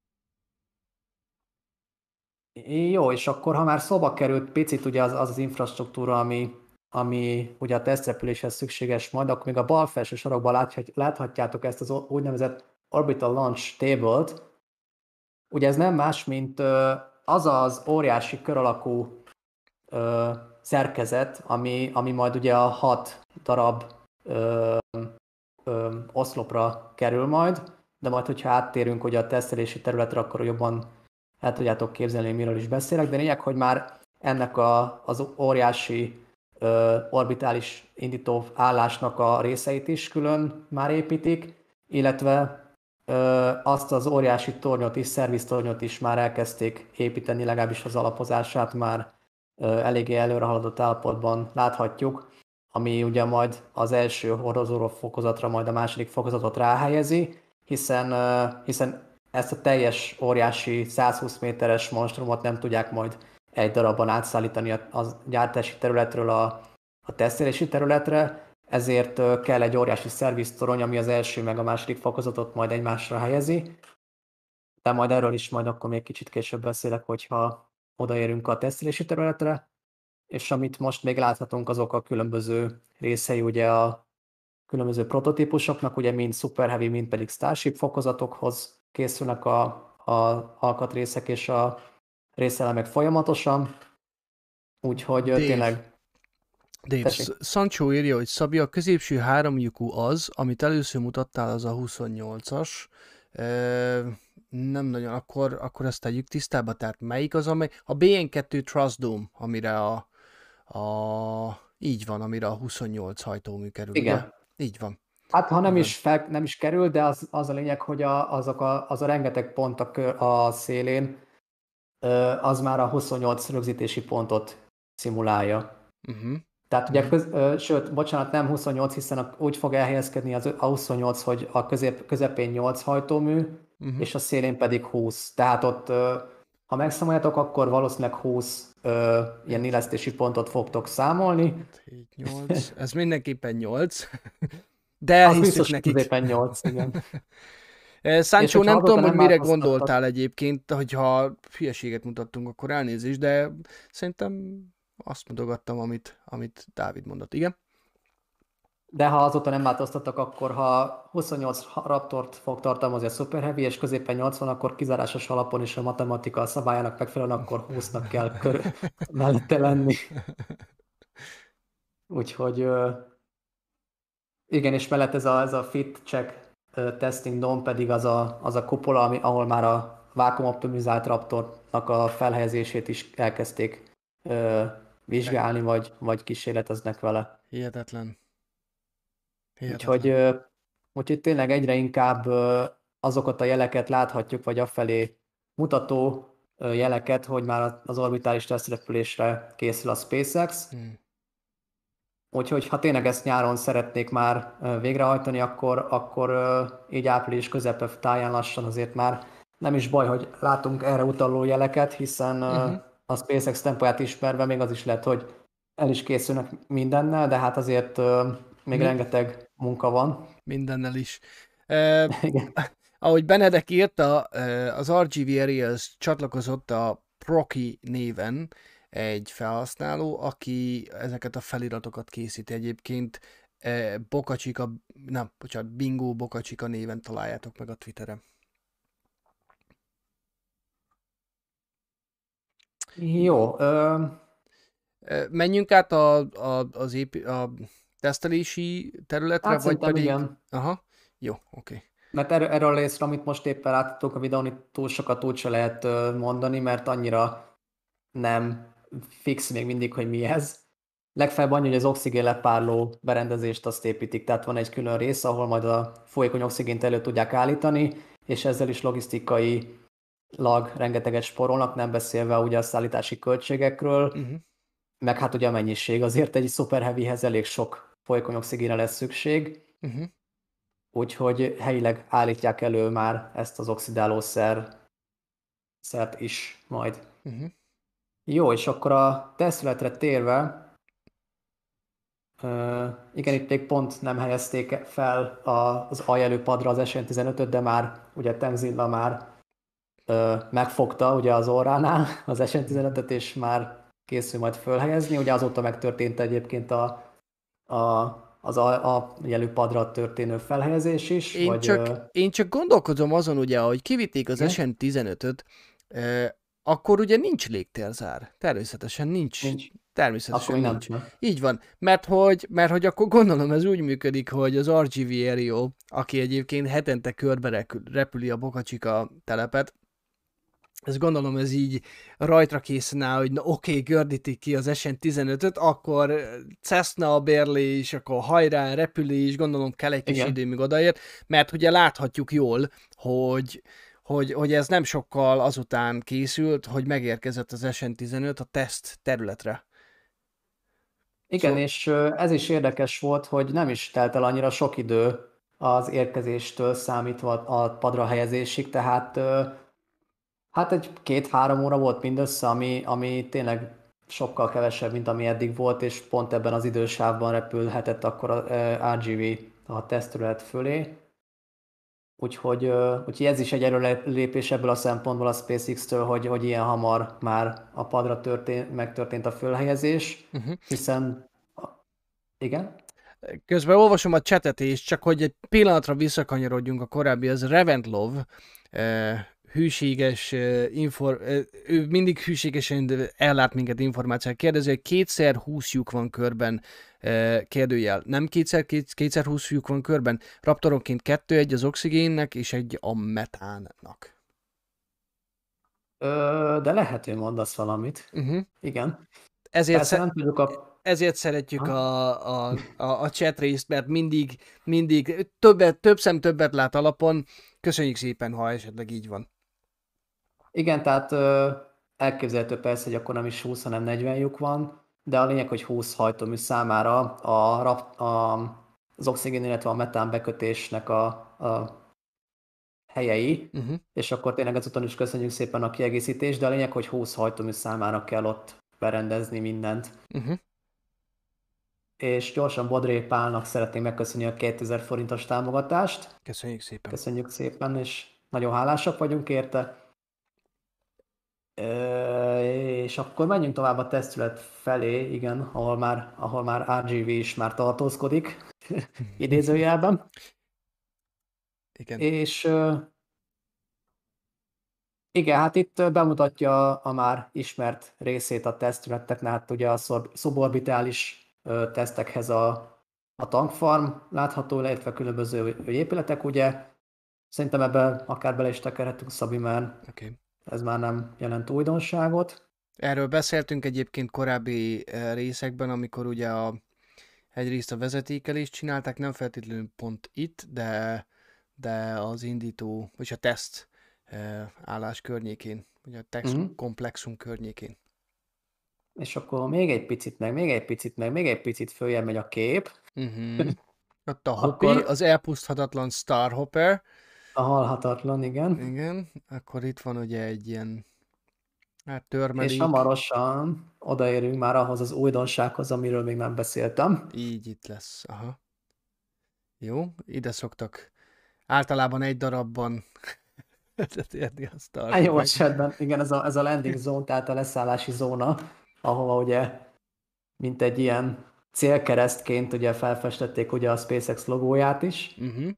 Jó, és akkor ha már szóba került picit ugye az infrastruktúra, ami ugye a tesztrepüléshez szükséges majd, akkor még a bal felső sarokban láthatjátok ezt az úgynevezett Orbital Launch Table-t. Ugye ez nem más, mint az óriási kör alakú szerkezet, ami majd ugye a 6 darab oszlopra kerül majd, de majd, hogyha áttérünk ugye a tesztelési területre, akkor jobban el tudjátok képzelni, miről is beszélek, de lényeg, hogy már ennek az óriási orbitális indító állásnak a részeit is külön már építik, illetve azt az óriási tornyot is, szerviztornyot is már elkezdték építeni, legalábbis az alapozását már eléggé előre haladott állapotban láthatjuk, ami ugye majd az első hordozó fokozatra, majd a második fokozatot ráhelyezi, hiszen ezt a teljes óriási 120 méteres monstrumot nem tudják majd egy darabban átszállítani a gyártási területről a tesztelési területre, ezért kell egy óriási szerviztorony, ami az első meg a második fokozatot majd egymásra helyezi. De majd erről is majd akkor még kicsit később beszélek, hogyha odaérünk a tesztelési területre. És amit most még láthatunk, azok a különböző részei ugye a különböző prototípusoknak, ugye mind Super Heavy, mind pedig Starship fokozatokhoz készülnek a alkatrészek és a részelemek folyamatosan. Úgyhogy tényleg... Dave, Sancho írja, hogy Szabi, a középső 3 lyukú az, amit először mutattál, az a 28-as. Nem nagyon, akkor ezt tegyük tisztába, tehát melyik az, amely... A BN2 Thrust Dome, amire így van, amire a 28 hajtómű kerül. Igen. Ugye? Így van. Hát ha nem is kerül, de az a lényeg, hogy az a rengeteg pont a szélén, az már a 28 rögzítési pontot szimulálja. Uh-huh. Tehát ugye, sőt, bocsánat, nem 28, hiszen úgy fog elhelyezkedni a 28, hogy a közepén 8 hajtómű, és a szélén pedig 20. Tehát ott, ha megszámoljátok, akkor valószínűleg 20 ilyen illesztési pontot fogtok számolni. 7, 8, ez mindenképpen 8. De az biztos nekik. Középen 8, igen. Sancho, nem tudom, hogy mire gondoltál egyébként, hogyha hülyeséget mutattunk, akkor elnézést, de szerintem azt mutogattam, amit Dávid mondott. Igen? De ha azóta nem változtattak, akkor ha 28 Raptort fog tartalmazni a Super Heavy, és középen 80, akkor kizárásos alapon is a matematika szabályának megfelelően, akkor 20-nak kell mellette lenni. Úgyhogy igen, és mellett ez a fit check testing dome pedig az a kupola, ahol már a vákuumoptimizált Raptornak a felhelyezését is elkezdték vizsgálni, vagy kísérleteznek vele. Hihetetlen. Úgyhogy tényleg egyre inkább azokat a jeleket láthatjuk, vagy afelé mutató jeleket, hogy már az orbitális tesztrepülésre készül a SpaceX. Úgyhogy ha tényleg ezt nyáron szeretnék már végrehajtani, akkor így április közepe táján lassan azért már nem is baj, hogy látunk erre utaló jeleket, hiszen a SpaceX tempóját ismerve még az is lehet, hogy el is készülnek mindennel, de hát azért még rengeteg munka van. Mindennel is. Ahogy Benedek írta, az RGV Aerials csatlakozott a Proki néven egy felhasználó, aki ezeket a feliratokat készíti. Egyébként Bingo Boca Chica néven találjátok meg a Twitteren. Jó. Menjünk át a tesztelési területre, hát vagy pedig... Igen. Aha, jó, oké. Mert erről a részről, amit most éppen láttuk a videón, itt túl sokat úgy se lehet mondani, mert annyira nem fix még mindig, hogy mi ez. Legfeljebb annyi, hogy az oxigén lepárló berendezést azt építik, tehát van egy külön rész, ahol majd a folyékony oxigént elő tudják állítani, és ezzel is logisztikailag rengeteget spórolnak, nem beszélve ugye a szállítási költségekről, meg hát ugye a mennyiség, azért egy Super Heavyhez elég sok folyékony oxigénre lesz szükség, úgyhogy helyileg állítják elő már ezt az oxidálószert is majd. Jó, és akkor a tesztületre térve, igen, itt még pont nem helyezték fel az aljelőpadra az SN15-öt, de már ugye Tenzilla már megfogta ugye az orránál az SN15-öt, és már készül majd fölhelyezni. Ugye azóta megtörtént egyébként az aljelőpadra történő felhelyezés is. Én csak gondolkozom azon, ugye, hogy kivitték az SN15-öt, akkor ugye nincs légtérzár. Természetesen nincs. Természetesen akkor nincs. Nem. Így van. Mert hogy akkor gondolom ez úgy működik, hogy az RGV Aero, aki egyébként hetente körbe repüli a Boca Chica telepet, ezt gondolom ez így rajtra készen áll, hogy oké, gördítik ki az SN15-öt, akkor Cessna bérlés, akkor hajrá, repülés, gondolom kell egy kis idő, míg odaér, mert ugye láthatjuk jól, hogy ez nem sokkal azután készült, hogy megérkezett az SN15 a teszt területre. Igen, és ez is érdekes volt, hogy nem is telt el annyira sok idő az érkezéstől számítva a padra helyezésig, tehát hát egy 2-3 óra volt mindössze, ami tényleg sokkal kevesebb, mint ami eddig volt, és pont ebben az idősávban repülhetett akkor a RGV a tesztterület fölé. Úgyhogy ez is egy előrelépés ebből a szempontból a SpaceX-től, hogy ilyen hamar már a padra megtörtént a fölhelyezés, hiszen... Igen? Közben olvasom a chatet is, csak hogy egy pillanatra visszakanyarodjunk a korábbi, az Reventlov, hűséges, ő mindig hűségesen ellát minket információt. Kérdezi, hogy 2x20 lyuk van körben, kérdőjel. Nem 2x20 lyuk van körben? Raptoronként 2, egy az oxigénnek, és egy a metánnak. De lehet, hogy mondasz valamit. Igen. Ezért szeretjük a chat részt, mert mindig több szem többet lát alapon. Köszönjük szépen, ha esetleg így van. Igen, tehát elképzelhető persze, hogy akkor nem is 20, hanem 40 lyuk van, de a lényeg, hogy 20 hajtómű számára az oxigén, illetve a metán bekötésnek a helyei, és akkor tényleg ezután is köszönjük szépen a kiegészítést, de a lényeg, hogy 20 hajtómű számára kell ott berendezni mindent. És gyorsan Bodré Pálnak szeretném megköszönni a 2000 forintos támogatást. Köszönjük szépen. Köszönjük szépen, és nagyon hálásak vagyunk érte. És akkor menjünk tovább a tesztület felé, igen, ahol már RGV is már tartózkodik, idézőjelben. Igen. És igen, hát itt bemutatja a már ismert részét a tesztületeknek, hát ugye a szuborbitális tesztekhez a tankfarm látható, illetve különböző épületek, ugye. Szerintem ebben akár bele is tekerhetünk, Szabi, mert ez már nem jelent újdonságot. Erről beszéltünk egyébként korábbi részekben, amikor ugye egyrészt a vezetékelést csinálták, nem feltétlenül pont itt, de az indító, vagy a teszt állás környékén, vagy a test komplexum környékén. És akkor még egy picit följebb megy a kép. Ott a Hopi, az elpuszthatatlan Starhopper. A halhatatlan, igen. Igen, akkor itt van ugye egy ilyen törmelék. És hamarosan odaérünk már ahhoz az újdonsághoz, amiről még nem beszéltem. Így itt lesz, aha. Jó, ide szoktak általában egy darabban érni a Starhopper. Jó esetben, igen, ez a landing zone, tehát a leszállási zóna, ahova ugye mint egy ilyen célkeresztként ugye felfestették ugye a SpaceX logóját is.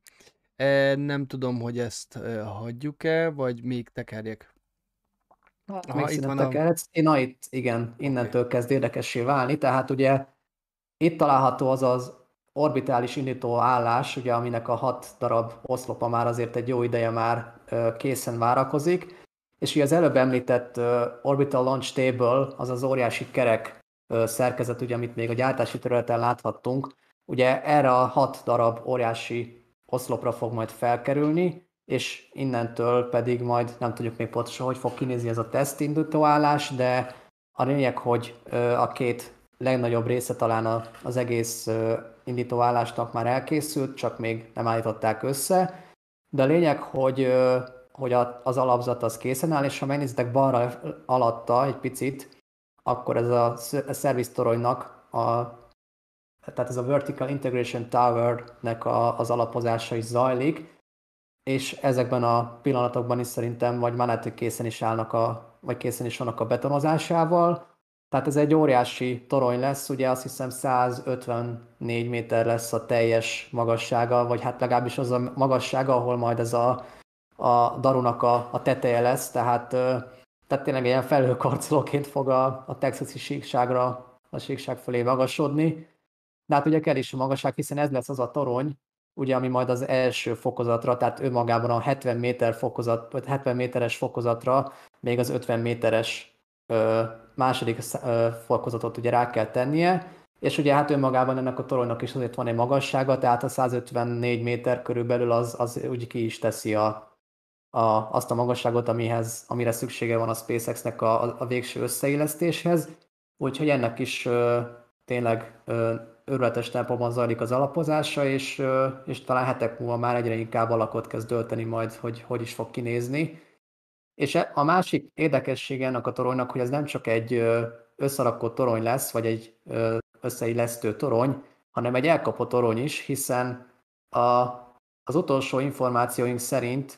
Nem tudom, hogy ezt hagyjuk-e, vagy még tekerjek? Még színen tekerhetsz. Igen, innentől kezd érdekessé válni, tehát ugye itt található az orbitális indító állás, ugye, aminek a 6 darab oszlopa már azért egy jó ideje már készen várakozik, és ugye az előbb említett Orbital Launch Table, az az óriási kerek szerkezet, ugye, amit még a gyártási területen láthattunk, ugye erre a 6 darab óriási oszlopra fog majd felkerülni, és innentől pedig majd nem tudjuk még pontosan, hogy fog kinézni ez a tesztindítóállás, de a lényeg, hogy a két legnagyobb része talán az egész indítóállásnak már elkészült, csak még nem állították össze, de a lényeg, hogy az alapzat az készen áll, és ha megnézitek balra alatta egy picit, akkor ez a szerviztoronynak, tehát ez a Vertical Integration Tower-nek az alapozása is zajlik, és ezekben a pillanatokban is szerintem vagy már lehet, hogy készen is vannak a betonozásával. Tehát ez egy óriási torony lesz, ugye azt hiszem 154 méter lesz a teljes magassága, vagy hát legalábbis az a magassága, ahol majd ez a darunak a teteje lesz, tehát tényleg ilyen felhőkarcolóként fog a texasi síkság fölé magasodni. De hát ugye kell is a magasság, hiszen ez lesz az a torony, ugye, ami majd az első fokozatra, tehát önmagában a 70 méteres fokozatra még az 50 méteres második fokozatot ugye rá kell tennie, és ugye hát önmagában ennek a toronynak is azért van egy magassága, tehát a 154 méter körülbelül az úgy ki is teszi azt a magasságot, amire szüksége van a SpaceX-nek a végső összeillesztéshez, úgyhogy ennek is tényleg őrületes tempóban zajlik az alapozása, és talán hetek múlva már egyre inkább alakot kezd dölteni majd, hogy is fog kinézni. És a másik érdekessége ennek a toronynak, hogy ez nem csak egy összerakott torony lesz, vagy egy összeillesztő torony, hanem egy elkapott torony is, hiszen az utolsó információink szerint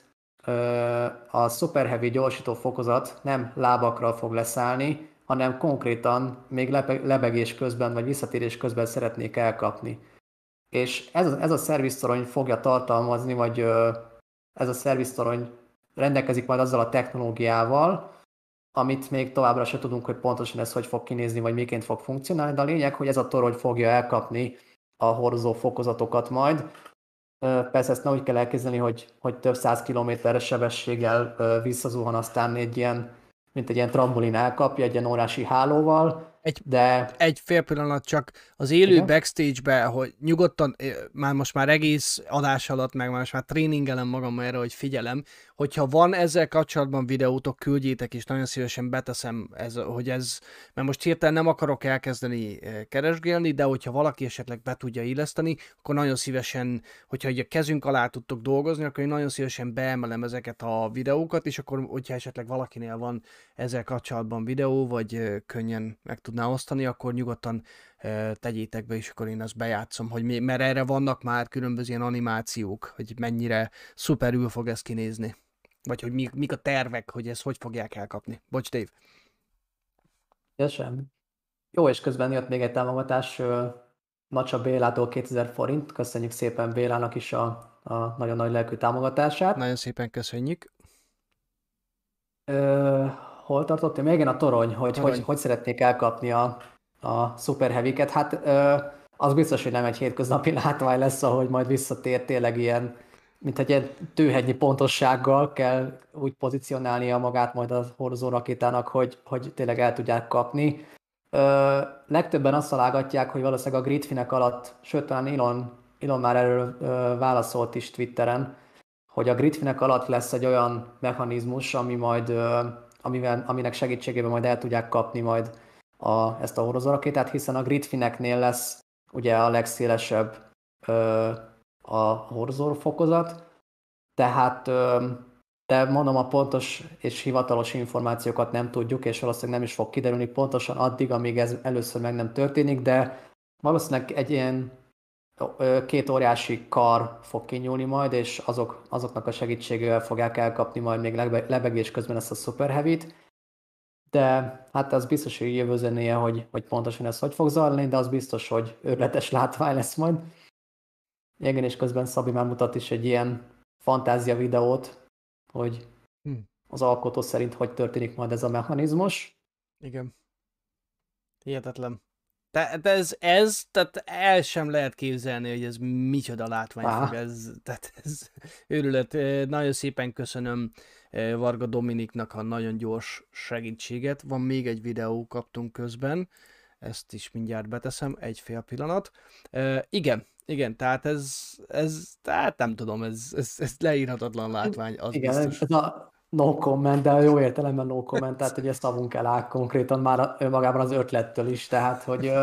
a Super Heavy gyorsító fokozat nem lábakra fog leszállni, hanem konkrétan még lebegés közben, vagy visszatérés közben szeretnék elkapni. És ez a szerviztorony fogja tartalmazni, vagy ez a szerviztorony rendelkezik majd azzal a technológiával, amit még továbbra se tudunk, hogy pontosan ez hogy fog kinézni, vagy miként fog funkcionálni, de a lényeg, hogy ez a torony fogja elkapni a hordozó fokozatokat majd. Persze ezt nem úgy kell elképzelni, hogy több 100 kilométeres sebességgel visszazuhan, aztán mint egy ilyen trambolin elkapja, egy ilyen óriási hálóval. Egy fél pillanat csak az élő Igen? backstage-be, hogy nyugodtan, most már egész adás alatt, meg most már tréningelem magam erre, hogy figyelem, hogyha van ezzel kapcsolatban videótok, küldjétek, és nagyon szívesen beteszem, mert most hirtelen nem akarok elkezdeni keresgélni, de hogyha valaki esetleg be tudja illeszteni, akkor nagyon szívesen, hogyha egy a kezünk alá tudtok dolgozni, akkor én nagyon szívesen beemelem ezeket a videókat, és akkor, hogyha esetleg valakinél van ezzel kapcsolatban videó, vagy könnyen meg tudná osztani, akkor nyugodtan tegyétek be, és akkor én azt bejátszom, mert erre vannak már különböző ilyen animációk, hogy mennyire szuperül fog ez kinézni. Vagy hogy mik a tervek, hogy ezt hogy fogják elkapni. Bocs, Dave. Ja, semmi. Jó, és közben jött még egy támogatás Macsa Bélától 2000 forint. Köszönjük szépen Bélának is a nagyon nagy lelkű támogatását. Nagyon szépen köszönjük. Hol tartottam? Még igen, a torony, hogy szeretnék elkapni a Super Heavy-ket. Hát az biztos, hogy nem egy hétköznapi látvány lesz, ahogy majd visszatér tényleg ilyen, mint egy ilyen tőhegynyi pontossággal kell úgy pozícionálnia magát majd a hordozó rakétának, hogy tényleg el tudják kapni. Legtöbben azt találgatják, hogy valószínűleg a gridfinek alatt, sőt talán Elon már erről válaszolt is Twitteren, hogy a gridfinek alatt lesz egy olyan mechanizmus, ami majd, aminek segítségével majd el tudják kapni majd ezt a hordozórakétát, hiszen a gridfineknél lesz ugye a legszélesebb a hordozó fokozat, tehát de mondom, a pontos és hivatalos információkat nem tudjuk, és valószínűleg nem is fog kiderülni pontosan addig, amíg ez először meg nem történik, de valószínűleg egy ilyen két óriási kar fog kinyúlni majd, és azoknak a segítségével fogják elkapni majd még lebegés közben ezt a Super Heavy-t. De hát az biztos, hogy jövő zenéje, hogy pontosan ez hogy fog zajlani, de az biztos, hogy őrületes látvány lesz majd. Igen, és közben Szabi már mutat is egy ilyen fantázia videót, hogy az alkotó szerint hogy történik majd ez a mechanizmus. Igen. Hihetetlen. Tehát el sem lehet képzelni, hogy ez micsoda látvány fog, tehát ez őrület. Nagyon szépen köszönöm Varga Dominiknak a nagyon gyors segítséget. Van még egy videó, kaptunk közben, ezt is mindjárt beteszem, egy fél pillanat. Igen, tehát tehát nem tudom, ez leírhatatlan látvány, az igen, biztos. Ez a no comment, de jó értelemben no comment, tehát hogy ezt szavunk el áll konkrétan már önmagában az ötlettől is, tehát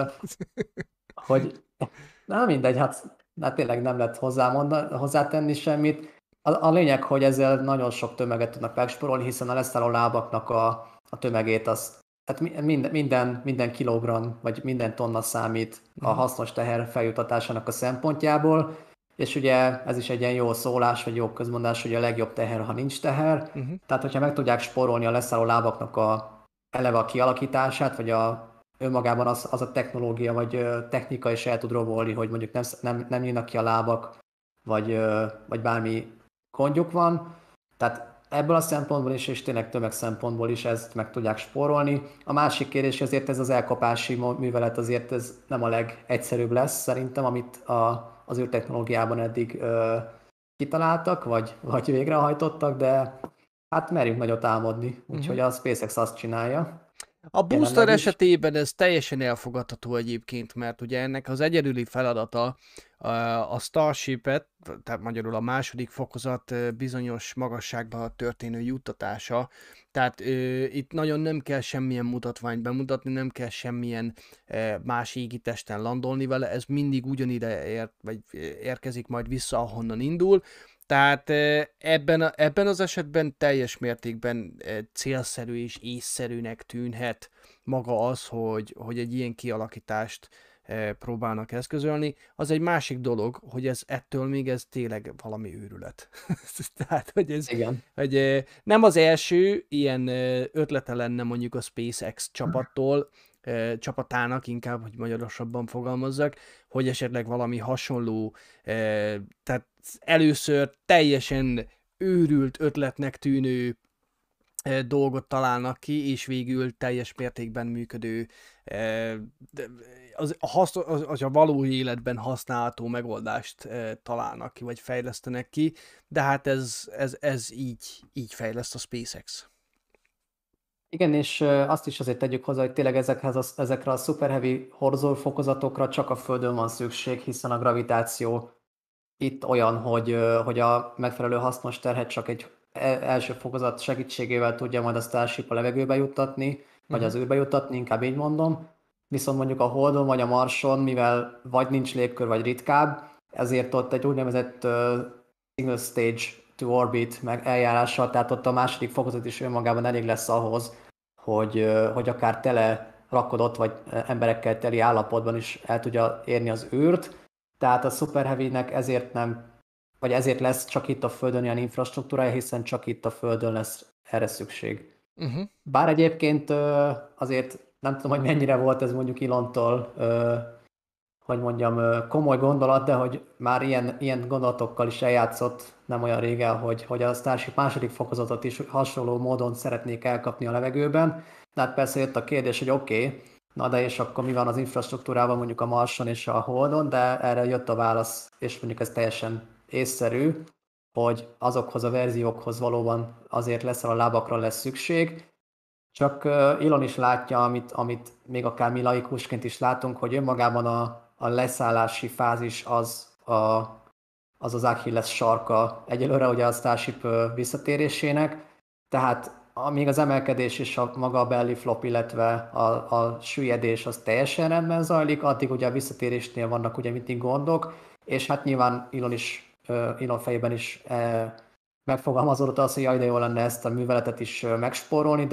hogy na mindegy, hát tényleg nem lehet hozzátenni semmit. A lényeg, hogy ezzel nagyon sok tömeget tudnak megspórolni, hiszen a leszálló lábaknak a tömegét hát minden kilogramm, vagy minden tonna számít a hasznos teher feljutatásának a szempontjából, és ugye ez is egy ilyen jó szólás, vagy jó közmondás, hogy a legjobb teher, ha nincs teher. Tehát, hogyha meg tudják spórolni a leszálló lábaknak eleve a kialakítását, vagy önmagában az a technológia, vagy technika is el tud robolni, hogy mondjuk nem nyílnak ki a lábak, vagy bármi gondjuk van. Tehát ebből a szempontból is, és tényleg tömeg szempontból is ezt meg tudják spórolni. A másik kérdés, azért ez az elkapási művelet azért ez nem a legegyszerűbb lesz szerintem, amit az űrtechnológiában eddig kitaláltak, vagy végrehajtottak, de hát merjünk nagyot álmodni, úgyhogy a SpaceX azt csinálja. A booster esetében ez teljesen elfogadható egyébként, mert ugye ennek az egyedüli feladata a Starship-et, tehát magyarul a második fokozat bizonyos magasságba történő juttatása. Tehát itt nagyon nem kell semmilyen mutatványt bemutatni, nem kell semmilyen más égitesten landolni vele, ez mindig ugyanide érkezik majd vissza, ahonnan indul. Tehát ebben az esetben teljes mértékben célszerű és észszerűnek tűnhet maga az, hogy egy ilyen kialakítást próbálnak eszközölni. Az egy másik dolog, hogy ettől még ez tényleg valami őrület. Tehát, hogy nem az első ilyen ötlete lenne mondjuk a SpaceX csapatának, inkább, hogy magyarosabban fogalmazzak, hogy esetleg valami hasonló, tehát először teljesen őrült ötletnek tűnő dolgot találnak ki, és végül teljes mértékben működő, a való életben használható megoldást találnak ki, vagy fejlesztenek ki, de hát ez így fejleszt a SpaceX. Igen, és azt is azért tegyük hozzá, hogy tényleg ezekre a Super Heavy hordozó fokozatokra csak a Földön van szükség, hiszen a gravitáció itt olyan, hogy a megfelelő hasznos terhet csak egy első fokozat segítségével tudja majd a Starship a levegőbe juttatni, vagy az űrbe juttatni, inkább így mondom. Viszont mondjuk a Holdon vagy a Marson, mivel vagy nincs légkör, vagy ritkább, ezért ott egy úgynevezett single stage to orbit meg eljárással, tehát ott a második fokozat is önmagában elég lesz ahhoz, hogy akár tele rakodott, vagy emberekkel teli állapotban is el tudja érni az űrt. Tehát a Super Heavy-nek ezért lesz csak itt a Földön ilyen infrastruktúrája, hiszen csak itt a Földön lesz erre szükség. Bár egyébként azért nem tudom, hogy mennyire volt ez mondjuk Elontól, hogy mondjam, komoly gondolat, de hogy már ilyen gondolatokkal is eljátszott nem olyan régen, hogy a Starship második fokozatot is hasonló módon szeretnék elkapni a levegőben. De hát persze jött a kérdés, hogy oké, na de és akkor mi van az infrastruktúrában mondjuk a Marson és a Holdon, de erre jött a válasz, és mondjuk ez teljesen észszerű, hogy azokhoz a verziókhoz valóban azért lesz, a lábakra lesz szükség. Csak Elon is látja, amit még akár mi laikusként is látunk, hogy önmagában a leszállási fázis az Achilles sarka egyelőre ugye a Starship visszatérésének, tehát még az emelkedés és maga a belly flop, illetve a süllyedés az teljesen rendben zajlik, addig ugye a visszatérésnél vannak ugye mindig gondok, és hát nyilván Elon fejében is megfogalmazódott az, hogy jaj, de jó lenne ezt a műveletet is megspórolni,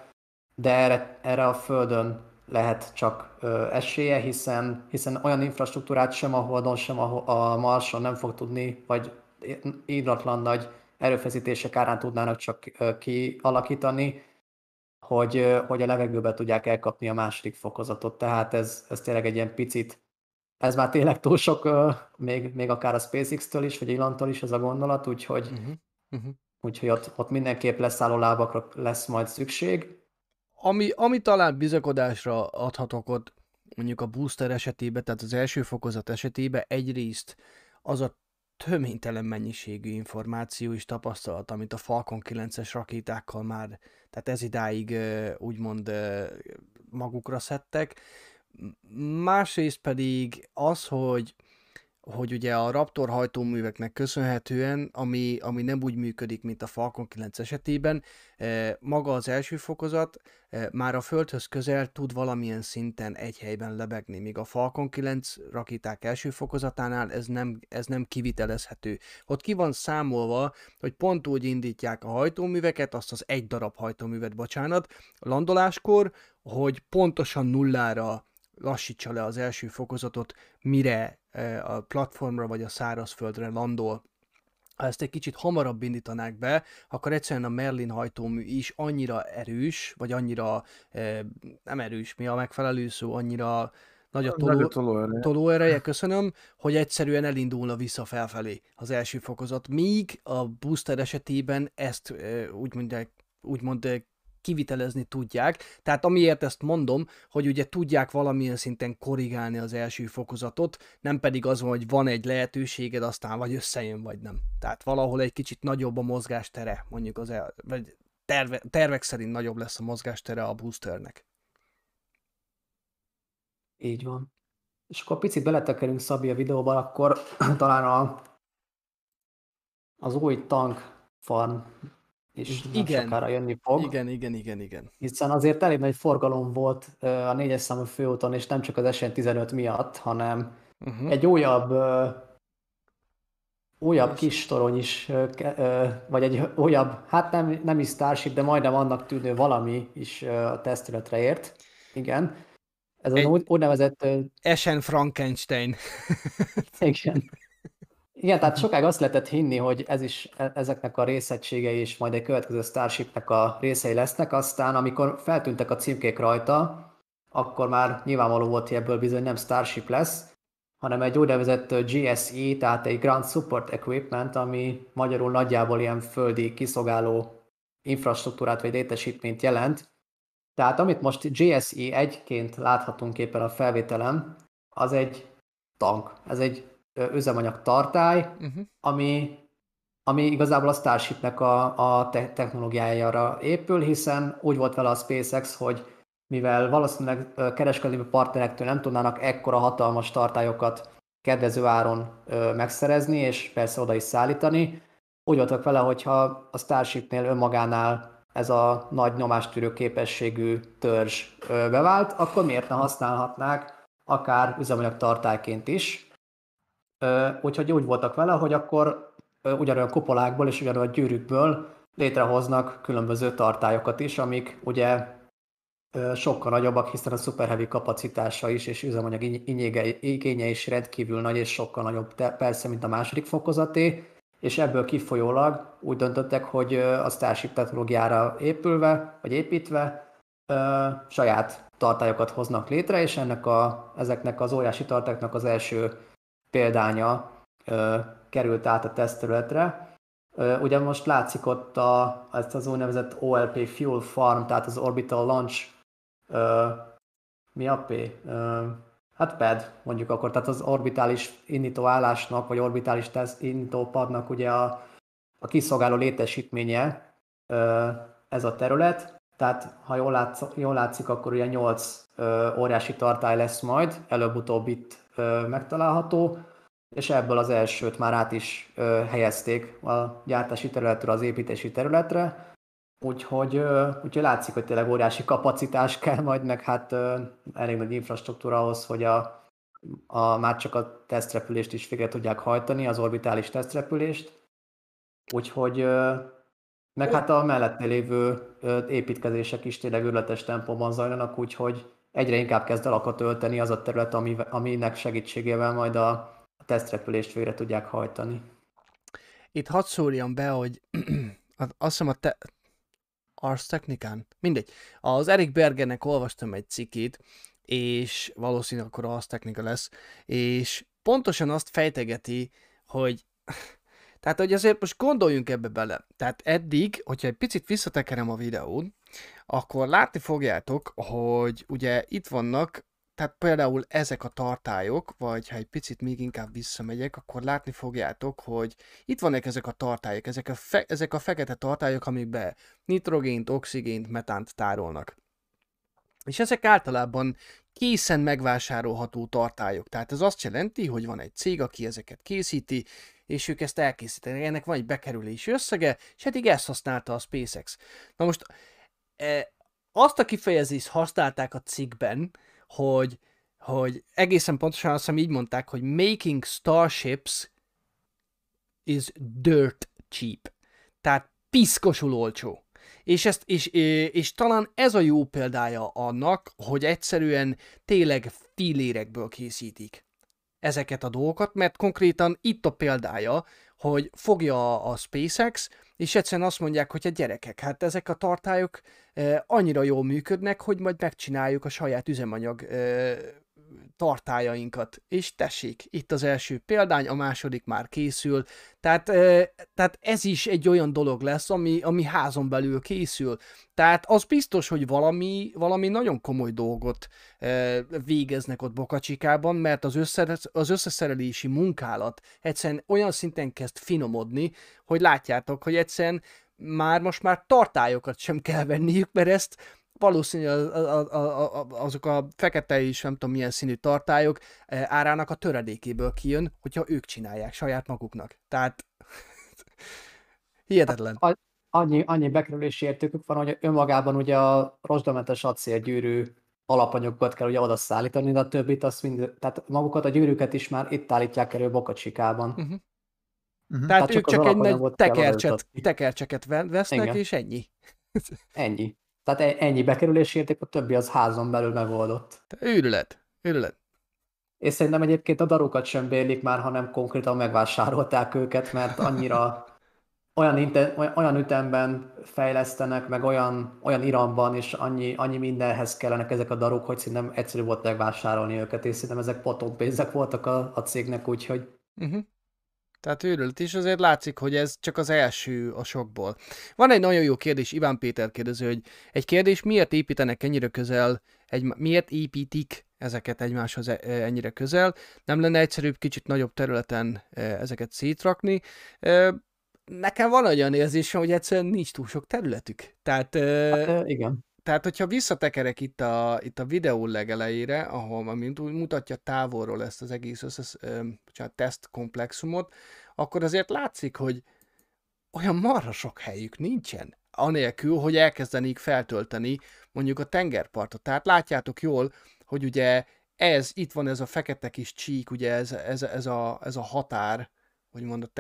de erre a Földön lehet csak esélye, hiszen olyan infrastruktúrát sem a Holdon, sem a Marson nem fog tudni, vagy írdatlan nagy erőfeszítések árán tudnának csak kialakítani, hogy a levegőbe tudják elkapni a második fokozatot. Tehát ez tényleg egy ilyen picit, ez már tényleg túl sok, még akár a SpaceX-től is, vagy Elontól is ez a gondolat, úgyhogy ott mindenképp leszálló lábakra lesz majd szükség. Ami talán bizakodásra adhatok ott, mondjuk a booster esetében, tehát az első fokozat esetében egyrészt az a töménytelen mennyiségű információ és tapasztalat, amit a Falcon 9-es rakétákkal már, tehát ez idáig úgymond magukra szedtek. Másrészt pedig az, hogy ugye a Raptor hajtóműveknek köszönhetően, ami nem úgy működik, mint a Falcon 9 esetében, maga az első fokozat már a Földhöz közel tud valamilyen szinten egy helyben lebegni, míg a Falcon 9 rakéták első fokozatánál ez nem kivitelezhető. Ott ki van számolva, hogy pont úgy indítják a hajtóműveket, azt az egy darab hajtóművet, landoláskor, hogy pontosan nullára lassítsa le az első fokozatot, mire a platformra vagy a szárazföldre landol. Ha ezt egy kicsit hamarabb indítanák be, akkor egyszerűen a Merlin hajtómű is annyira erős, vagy annyira nem erős, mi a megfelelő szó, annyira nagy a tolóereje, köszönöm, hogy egyszerűen elindulna vissza felfelé az első fokozat, míg a booster esetében ezt úgymond kivitelezni tudják, tehát amiért ezt mondom, hogy ugye tudják valamilyen szinten korrigálni az első fokozatot, nem pedig az van, hogy van egy lehetőséged, aztán vagy összejön, vagy nem. Tehát valahol egy kicsit nagyobb a mozgástere, mondjuk vagy tervek szerint nagyobb lesz a mozgástere a boosternek. Így van. És akkor picit beletekerünk, Szabi, a videóban, akkor talán az új tank farm és nem sokára jönni fog. Igen. Hiszen azért elég nagy forgalom volt a 4-es számú főúton, és nem csak az SN15 miatt, hanem egy újabb kis torony is, vagy egy újabb, hát nem is Starship, de majdnem annak tűnő valami is a tesztületre ért. Igen. Ez az úgynevezett... SN Frankenstein. Igen, tehát sokáig azt lehetett hinni, hogy ezeknek a részegységei is majd egy következő Starshipnek a részei lesznek, aztán amikor feltűntek a címkék rajta, akkor már nyilvánvaló volt, hogy ebből bizony nem Starship lesz, hanem egy úgynevezett GSE, tehát egy Ground Support Equipment, ami magyarul nagyjából ilyen földi kiszolgáló infrastruktúrát vagy létesítményt jelent. Tehát amit most GSE 1-ként láthatunk éppen a felvételen, az egy tank. Ez egy üzemanyag tartály, ami ami igazából a Starshipnek a technológiájára épül, hiszen úgy volt vele a SpaceX, hogy mivel valószínűleg kereskedelmi partnerektől nem tudnának ekkora hatalmas tartályokat kedvező áron megszerezni, és persze oda is szállítani, úgy voltak vele, hogyha a Starshipnél önmagánál ez a nagy nyomástűrő képességű törzs bevált, akkor miért ne használhatnák akár üzemanyag tartályként is. Úgyhogy úgy voltak vele, hogy akkor ugyanolyan kupolákból és ugyanolyan gyűrűkből létrehoznak különböző tartályokat is, amik ugye sokkal nagyobbak, hiszen a Super Heavy kapacitása is és üzemanyag igénye is rendkívül nagy, és sokkal nagyobb persze, mint a második fokozaté, és ebből kifolyólag úgy döntöttek, hogy a Starship technológiára épülve, vagy építve saját tartályokat hoznak létre, és ezeknek az óriási tartályoknak az első példánya került át a tesztterületre. Ugye most látszik ott ezt az úgynevezett OLP Fuel Farm, tehát az Orbital Launch, mi a P? Hát pad, mondjuk akkor, tehát az orbitális indítóállásnak, vagy orbitális indítópadnak ugye a kiszolgáló létesítménye ez a terület. Tehát ha jól látszik, akkor ugye 8 óriási tartály lesz majd, előbb-utóbb itt megtalálható, és ebből az elsőt már át is helyezték a gyártási területről az építési területre. Úgyhogy látszik, hogy tényleg óriási kapacitás kell majd, meg hát elég nagy infrastruktúra ahhoz, hogy már csak a tesztrepülést is végre tudják hajtani, az orbitális tesztrepülést. Úgyhogy meg hát a mellette lévő építkezések is tényleg őrületes tempóban zajlanak, úgyhogy egyre inkább kezd alakot ölteni az a terület, aminek segítségével majd a tesztrepülést végre tudják hajtani. Itt hadd szórjam be, hogy azt hiszem Ars Technicán, mindegy. Az Erik Bergernek olvastam egy cikkét, és valószínűleg akkor Ars Technica lesz, és pontosan azt fejtegeti, hogy tehát, hogy azért most gondoljunk ebbe bele. Tehát eddig, hogyha egy picit visszatekerem a videón, akkor látni fogjátok, hogy ugye itt vannak, tehát például ezek a tartályok, vagy ha egy picit még inkább visszamegyek, akkor látni fogjátok, hogy itt vannak ezek a tartályok, ezek a fekete tartályok, amikbe nitrogént, oxigént, metánt tárolnak. És ezek általában készen megvásárolható tartályok. Tehát ez azt jelenti, hogy van egy cég, aki ezeket készíti, és ők ezt elkészítenek. Ennek van egy bekerülési összege, és eddig ezt használta a SpaceX. Na most azt a kifejezést használták a cikkben, hogy egészen pontosan azt hiszem így mondták, hogy making starships is dirt cheap. Tehát piszkosul olcsó. És talán ez a jó példája annak, hogy egyszerűen tényleg fillérekből készítik ezeket a dolgokat, mert konkrétan itt a példája, hogy fogja a SpaceX, és egyszerűen azt mondják, hogy a gyerekek, hát ezek a tartályok annyira jól működnek, hogy majd megcsináljuk a saját üzemanyag tartályainkat. És tessék, itt az első példány, a második már készül, tehát ez is egy olyan dolog lesz, ami házon belül készül. Tehát az biztos, hogy valami nagyon komoly dolgot végeznek ott Boca Chicában, mert az összeszerelési munkálat egyszerűen olyan szinten kezd finomodni, hogy látjátok, hogy egyszerűen most már tartályokat sem kell venniük, mert ezt valószínűleg azok a fekete és nem tudom milyen színű tartályok árának a töredékéből kijön, hogyha ők csinálják saját maguknak. Tehát hihetetlen. Annyi bekerülési értékük van, hogy önmagában ugye a rozsdamentes acélgyűrű alapanyagokat kell ugye oda szállítani, de a többit tehát magukat a gyűrűket is már itt állítják elő Boca Chicában. Tehát ők csak egy nagy tekercseket vesznek, igen. És ennyi. Ennyi. Tehát ennyi bekerülési érték, a többi az házon belül megoldott. Őrület. És szerintem egyébként a darukat sem bérlik már, hanem konkrétan megvásárolták őket, mert annyira olyan ütemben fejlesztenek, meg olyan iramban, és annyi mindenhez kellenek ezek a daruk, hogy szerintem egyszerű volt megvásárolni őket, és szerintem ezek potonpénzek voltak a cégnek, úgyhogy... Tehát őrület is, azért látszik, hogy ez csak az első a sokból. Van egy nagyon jó kérdés, Iván Péter kérdező, hogy egy kérdés, miért építenek ennyire közel, miért építik ezeket egymáshoz ennyire közel? Nem lenne egyszerűbb kicsit nagyobb területen ezeket szétrakni? nekem van olyan érzésem, hogy egyszerűen nincs túl sok területük. Tehát, Igen. tehát hogyha visszatekerek itt a videó legelejére, ahol ami mutatja távolról ezt az egész teszt komplexumot, akkor azért látszik, hogy olyan marha sok helyük nincsen, anélkül, hogy elkezdenék feltölteni mondjuk a tengerpartot. Tehát látjátok jól, hogy ugye itt van ez a fekete kis csík, ugye ez a határ, úgymond a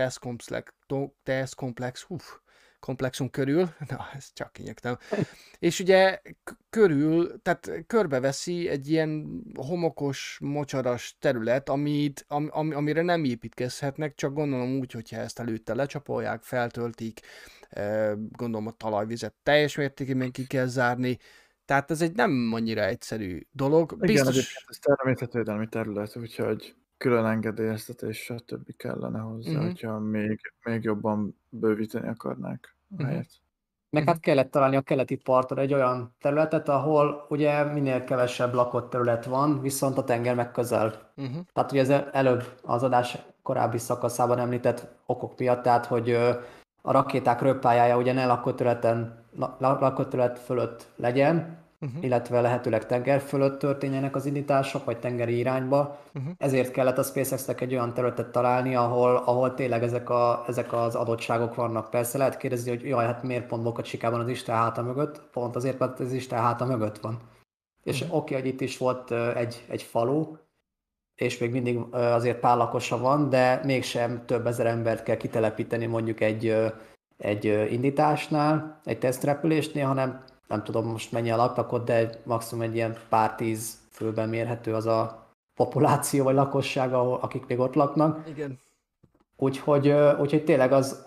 komplexum körül, na, ezt csak kinyögtem, és ugye tehát körbeveszi egy ilyen homokos, mocsaras terület, amire nem építkezhetnek, csak gondolom úgy, hogyha ezt előtte lecsapolják, feltöltik, gondolom a talajvizet teljes mértékben ki kell zárni, tehát ez egy nem annyira egyszerű dolog. Igen, egyébként ez természetvédelmi terület, úgyhogy külön engedélyeztetés, stb. Kellene hozzá, hogyha még jobban bővíteni akarnák a helyet. Meg hát kellett találni a keleti parton egy olyan területet, ahol ugye minél kevesebb lakott terület van, viszont a tenger meg közel. Tehát ugye ez előbb az adás korábbi szakaszában említett okok miatt, tehát hogy a rakéták röppályája ugye ne lakott terület fölött legyen, illetve lehetőleg tenger fölött történjenek az indítások, vagy tengeri irányba. Ezért kellett a SpaceX-nek egy olyan területet találni, ahol tényleg ezek az adottságok vannak. Persze lehet kérdezni, hogy jaj, hát miért pont Boca Chicában az Isten háta mögött? Pont azért, mert az Isten háta mögött van. És oké, hogy itt is volt egy falu, és még mindig azért pár lakosa van, de mégsem több ezer embert kell kitelepíteni mondjuk egy indításnál, egy tesztrepülésnél, hanem nem tudom most mennyi a laktakot, de maximum egy ilyen pár 10 főben mérhető az a populáció vagy lakosság, akik még ott laknak. Igen. Úgyhogy tényleg az,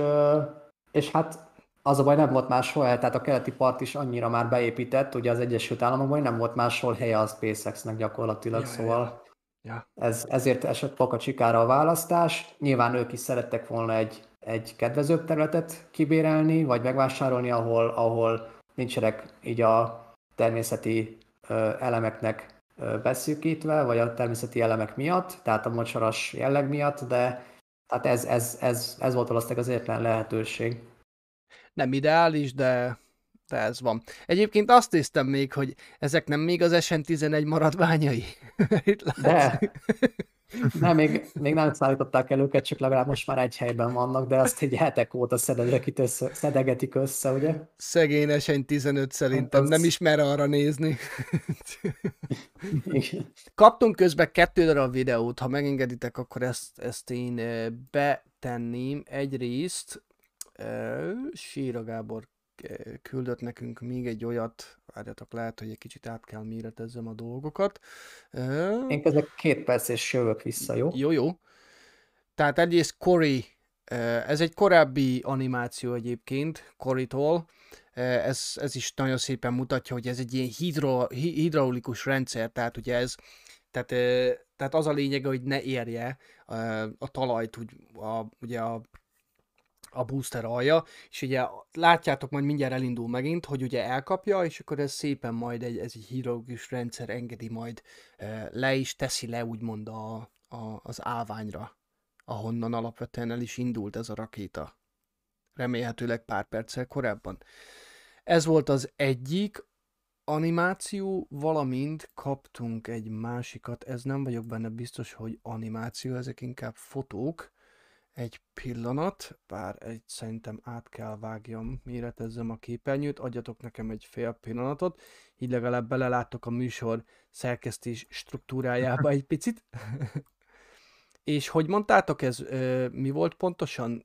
és hát az a baj, nem volt máshol hely, tehát a keleti part is annyira már beépített, ugye az Egyesült Államokban nem volt máshol helye a SpaceX-nek gyakorlatilag, szóval ezért esett Boca Chicára a választás. Nyilván ők is szerettek volna egy kedvezőbb területet kibérelni, vagy megvásárolni, ahol nincsenek így a természeti elemeknek beszűkítve, vagy a természeti elemek miatt, tehát a mocsaras jelleg miatt, de hát ez volt valószínűleg az egyetlen lehetőség. Nem ideális, de ez van. Egyébként azt néztem még, hogy ezek nem még az SN11 maradványai? De még nem szállították el őket, csak legalább most már egy helyben vannak, de azt egy hetek óta szedegetik össze, ugye? Szegény SN15 szerintem nem is mer arra nézni. Kaptunk közben 2 darab videót, ha megengeditek, akkor ezt én betenném. Egyrészt Síra Gábor küldött nekünk még egy olyat, várjatok, lehet, hogy egy kicsit át kell méretezzem a dolgokat. Én ezek 2 perc és jövök vissza, jó? Jó. Tehát egyrészt Cory, ez egy korábbi animáció egyébként, Corytól. Ez is nagyon szépen mutatja, hogy ez egy ilyen hidraulikus rendszer, tehát ugye tehát az a lényege, hogy ne érje a talajt, ugye a booster alja, és ugye látjátok, majd mindjárt elindul megint, hogy ugye elkapja, és akkor ez szépen majd ez egy hidraulikus rendszer engedi majd le is, teszi le úgymond az állványra, ahonnan alapvetően el is indult ez a rakéta. Remélhetőleg pár perccel korábban. Ez volt az egyik animáció, valamint kaptunk egy másikat, ez nem vagyok benne biztos, hogy animáció, ezek inkább fotók. Egy pillanat, bár szerintem át kell vágjam, méretezzem a képernyőt, adjatok nekem egy fél pillanatot, így legalább belelátok a műsor szerkesztés struktúrájába egy picit. És hogy mondtátok, ez mi volt pontosan?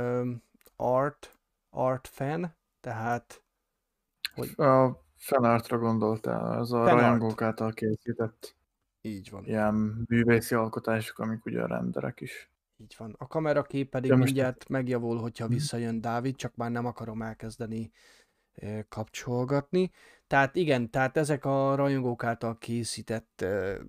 Art fan, tehát... Hogy... A fanartra gondoltál, az a rajongók által készített. Így van. Ilyen művészi alkotások, amik ugye a renderek is. Így van. A kamerakép pedig mindjárt megjavul, hogyha visszajön Dávid, csak már nem akarom elkezdeni kapcsolgatni. Tehát igen, tehát ezek a rajongók által készített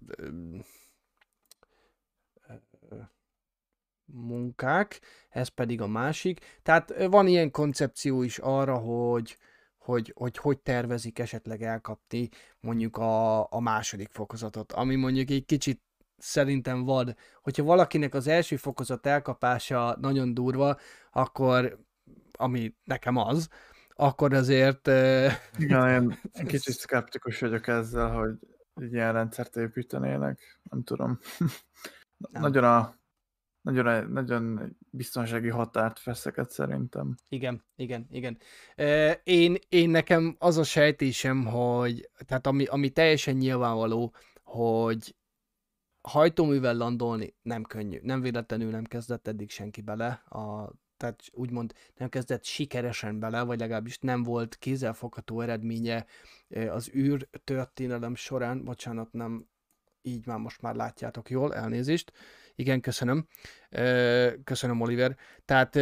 munkák, ez pedig a másik. Tehát van ilyen koncepció is arra, hogy tervezik esetleg elkapni mondjuk a második fokozatot, ami mondjuk egy kicsit szerintem vad. Hogyha valakinek az első fokozat elkapása nagyon durva, akkor, ami nekem az, akkor azért... Igen, én kicsit szkeptikus vagyok ezzel, hogy egy ilyen rendszert építenének. Nem tudom. Nem. Nagyon biztonsági határt feszeget szerintem. Igen. Én nekem az a sejtésem, hogy tehát ami teljesen nyilvánvaló, hogy hajtóművel landolni nem könnyű. Nem véletlenül nem kezdett eddig senki bele, tehát úgymond nem kezdett sikeresen bele, vagy legalábbis nem volt kézzelfogható eredménye az űrtörténelem során. Bocsánat, nem így már most már látjátok jól, elnézést. Igen, köszönöm. Köszönöm, Oliver. Tehát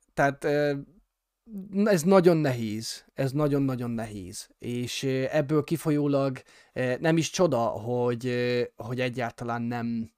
ez nagyon nehéz. Ez nagyon-nagyon nehéz. És ebből kifolyólag nem is csoda, hogy egyáltalán nem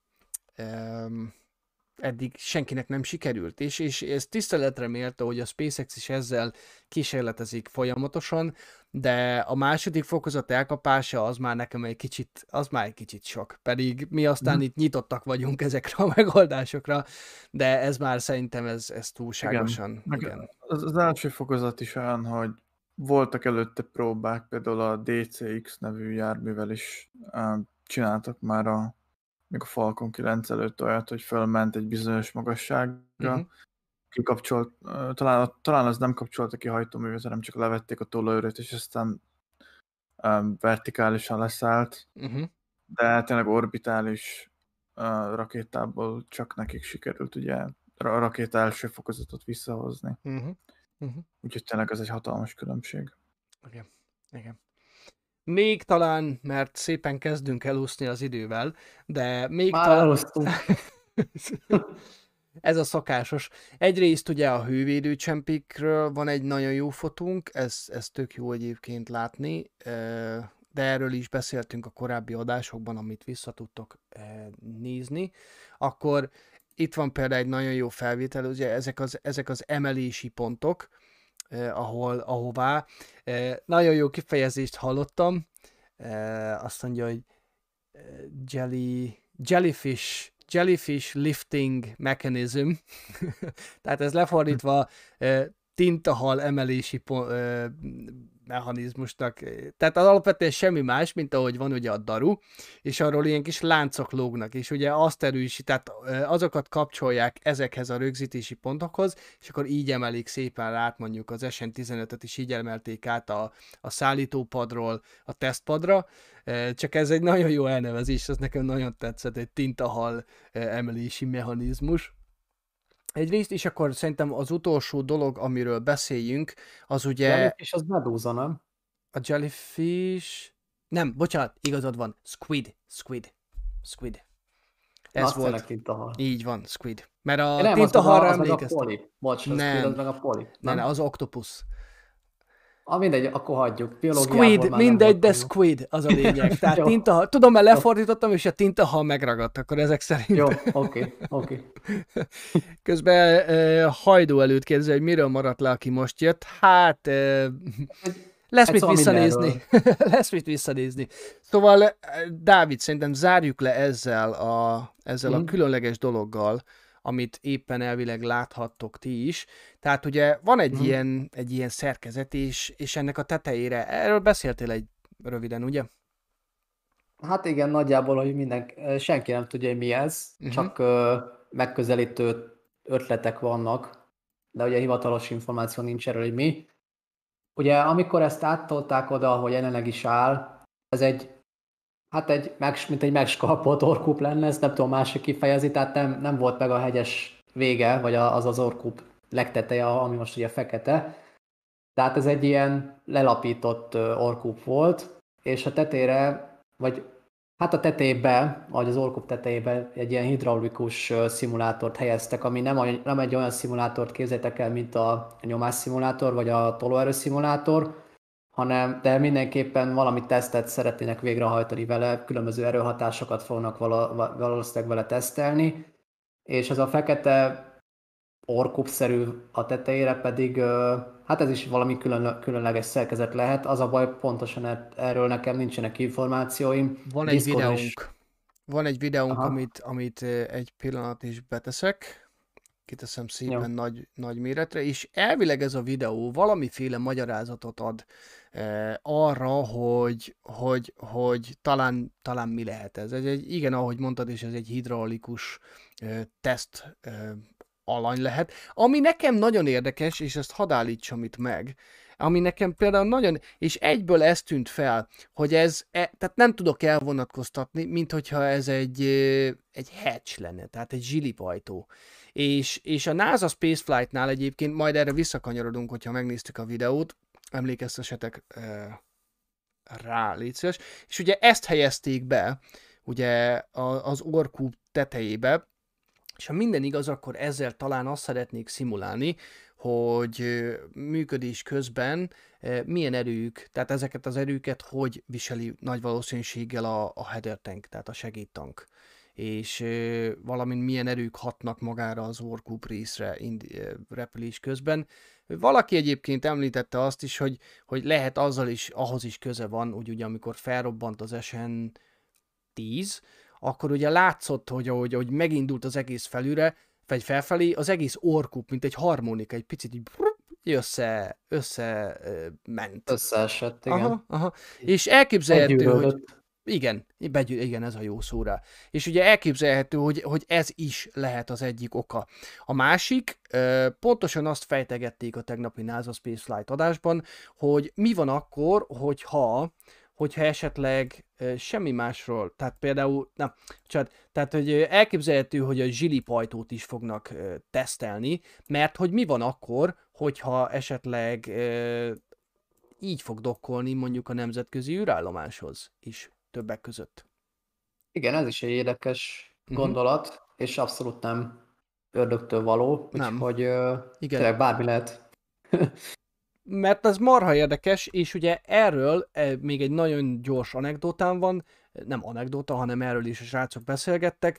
eddig senkinek nem sikerült. És ez tiszteletre méltó, hogy a SpaceX is ezzel kísérletezik folyamatosan, de a második fokozat elkapása az már nekem egy kicsit sok. Pedig mi aztán itt nyitottak vagyunk ezekre a megoldásokra, de ez már szerintem ez túlságosan. Igen. Az első fokozat is olyan, hogy voltak előtte próbák, például a DCX nevű járművel is csináltak már még a Falcon 9 előtt olyat, hogy fölment egy bizonyos magasságra, kikapcsolt, talán az nem kapcsolta ki hajtóművet, hanem csak levették a tolóerőt, és aztán vertikálisan leszállt, de tényleg orbitális rakétából csak nekik sikerült ugye a rakéta első fokozatot visszahozni. Úgyhogy tényleg ez egy hatalmas különbség. Igen. Még talán, mert szépen kezdünk elúszni az idővel, de még talán... Ez a szokásos. Egyrészt ugye a hővédőcsempékről van egy nagyon jó fotónk, ez tök jó egyébként látni, de erről is beszéltünk a korábbi adásokban, amit vissza tudtok nézni. Akkor itt van például egy nagyon jó felvétel, ugye ezek az emelési pontok, ahová nagyon jó kifejezést hallottam, azt mondja, hogy jellyfish lifting mechanism, tehát ez lefordítva tintahal emelési mechanizmusnak, tehát az alapvetően semmi más, mint ahogy van ugye a daru, és arról ilyen kis láncok lógnak, és ugye azt tehát azokat kapcsolják ezekhez a rögzítési pontokhoz, és akkor így emelik szépen át, mondjuk az SN15-öt is így emelték át a szállítópadról a tesztpadra, csak ez egy nagyon jó elnevezés, ez nekem nagyon tetszett, egy tintahal emelési mechanizmus. Egyrészt, és akkor szerintem az utolsó dolog, amiről beszéljünk, az ugye... Jellyfish az medúza, nem? A jellyfish... Nem, bocsánat, igazad van. Squid. Ez volt. Tintahal. Így van, squid. Mert a tintahalra emlékeztem. Bocs, a squid az meg a poli. Nem, az octopus. Mindegy, akkor hagyjuk. Squid, mindegy, de squid az a lényeg. Tehát tintahal, tudom, mert lefordítottam, és a tintahal megragadt, akkor ezek szerint. Jó, oké. Közben Hajdó előtt kérdezi, hogy miről maradt le, aki most jött. Hát, lesz mit visszanézni. Szóval, Dávid, szerintem zárjuk le ezzel a különleges dologgal, amit éppen elvileg láthattok ti is. Tehát ugye van egy ilyen szerkezet, és ennek a tetejére, erről beszéltél egy röviden, ugye? Hát igen, nagyjából, hogy senki nem tudja, hogy mi ez, csak megközelítő ötletek vannak, de ugye hivatalos információ nincs erről, hogy mi. Ugye amikor ezt áttolták oda, hogy jelenleg is áll, ez mint egy megskalpolt orkúp lenne, ezt nem tudom másik kifejezni, tehát nem volt meg a hegyes vége, vagy az orkúp legteteje, ami most ugye fekete. Tehát ez egy ilyen lelapított orkúp volt, és a tetejére, vagy hát a tetejébe, vagy az orkúp tetejébe egy ilyen hidraulikus szimulátort helyeztek, ami nem egy olyan szimulátort képzeljétek el, mint a nyomásszimulátor, vagy a tolóerő szimulátor, de mindenképpen valami tesztet szeretnének végrehajtani vele, különböző erőhatásokat fognak valószínűleg vele tesztelni, és ez a fekete orkúp-szerű a tetejére pedig, hát ez is valami különleges szerkezet lehet, az a baj, pontosan erről nekem nincsenek információim. Van egy videónk. Van egy videónk, Aha. amit egy pillanat is beteszek. Kiteszem szépen Jó. nagy méretre, és elvileg ez a videó valamiféle magyarázatot ad arra, hogy talán mi lehet ez. Igen, ahogy mondtad, és ez egy hidraulikus teszt alany lehet. Ami nekem nagyon érdekes, és ezt hadd állítsam itt meg, ami nekem például nagyon, és egyből ez tűnt fel, hogy tehát nem tudok elvonatkoztatni, mint hogyha ez egy hatch lenne, tehát egy zsilipajtó. És a NASA Spaceflight-nál egyébként, majd erre visszakanyarodunk, hogyha megnéztük a videót, emlékeztessetek rá, légy szíves. És ugye ezt helyezték be, ugye az orrkúp tetejébe, és ha minden igaz, akkor ezzel talán azt szeretnék szimulálni, hogy működés közben milyen erők, tehát ezeket az erőket hogy viseli nagy valószínűséggel a header tank, tehát a segédtank. És valamint milyen erők hatnak magára az orrkúp részre repülés közben. Valaki egyébként említette azt is, hogy lehet ahhoz is köze van, úgy ugye amikor felrobbant az SN10, akkor ugye látszott, hogy megindult az egész felülre, vagy felfelé, az egész orrkúp, mint egy harmonika, egy picit így ment. Összeesett, igen. Aha. És elképzelhető, hogy... Begyűrődött. Igen, ez a jó szó rá. És ugye elképzelhető, hogy ez is lehet az egyik oka. A másik, pontosan azt fejtegették a tegnapi NASA Spaceflight adásban, hogy mi van akkor, hogyha esetleg semmi másról, tehát például, tehát hogy elképzelhető, hogy a zsilipajtót is fognak tesztelni, mert hogy mi van akkor, hogyha esetleg így fog dokkolni mondjuk a nemzetközi űrállomáshoz is többek között. Igen, ez is egy érdekes gondolat, és abszolút nem ördögtől való, Nem. úgyhogy Igen. tényleg bármi lehet. Mert ez marha érdekes, és ugye erről még egy nagyon gyors anekdotám van, nem anekdota, hanem erről is a srácok beszélgettek,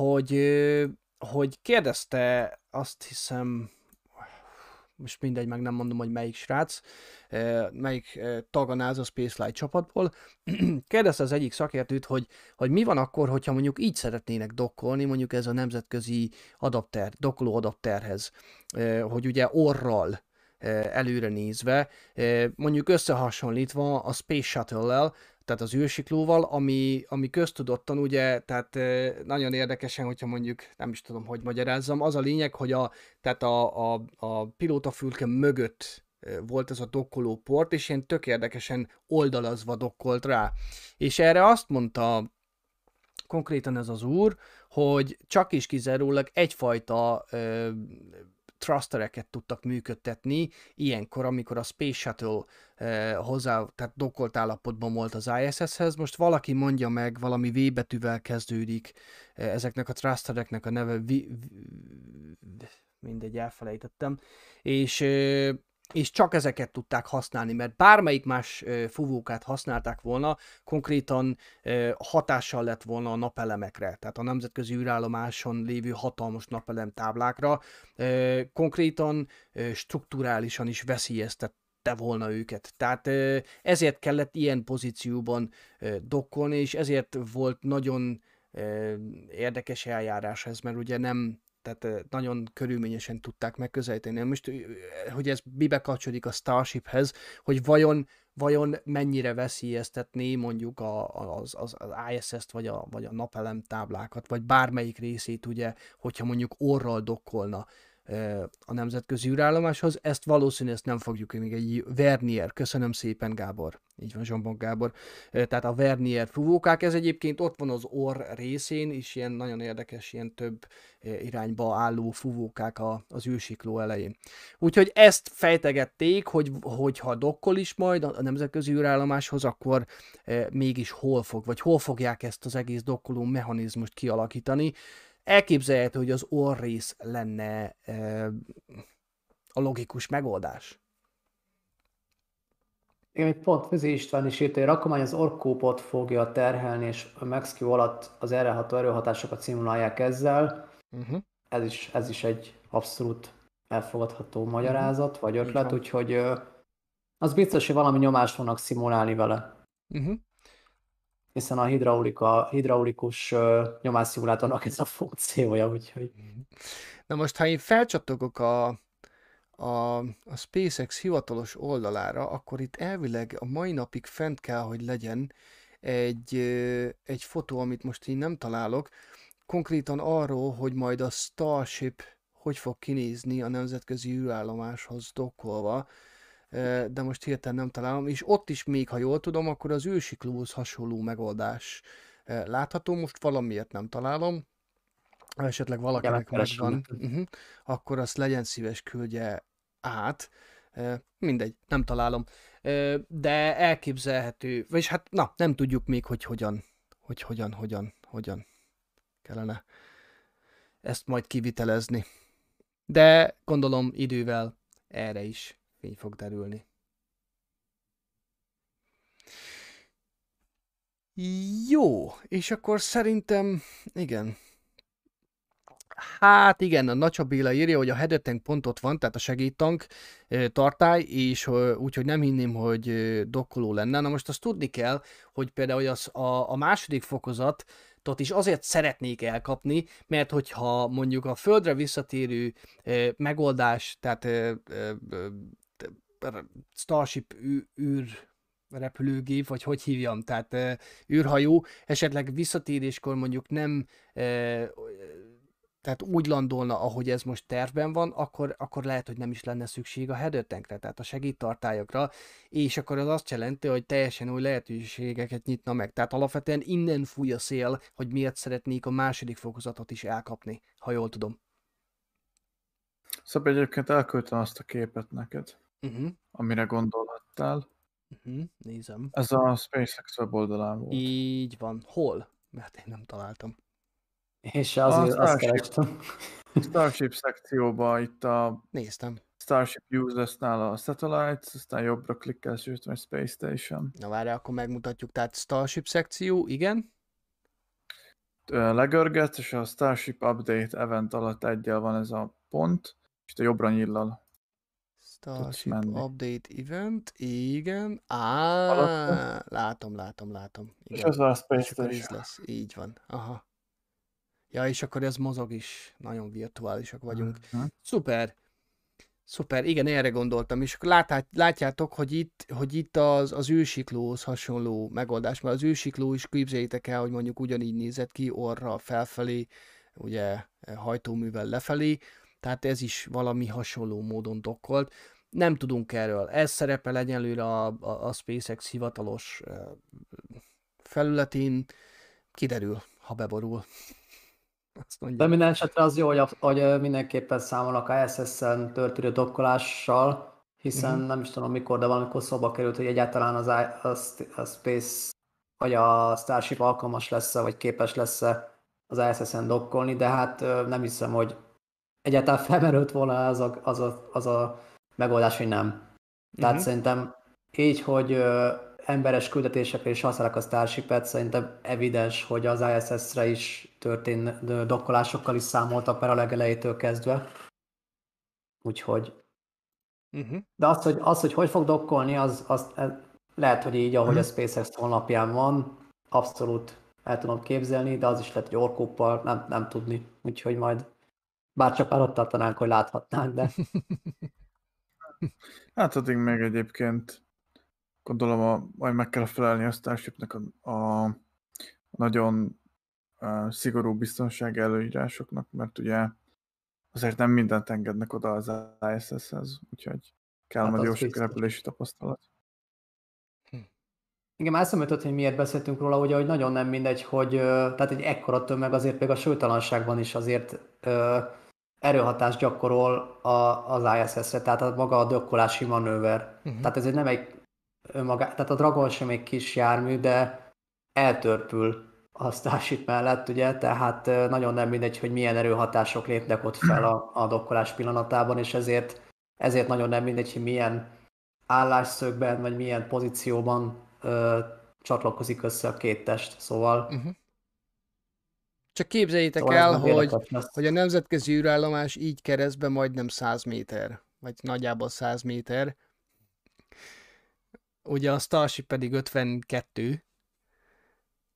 hogy kérdezte, azt hiszem, most mindegy, meg nem mondom, hogy melyik srác, melyik tag a NASA Spaceflight csapatból, kérdezte az egyik szakértőt, hogy mi van akkor, hogyha mondjuk így szeretnének dokkolni, mondjuk ez a nemzetközi dokkoló adapterhez, hogy ugye orral előre nézve, mondjuk összehasonlítva a Space Shuttle-lel, tehát az űrsiklóval, ami köztudottan ugye, tehát nagyon érdekesen, hogyha mondjuk, nem is tudom, hogy magyarázzam, az a lényeg, hogy tehát a pilótafülke mögött volt ez a dokkoló port, és ilyen tök érdekesen oldalazva dokkolt rá. És erre azt mondta konkrétan ez az úr, hogy csak is kizárólag egyfajta thrustereket tudtak működtetni ilyenkor, amikor a Space Shuttle tehát dokkolt állapotban volt az ISS-hez. Most valaki mondja meg, valami V betűvel kezdődik ezeknek a thrustereknek a neve, mindegy, elfelejtettem, és csak ezeket tudták használni, mert bármelyik más fúvókát használták volna, konkrétan hatással lett volna a napelemekre, tehát a nemzetközi űrállomáson lévő hatalmas napelem táblákra, konkrétan strukturálisan is veszélyeztette volna őket. Tehát ezért kellett ilyen pozícióban dokkolni, és ezért volt nagyon érdekes eljárás ez, mert ugye nem, tehát nagyon körülményesen tudták megközelíteni. Most, hogy ez mibe kapcsolódik a Starshiphez, hogy vajon mennyire veszélyeztetné mondjuk az ISS-t, vagy a napelem táblákat, vagy bármelyik részét, ugye, hogyha mondjuk orral dokkolna a nemzetközi űrállomáshoz. Ezt valószínűleg nem fogjuk, még egy Vernier, köszönöm szépen Gábor, így van Zsombok Gábor, tehát a Vernier fúvókák, ez egyébként ott van az orr részén, és ilyen nagyon érdekes, ilyen több irányba álló fúvókák az űrsikló elején. Úgyhogy ezt fejtegették, hogy ha dokkol is majd a nemzetközi űrállomáshoz, akkor mégis hol fogják ezt az egész dokkoló mechanizmust kialakítani. Elképzelhető, hogy az orrész lenne a logikus megoldás. Igen, itt pont Vizi István is írta, hogy a rakomány az orrkúpot fogja terhelni, és a MaxQ alatt az erre ható erőhatásokat szimulálják ezzel. Ez is egy abszolút elfogadható magyarázat, vagy ötlet, úgyhogy az biztos, hogy valami nyomást fognak szimulálni vele. hiszen a hidraulikus nyomásszimulátornak ez a funkciója, úgyhogy... Na most, ha én felcsattogok a SpaceX hivatalos oldalára, akkor itt elvileg a mai napig fent kell, hogy legyen egy fotó, amit most én nem találok, konkrétan arról, hogy majd a Starship hogy fog kinézni a nemzetközi űrállomáshoz dokkolva, de most hirtelen nem találom, és ott is még, ha jól tudom, akkor az űrsiklóhoz hasonló megoldás látható, most valamiért nem találom, ha esetleg valakinek megvan, akkor azt legyen szíves, küldje át. Mindegy, nem találom. De elképzelhető, vagyis hát na, nem tudjuk még, hogy hogyan kellene ezt majd kivitelezni. De gondolom idővel erre is fény fog derülni. Jó, és akkor szerintem, igen. Hát igen, a Nacsa Béla írja, hogy a header tank pont ott van, tehát a segédtank tartály, és úgyhogy nem hinném, hogy dokkoló lenne. Na most azt tudni kell, hogy például a második fokozatot is azért szeretnék elkapni, mert hogyha mondjuk a Földre visszatérő megoldás, tehát Starship repülőgép, vagy hogy hívjam, tehát űrhajó, esetleg visszatéréskor mondjuk nem tehát úgy landolna, ahogy ez most tervben van, akkor lehet, hogy nem is lenne szükség a header tankre, tehát a segédtartályokra, és akkor az azt jelenti, hogy teljesen új lehetőségeket nyitna meg. Tehát alapvetően innen fúj a szél, hogy miért szeretnék a második fokozatot is elkapni, ha jól tudom. Szóval egyébként elküldtem azt a képet neked, amire gondolhattál. Nézem. Ez a SpaceX weboldalán volt. Így van. Hol? Mert én nem találtam. És azért azt kerestem. Starship szekcióban itt a Néztem. Starship Users-nál a Satellites, aztán jobbra klikkelsz, és a Space Station. Na várjál, akkor megmutatjuk. Tehát Starship szekció, igen. Legörgetsz, és a Starship Update event alatt egyel van ez a pont, és te jobbra nyillal. Starship Update Event, igen. Látom. Igen. És ez a Space Station. Lesz. Így van. Aha. Ja, és akkor ez mozog is. Nagyon virtuálisak vagyunk. Szuper. Igen, erre gondoltam. És akkor látjátok, hogy itt az űrsiklóhoz hasonló megoldás, mert az űrsikló is képzeljétek el, hogy mondjuk ugyanígy nézett ki, orra felfelé, ugye hajtóművel lefelé, tehát ez is valami hasonló módon dokkolt. Nem tudunk erről. Ez szerepel egyenlőre a SpaceX hivatalos felületén. Kiderül, ha beborul. De minden esetre az jó, hogy mindenképpen számolnak a ISS-en történő dokkolással, hiszen nem is tudom mikor, de valamikor szóba került, hogy egyáltalán a Space vagy a Starship alkalmas lesz, vagy képes lesz az ISS-en dokkolni, de hát nem hiszem, hogy egyáltalán felmerült volna az a megoldás, hogy nem. Tehát szerintem így, hogy emberes küldetésekre is használják a Starship-et, szerintem evidens, hogy az ISS-re is történő dokkolásokkal is számoltak már a legelejétől kezdve. Úgyhogy... De az, hogy fog dokkolni, az lehet, hogy így, ahogy a SpaceX honlapján van, abszolút el tudom képzelni, de az is lehet, hogy orkóppal nem tudni. Úgyhogy majd bárcsak már ott tartanánk, hogy láthatnánk, de... Hát addig még egyébként gondolom, majd meg kell felelni a Starshipnek a nagyon szigorú biztonsági előírásoknak, mert ugye azért nem mindent engednek oda az ISS-hez, úgyhogy kell majd jó sok repülési tapasztalat. Igen, már eszembe jutott, hogy miért beszéltünk róla, ugye, hogy nagyon nem mindegy, hogy tehát egy ekkora tömeg azért még a súlytalanságban is azért erőhatást gyakorol az ISS-re, tehát maga a dokkolási manőver. Tehát ez nem egy tehát a Dragon sem egy kis jármű, de eltörpül a Starship mellett, ugye, tehát nagyon nem mindegy, hogy milyen erőhatások lépnek ott fel a dokkolás pillanatában, és ezért nagyon nem mindegy, hogy milyen állásszögben, vagy milyen pozícióban csatlakozik össze a két test, szóval... Csak képzeljétek el, hogy a nemzetközi űrállomás így keresztbe majdnem 100 méter, vagy nagyjából 100 méter. Ugye a Starship pedig 52,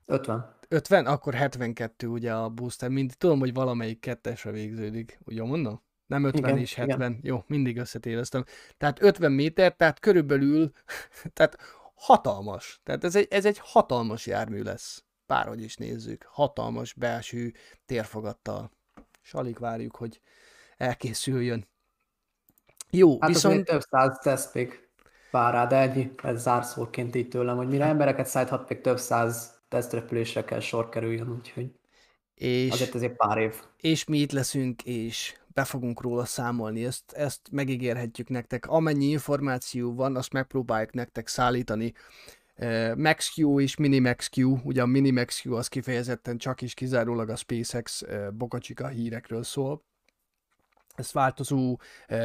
50. 50? Akkor 72 ugye a booster. Tudom, hogy valamelyik kettesre végződik. Ugye mondom? Nem 50 Igen, és 70. igen. Jó, mindig összetévesztem. Tehát 50 méter, tehát körülbelül, tehát hatalmas. Tehát ez egy hatalmas jármű lesz. Bárhogy is nézzük. Hatalmas belső térfogattal. És alig várjuk, hogy elkészüljön. Jó, Hát viszont... azért több száz teszt még vár rá, de ennyi, ez zárszóként így tőlem, hogy mire embereket szállíthat, még több száz tesztrepülésre kell sor kerüljön, úgyhogy azért ez egy pár év. És mi itt leszünk, és be fogunk róla számolni, ezt megígérhetjük nektek. Amennyi információ van, azt megpróbáljuk nektek szállítani. MaxQ és MiniMaxQ, ugye a MiniMaxQ az kifejezetten csak is kizárólag a SpaceX Boca Chica hírekről szól. Ezt változó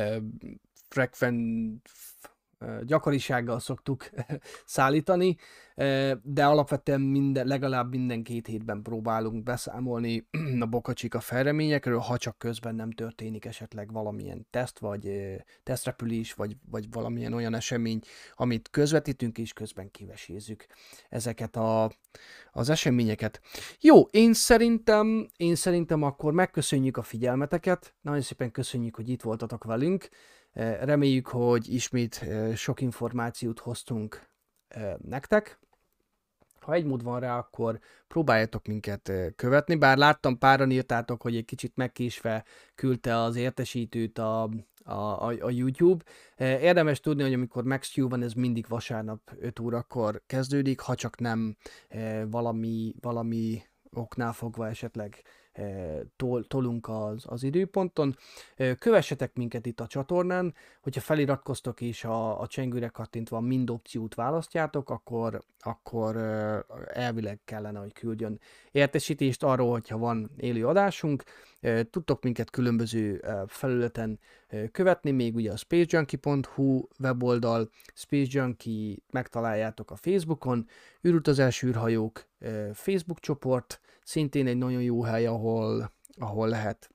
gyakorisággal szoktuk szállítani, de alapvetően legalább minden 2 hétben próbálunk beszámolni a Boca Chica fejleményekről, ha csak közben nem történik esetleg valamilyen teszt, vagy tesztrepülés, vagy valamilyen olyan esemény, amit közvetítünk, és közben kivesézzük ezeket az eseményeket. Jó, én szerintem akkor megköszönjük a figyelmeteket, nagyon szépen köszönjük, hogy itt voltatok velünk. Reméljük, hogy ismét sok információt hoztunk nektek. Ha egy mód van rá, akkor próbáljatok minket követni, bár láttam páran írtátok, hogy egy kicsit megkésve küldte az értesítőt a YouTube. Érdemes tudni, hogy amikor MaxQ van, ez mindig vasárnap 5 órakor kezdődik, ha csak nem valami oknál fogva esetleg tolunk az időponton. Kövessetek minket itt a csatornán, hogyha feliratkoztok és a csengőre kattintva mind opciót választjátok, akkor elvileg kellene, hogy küldjön értesítést arról, hogyha van élő adásunk. Tudtok minket különböző felületen követni, még ugye a spacejunkie.hu weboldal, Space Junkie megtaláljátok a Facebookon, űrutazás űrhajók Facebook csoport, szintén egy nagyon jó hely, ahol lehet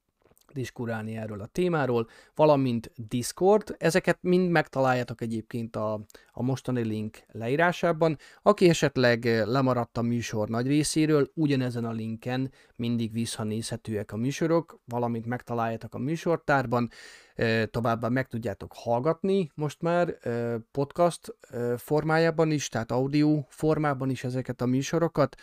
diskurálni erről a témáról, valamint Discord. Ezeket mind megtaláljátok egyébként a mostani link leírásában. Aki esetleg lemaradt a műsor nagy részéről, ugyanezen a linken mindig visszanézhetőek a műsorok, valamint megtaláljátok a műsortárban, továbbá meg tudjátok hallgatni most már podcast formájában is, tehát audio formában is ezeket a műsorokat.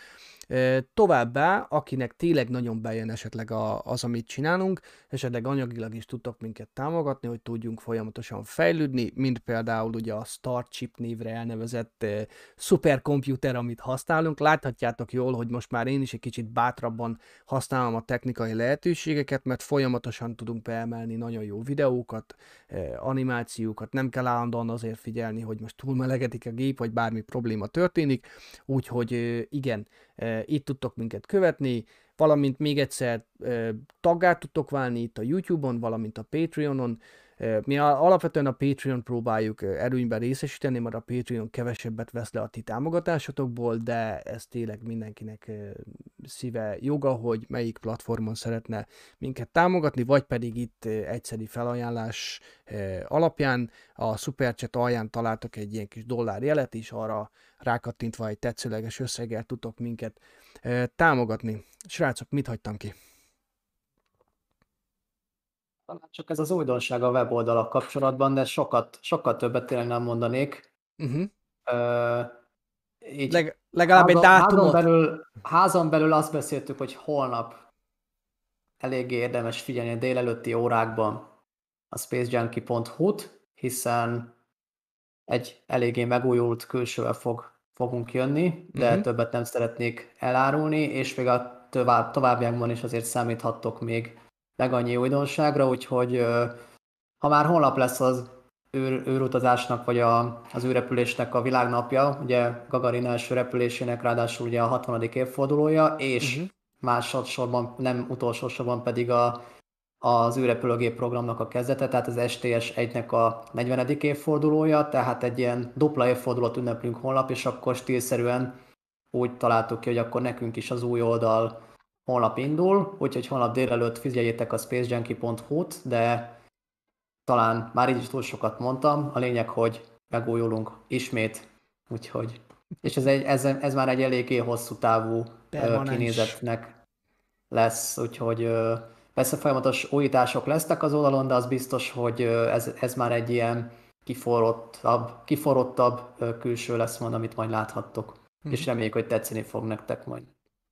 Továbbá, akinek tényleg nagyon bejön esetleg az, amit csinálunk, esetleg anyagilag is tudtok minket támogatni, hogy tudjunk folyamatosan fejlődni, mint például ugye a Starship névre elnevezett szuperkomputer, amit használunk. Láthatjátok jól, hogy most már én is egy kicsit bátrabban használom a technikai lehetőségeket, mert folyamatosan tudunk beemelni nagyon jó videókat, animációkat, nem kell állandóan azért figyelni, hogy most túlmelegedik a gép, vagy bármi probléma történik, úgyhogy igen, itt tudtok minket követni, valamint még egyszer taggá tudtok válni itt a YouTube-on, valamint a Patreonon. Mi alapvetően a Patreon próbáljuk előnyben részesíteni, mert a Patreon kevesebbet vesz le a ti támogatásotokból, de ez tényleg mindenkinek szíve joga, hogy melyik platformon szeretne minket támogatni, vagy pedig itt egyszeri felajánlás alapján a Superchat alján találtok egy ilyen kis dollárjelet, és arra rákattintva egy tetszőleges összeggel tudtok minket támogatni. Srácok, mit hagytam ki? Talán csak ez az újdonság a weboldalak kapcsolatban, de sokkal többet tényleg nem mondanék. Így legalább egy dátumot. Házon belül azt beszéltük, hogy holnap eléggé érdemes figyelni a délelőtti órákban a spacejunkie.hu-t, hiszen egy eléggé megújult külsővel fogunk jönni, de többet nem szeretnék elárulni, és még a továbbiakban is azért számíthattok még meg annyi újdonságra, úgyhogy ha már holnap lesz az űrutazásnak, vagy az űrrepülésnek a világnapja, ugye Gagarin első repülésének ráadásul ugye a 60. évfordulója, és másodszorban, nem utolsó sorban pedig az űrrepülőgép programnak a kezdete, tehát az STS 1-nek a 40. évfordulója, tehát egy ilyen dupla évfordulót ünneplünk holnap, és akkor stílszerűen úgy találtuk ki, hogy akkor nekünk is az új oldal holnap indul, úgyhogy holnap délelőtt figyeljétek a spacejunkie.hu-t, de talán már így is túl sokat mondtam, a lényeg, hogy megújulunk ismét, úgyhogy És ez már egy eléggé hosszú távú Permanens. kinézetnek lesz, úgyhogy persze folyamatos újítások lesznek az oldalon, de az biztos, hogy ez már egy ilyen kiforrottabb külső lesz majd, amit majd láthattok. És reméljük, hogy tetszeni fog nektek majd.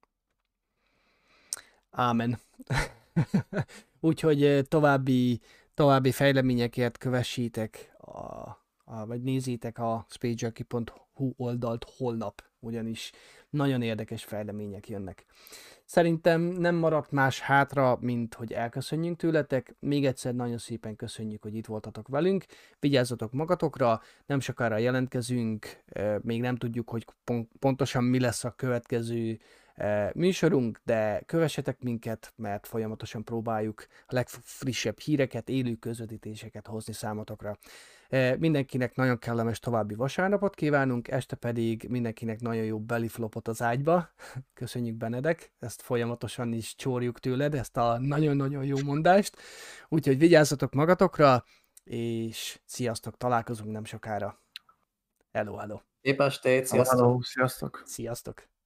Ámen. Úgyhogy további fejleményekért kövessétek, vagy nézzétek a spacejockey.hu oldalt holnap, ugyanis nagyon érdekes fejlemények jönnek. Szerintem nem maradt más hátra, mint hogy elköszönjünk tőletek. Még egyszer nagyon szépen köszönjük, hogy itt voltatok velünk. Vigyázzatok magatokra, nem sokára jelentkezünk, még nem tudjuk, hogy pontosan mi lesz a következő műsorunk, de kövessetek minket, mert folyamatosan próbáljuk a legfrissebb híreket, élő közvetítéseket hozni számotokra. Mindenkinek nagyon kellemes további vasárnapot kívánunk, este pedig mindenkinek nagyon jó bellyflopot az ágyba. Köszönjük, Benedek, ezt folyamatosan is csórjuk tőled, ezt a nagyon-nagyon jó mondást. Úgyhogy vigyázzatok magatokra, és sziasztok, találkozunk nem sokára. Hello, hello. Szép estét, sziasztok! Hello, sziasztok! Sziasztok!